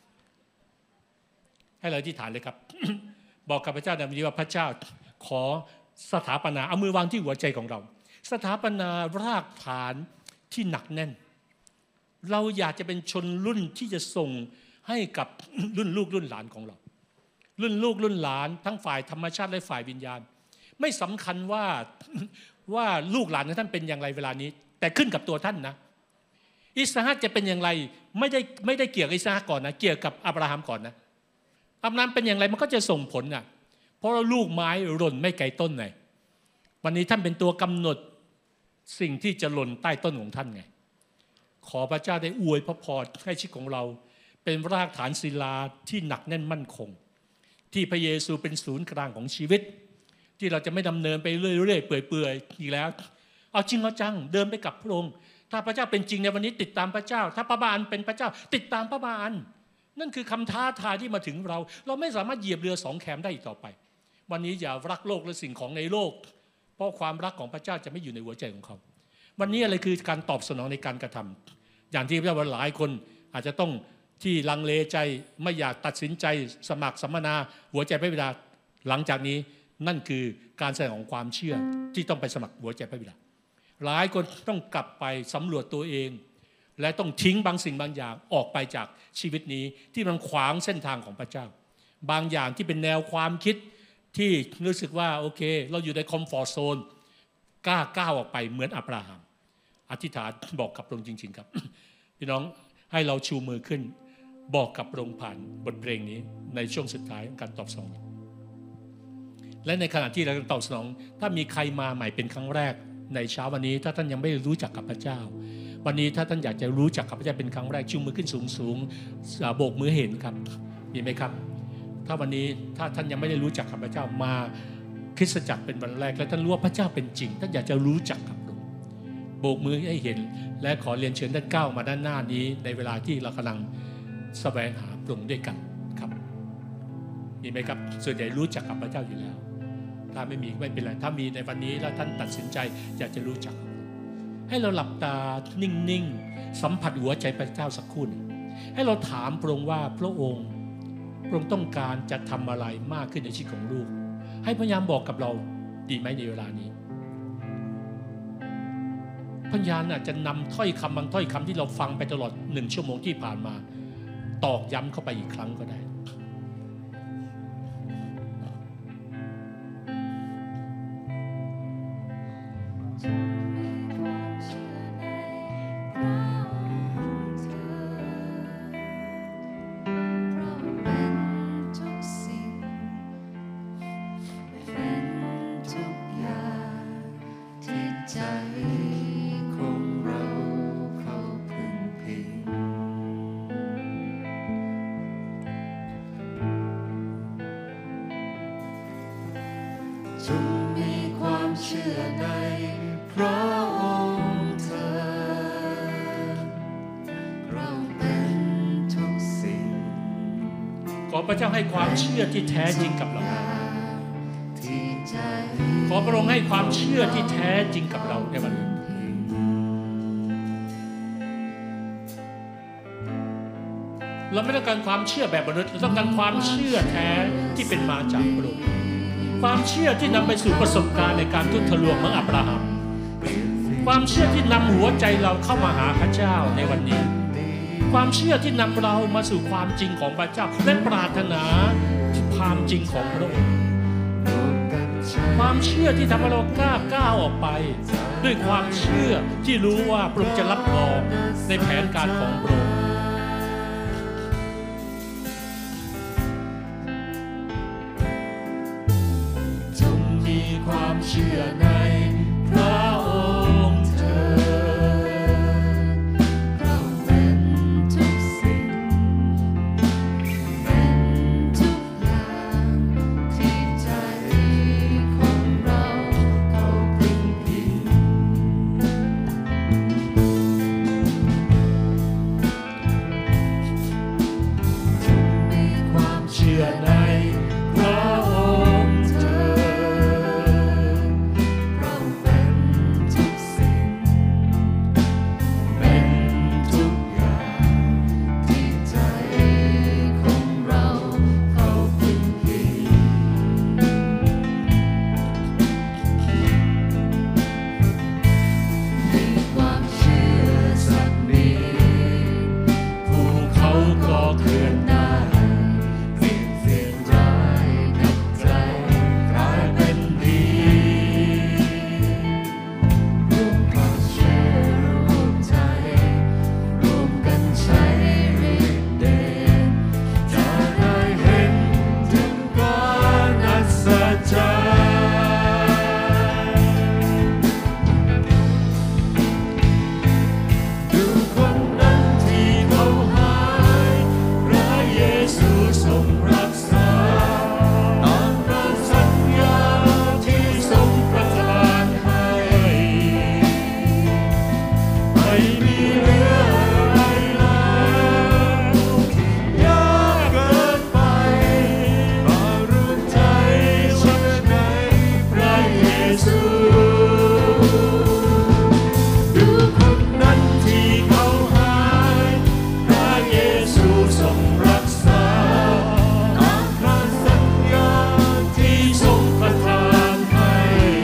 ให้เราอธิษฐานเลยครับ บอกกับพระเจ้าในวันนี้ว่าพระเจ้าขอสถาปนาเอามือวางที่หัวใจของเราสถาปนารากฐานที่หนักแน่นเราอยากจะเป็นชนรุ่นที่จะส่งให้กับรุ่นลูกรุ่นหลานของเรารุ่นลูกรุ่นหลานทั้งฝ่ายธรรมชาติและฝ่ายวิญญาณไม่สำคัญว่าลูกหลานของท่านเป็นอย่างไรเวลานี้แต่ขึ้นกับตัวท่านนะอิสฮักจะเป็นอย่างไรไม่ได้เกี่ยวกับอิสฮักก่อนนะเกี่ยวกับอับราฮัมก่อนนะอับราฮัมเป็นอย่างไรมันก็จะส่งผลนะเพราะลูกไม้หล่นไม่ไกลต้นไงวันนี้ท่านเป็นตัวกำหนดสิ่งที่จะหล่นใต้ต้นของท่านไงขอพระเจ้าได้อวยพระพรให้ชีวิตของเราเป็นรากฐานศิลาที่หนักแน่นมั่นคงที่พระเยซูเป็นศูนย์กลางของชีวิตที่เราจะไม่ดำเนินไปเรื่อยๆเปื่อยๆอีกแล้วเอาจริงเอาจังเดินไปกับพระองค์ถ้าพระเจ้าเป็นจริงในวันนี้ติดตามพระเจ้าถ้าพระบาลเป็นพระเจ้าติดตามพระบาลนั่นคือคำท้าทายที่มาถึงเราไม่สามารถเหยียบเรือสองแคมได้อีกต่อไปวันนี้อย่ารักโลกและสิ่งของในโลกเพราะความรักของพระเจ้าจะไม่อยู่ในหัวใจของเขาวันนี้อะไรคือการตอบสนองในการกระทำอย่างที่พระเจ้าว่าหลายคนอาจจะต้องที่ลังเลใจไม่อยากตัดสินใจสมัครสัมมนาหัวใจพระบิดาหลังจากนี้นั่นคือการแสดงของความเชื่อที่ต้องไปสมัครหัวใจพระบิดาหลายคนต้องกลับไปสำรวจตัวเองและต้องทิ้งบางสิ่งบางอย่างออกไปจากชีวิตนี้ที่มันขวางเส้นทางของพระเจ้าบางอย่างที่เป็นแนวความคิดที่รู้สึกว่าโอเคเราอยู่ในคอมฟอร์ตโซนกล้าก้าวออกไปเหมือนอับราฮัมอธิษฐานบอกกับพระองค์จริงๆครับ พี่น้องให้เราชูมือขึ้นบอกกับพระองค์ผ่านบทเพลงนี้ในช่วงสุดท้ายของการตอบสนองและในขณะที่เราตอบสนองถ้ามีใครมาใหม่เป็นครั้งแรกในเช้าวันนี้ถ้าท่านยังไม่รู้จักกับพระเจ้าวันนี้ถ้าท่านอยากจะรู้จักกับพระเจ้าเป็นครั้งแรกชูมือขึ้นสูงๆโบกมือเห็นครับมีไหมครับถ้าวันนี้ถ้าท่านยังไม่ได้รู้จักกับพระเจ้ามาคริสตจักรเป็นวันแรกและท่านรู้ว่าพระเจ้าเป็นจริงท่านอยากจะรู้จักกับพระองค์โบกมือให้เห็นและขอเรียนเชิญท่านก้าวมาด้านหน้านี้ในเวลาที่เรากำลังแสวงหาพระองค์ด้วยกันครับมีไหมครับส่วนใหญ่รู้จักกับพระเจ้าอยู่แล้วถ้าไม่มีไม่เป็นไรถ้ามีในวันนี้แล้วท่านตัดสินใจอยากจะรู้จักให้เราหลับตานิ่งๆสัมผัสหัวใจพระเจ้าสักครู่ให้เราถามพระองค์ว่าพระองค์ต้องการจะทำอะไรมากขึ้นในชีวิตของลูกให้พยายามบอกกับเราดีไหมในเวลานี้พยานอาจจะนำถ้อยคำบางถ้อยคำที่เราฟังไปตลอด1 ชั่วโมงที่ผ่านมาตอกย้ำเข้าไปอีกครั้งก็ได้จงมีความเชื่อในพระองค์เถิดเราเป็นทุกสิ่งขอพระเจ้าให้ความเชื่อที่แท้จริงกับเราขอพระองค์ให้ความเชื่อที่แท้จริงกับเราในวันนี้เราไม่ต้องการความเชื่อแบบมนุษย์เราต้องการความเชื่อแท้ที่เป็นมาจากพระองค์ความเชื่อที่นำไปสู่ประสบการณ์ในการทุ่นทะลวงเหมือนอับราฮัมความเชื่อที่นำหัวใจเราเข้ามาหาพระเจ้าในวันนี้ความเชื่อที่นำเรามาสู่ความจริงของพระเจ้าและปรารถนาความจริงของพระองค์ความเชื่อที่ทำให้เรากล้าก้าวออกไปด้วยความเชื่อที่รู้ว่าพระองค์จะรับรองในแผนการของพระองค์จงมีความเชื่อในพระองค์เถิดเราเป็นทุกสิ่งเป็นทุกอย่างที่ใจของเราเขาพึ่งพิงจงมีความเชื่อในพระองค์เถิดเราเป็นทุกสิ่งเป็นทุกอย่างที่ใจของเราเขาพึ่งพิงมีความเชื่อสักนิดภูเขาก็เคลื่อนได้สิ่งเสียร้ายกับใจกลายเป็นดีร่วมความเชื่อร่วมใจร่วมกันใช้ฤทธิ์เดชจะได้เห็นถึงการอัศจรรย์ดูคนนั้นที่เขาหายพระเยซูทรงรักษาตามพระสัญญาที่ทรงประทานให้ไม่มีเหลืออะไรแล้วยากเกินไปมารู้ใจเชื่อในพระเยซูดูคนนั้นที่เขาหายพระเยซูทรงรักษาตามพระสัญญาที่ทรงประทานให้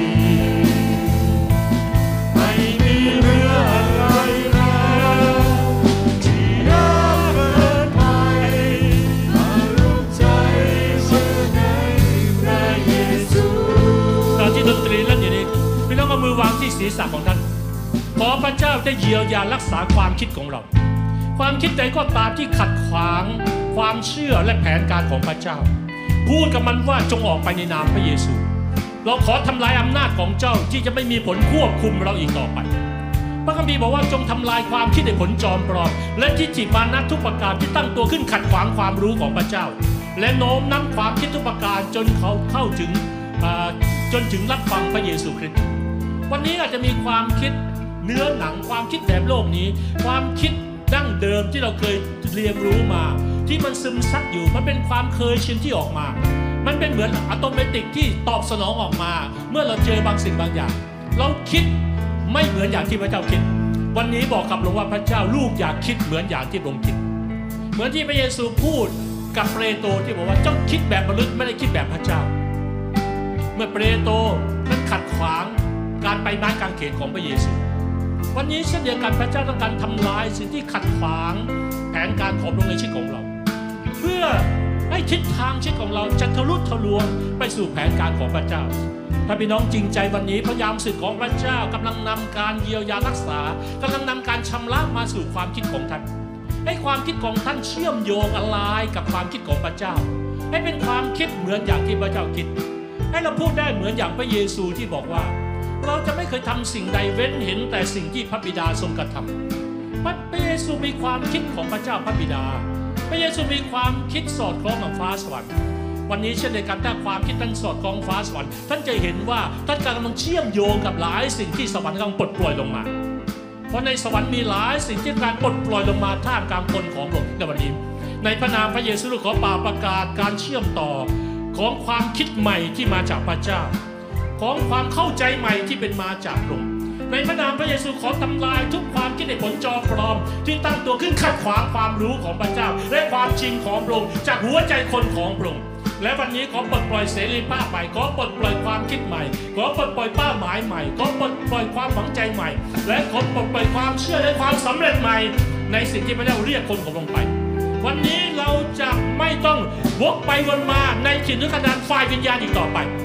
ไม่มีเหลืออะไรแล้วที่ยากเกินไปมารู้ใจเชื่อในพระเยซูตอนที่ดนตรีเล่นอยู่นี้พี่น้องเอามือวางที่ศีรษะของท่านขอพระเจ้าได้เยียวยารักษาความคิดของเรา ความคิดใดก็ตามที่ขัดขวางความเชื่อและแผนการของพระเจ้า พูดกับมันว่าจงออกไปในนามพระเยซู เราขอทำลายอำนาจของเจ้าที่จะไม่มีผลควบคุมเราอีกต่อไป พระคัมภีร์บอกว่าจงทำลายความคิดในผลจอมปลอมและทิฏฐิมานะทุกประการที่ตั้งตัวขึ้นขัดขวางความรู้ของพระเจ้า และโน้มน้ำความคิดทุกประการจนเขาเข้าถึงจนถึงรับฟังพระเยซูคริสต์ วันนี้อาจจะมีความคิดเนื้อหนังความคิดแบบโลกนี้ ความคิดดั้งเดิมที่เราเคยเรียนรู้มาที่มันซึมซับอยู่มันเป็นความเคยชินที่ออกมา มันเป็นเหมือนอะโตเมติกที่ตอบสนองออกมาเมื่อเราเจอบางสิ่งบางอย่าง เราคิดไม่เหมือนอย่างที่พระเจ้าคิด วันนี้บอกกับเราว่าพระเจ้าลูกอยากคิดเหมือนอย่างที่พระองค์คิด เหมือนที่พระเยซูพูดกับเปโตรที่บอกว่าเจ้าคิดแบบมนุษย์ไม่ได้คิดแบบพระเจ้า เมื่อเปโตรนั้นขัดขวางการไปไม้กางเขนของพระเยซู วันนี้เช่นเดียวกันพระเจ้าต้องการทำลายสิ่งที่ขัดขวางแผนการของพระองค์ในชีวิตของเรา เพื่อให้ทิศทางชีวิตของเราจะทะลุทะลวงไปสู่แผนการของพระเจ้า ถ้าพี่น้องจริงใจวันนี้พระยามสึกของพระเจ้ากำลังนำการเยียวยารักษากำลังนำการชำระมาสู่ความคิดของท่านให้ความคิดของท่านเชื่อมโยงอะไรกับความคิดของพระเจ้าให้เป็นความคิดเหมือนอย่างที่พระเจ้าคิดให้เราพูดได้เหมือนอย่างพระเยซูที่บอกว่าเราจะไม่เคยทำสิ่งใดเว้นเห็นแต่สิ่งที่พระบิดาทรงกระทำพระเยซูมีความคิดของพระเจ้าพระบิดาพระเยซูมีความคิดสอดคล้องกับฟ้าสวรรค์วันนี้เช่นเดียวกันถ้าความคิดท่านสอดคล้องฟ้าสวรรค์ท่านจะเห็นว่าท่านกำลังเชื่อมโยงกับหลายสิ่งที่สวรรค์กำลังปลดปล่อยลงมาเพราะในสวรรค์มีหลายสิ่งที่การปลดปล่อยลงมาท่ามกลางคนของโลกในวันนี้ในพระนามพระเยซูขอประกาศการเชื่อมต่อของความคิดใหม่ที่มาจากพระเจ้าของความเข้าใจใหม่ที่เป็นมาจากพระองค์ในพระนามพระเยซูขอทำลายทุกความคิดในผลจอมปลอมที่ตั้งตัวขึ้นขัดขวางความรู้ของพระเจ้าและความจริงของพระองค์จากหัวใจคนของพระองค์และวันนี้ขอปลดปล่อยเสรีภาพใหม่ขอปลดปล่อยความคิดใหม่ขอปลดปล่อยเป้าหมายใหม่ขอปลดปล่อยความหวังใจใหม่และขอปลดปล่อยความเชื่อและความสำเร็จใหม่ในสิ่งที่พระเจ้าเรียกคนของพระองค์ไปวันนี้เราจะไม่ต้องวกไปวนมาในถิ่นทุรกันดารฝ่ายวิญญาณอีกต่อไปพระ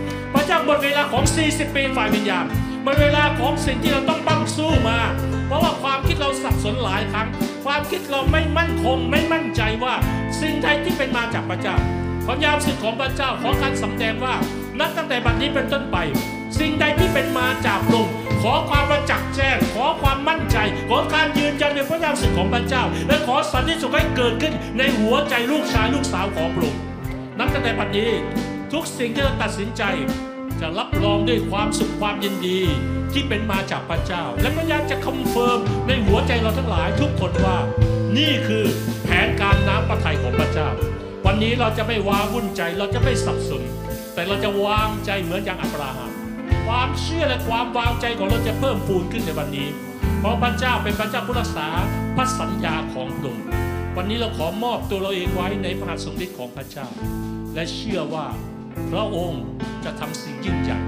ระเจ้าหมดเวลาของ40 ปีฝ่ายวิญญาณหมดเวลาของสิ่งที่เราต้องบั้งสู้มาเพราะว่าความคิดเราสับสนหลายครั้งความคิดเราไม่มั่นคงไม่มั่นใจว่าสิ่งใดที่เป็นมาจากพระเจ้าพระญาณสิทธิ์ของพระเจ้าขอการสำแดงว่านับตั้งแต่บัดนี้เป็นต้นไปสิ่งใดที่เป็นมาจากพระองค์ขอความประจักษ์แจ้งขอความมั่นใจขอการยืนยันในพระญาณสิทธิ์ของพระเจ้าและขอสันติสุขให้เกิดขึ้นในหัวใจลูกชายลูกสาวของพระองค์นับตั้งแต่บัดนี้ทุกสิ่งที่เราตัดสินใจจะรับรองด้วยความสุขความยินดีที่เป็นมาจากพระเจ้าและพระญาณจะคอนเฟิร์มในหัวใจเราทั้งหลายทุกคนว่านี่คือแผนการน้ำพระทัยของพระเจ้าวันนี้เราจะไม่ว้าวุ่นใจเราจะไม่สับสนแต่เราจะวางใจเหมือนอย่างอับราฮัมความเชื่อและความวางใจของเราจะเพิ่มพูนขึ้นในวันนี้เพราะพระเจ้าเป็นพระเจ้าผู้รักษาพระสัญญาของพระองค์วันนี้เราขอมอบตัวเราเองไว้ในพระหัตถ์ทรงฤทธิ์ของพระเจ้าและเชื่อว่าพระองค์จะทำสิ่งยิ่งใหญ่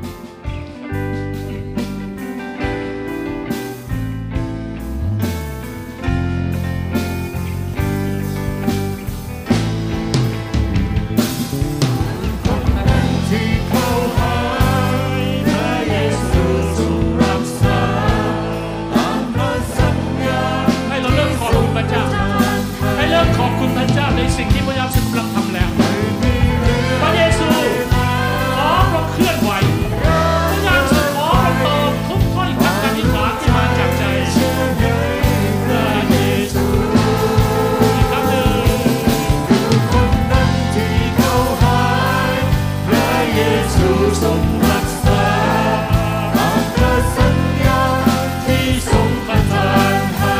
สิ่งที่พระเยซูกำลังทำแล้วพระเยซูขอพระเคลื่อนไหวพระเยซูขอพระตอบทุกถ้อยคำอธิษฐานที่มาจากใจพระเยซูอีกครั้งหนึ่งคนนั้นที่เขาหายพระเยซูทรงรักษาตามพระสัญญาที่ทรงประทานให้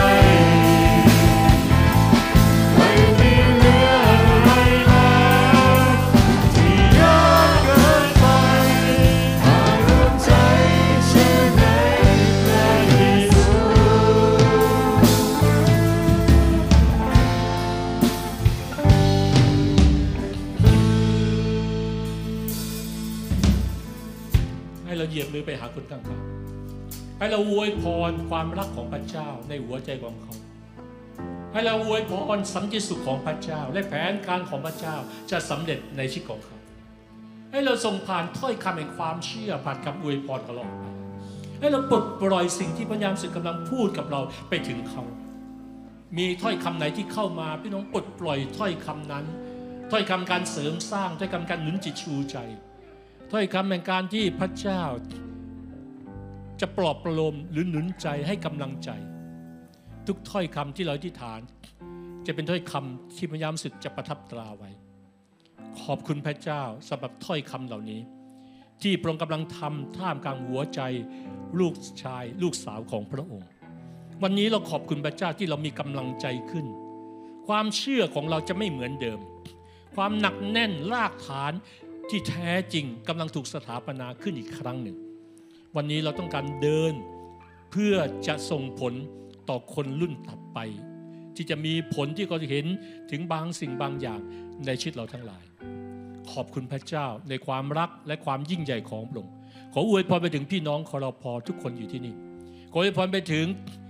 เราเหยียบมือไปหาคนข้างๆให้เราอวยพรความรักของพระเจ้าในหัวใจของเขาให้เราอวยพรสันติสุขของพระเจ้าและแผนการของพระเจ้าจะสำเร็จในชีวิตของเขาให้เราส่งผ่านถ้อยคำแห่งความเชื่อผ่านคำอวยพรของเราให้เราปลดปล่อยสิ่งที่พระยามสึกกำลังพูดกับเราไปถึงเขามีถ้อยคำไหนที่เข้ามาพี่น้องปลดปล่อยถ้อยคำนั้นถ้อยคำการเสริมสร้างถ้อยคำการหนุนจิตชูใจถ้อยคำแห่งการที่พระเจ้าจะปลอบประโลมหรือหนุนใจให้กำลังใจทุกถ้อยคำที่เราอธิษฐานจะเป็นถ้อยคำที่พระยามสึกจะประทับตราไว้ขอบคุณพระเจ้าสำหรับถ้อยคำเหล่านี้ที่พระองค์กำลังทำท่ามกลางหัวใจลูกชายลูกสาวของพระองค์วันนี้เราขอบคุณพระเจ้าที่เรามีกำลังใจขึ้นความเชื่อของเราจะไม่เหมือนเดิมความหนักแน่นรากฐานที่แท้จริงกำลังถูกสถาปนาขึ้นอีกครั้งหนึ่งวันนี้เราต้องการเดินเพื่อจะส่งผลต่อคนรุ่นถัดไปที่จะมีผลที่เขาจะเห็นถึงบางสิ่งบางอย่างในชีวิตเราทั้งหลายขอบคุณพระเจ้าในความรักและความยิ่งใหญ่ของพระองค์ขออวยพรไปถึงพี่น้องครพ.ทุกคนอยู่ที่นี่ขออวยพรไปถึง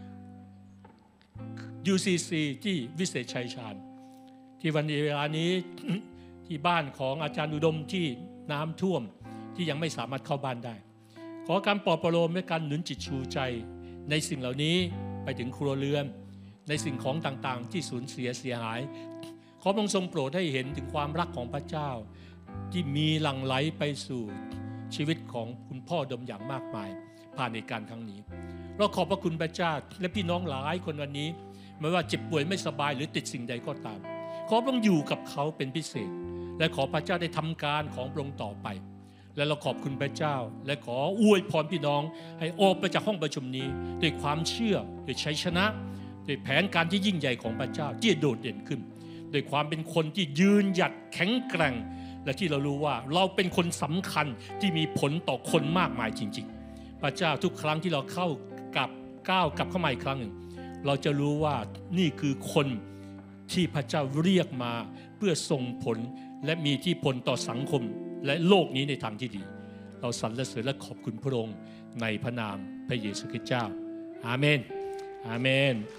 UCC ที่วิเศษชัยชาญที่วันเวลานี้ ที่บ้านของอาจารย์อุดมที่น้ำท่วมที่ยังไม่สามารถเข้าบ้านได้ขอการปลอบประโลมและการหนุนจิตชูใจในสิ่งเหล่านี้ไปถึงครัวเรือนในสิ่งของต่างๆที่สูญเสียหายขอพระองค์ทรงโปรดให้เห็นถึงความรักของพระเจ้าที่มีหลั่งไหลไปสู่ชีวิตของคุณพ่อดมอย่างมากมายผ่านในการครั้งนี้เราขอบพระคุณพระเจ้าและพี่น้องหลายคนวันนี้ไม่ว่าเจ็บป่วยไม่สบายหรือติดสิ่งใดก็ตามขอพระองค์อยู่กับเขาเป็นพิเศษและขอพระเจ้าได้ทำการของพระองค์ต่อไปและเราขอบคุณพระเจ้าและขออวยพรพี่น้องให้ออกไปจากห้องประชุมนี้ด้วยความเชื่อด้วยชัยชนะด้วยแผนการที่ยิ่งใหญ่ของพระเจ้าที่โดดเด่นขึ้นด้วยความเป็นคนที่ยืนหยัดแข็งแกร่งและที่เรารู้ว่าเราเป็นคนสำคัญที่มีผลต่อคนมากมายจริงๆพระเจ้าทุกครั้งที่เราก้าวกลับเข้ามาอีกครั้งหนึ่งเราจะรู้ว่านี่คือคนที่พระเจ้าเรียกมาเพื่อส่งผลและมีที่ผลต่อสังคมและโลกนี้ในทางที่ดีเราสรรเสริญและขอบคุณพระองค์ในพระนามพระเยซูคริสต์เจ้าอาเมนอาเมน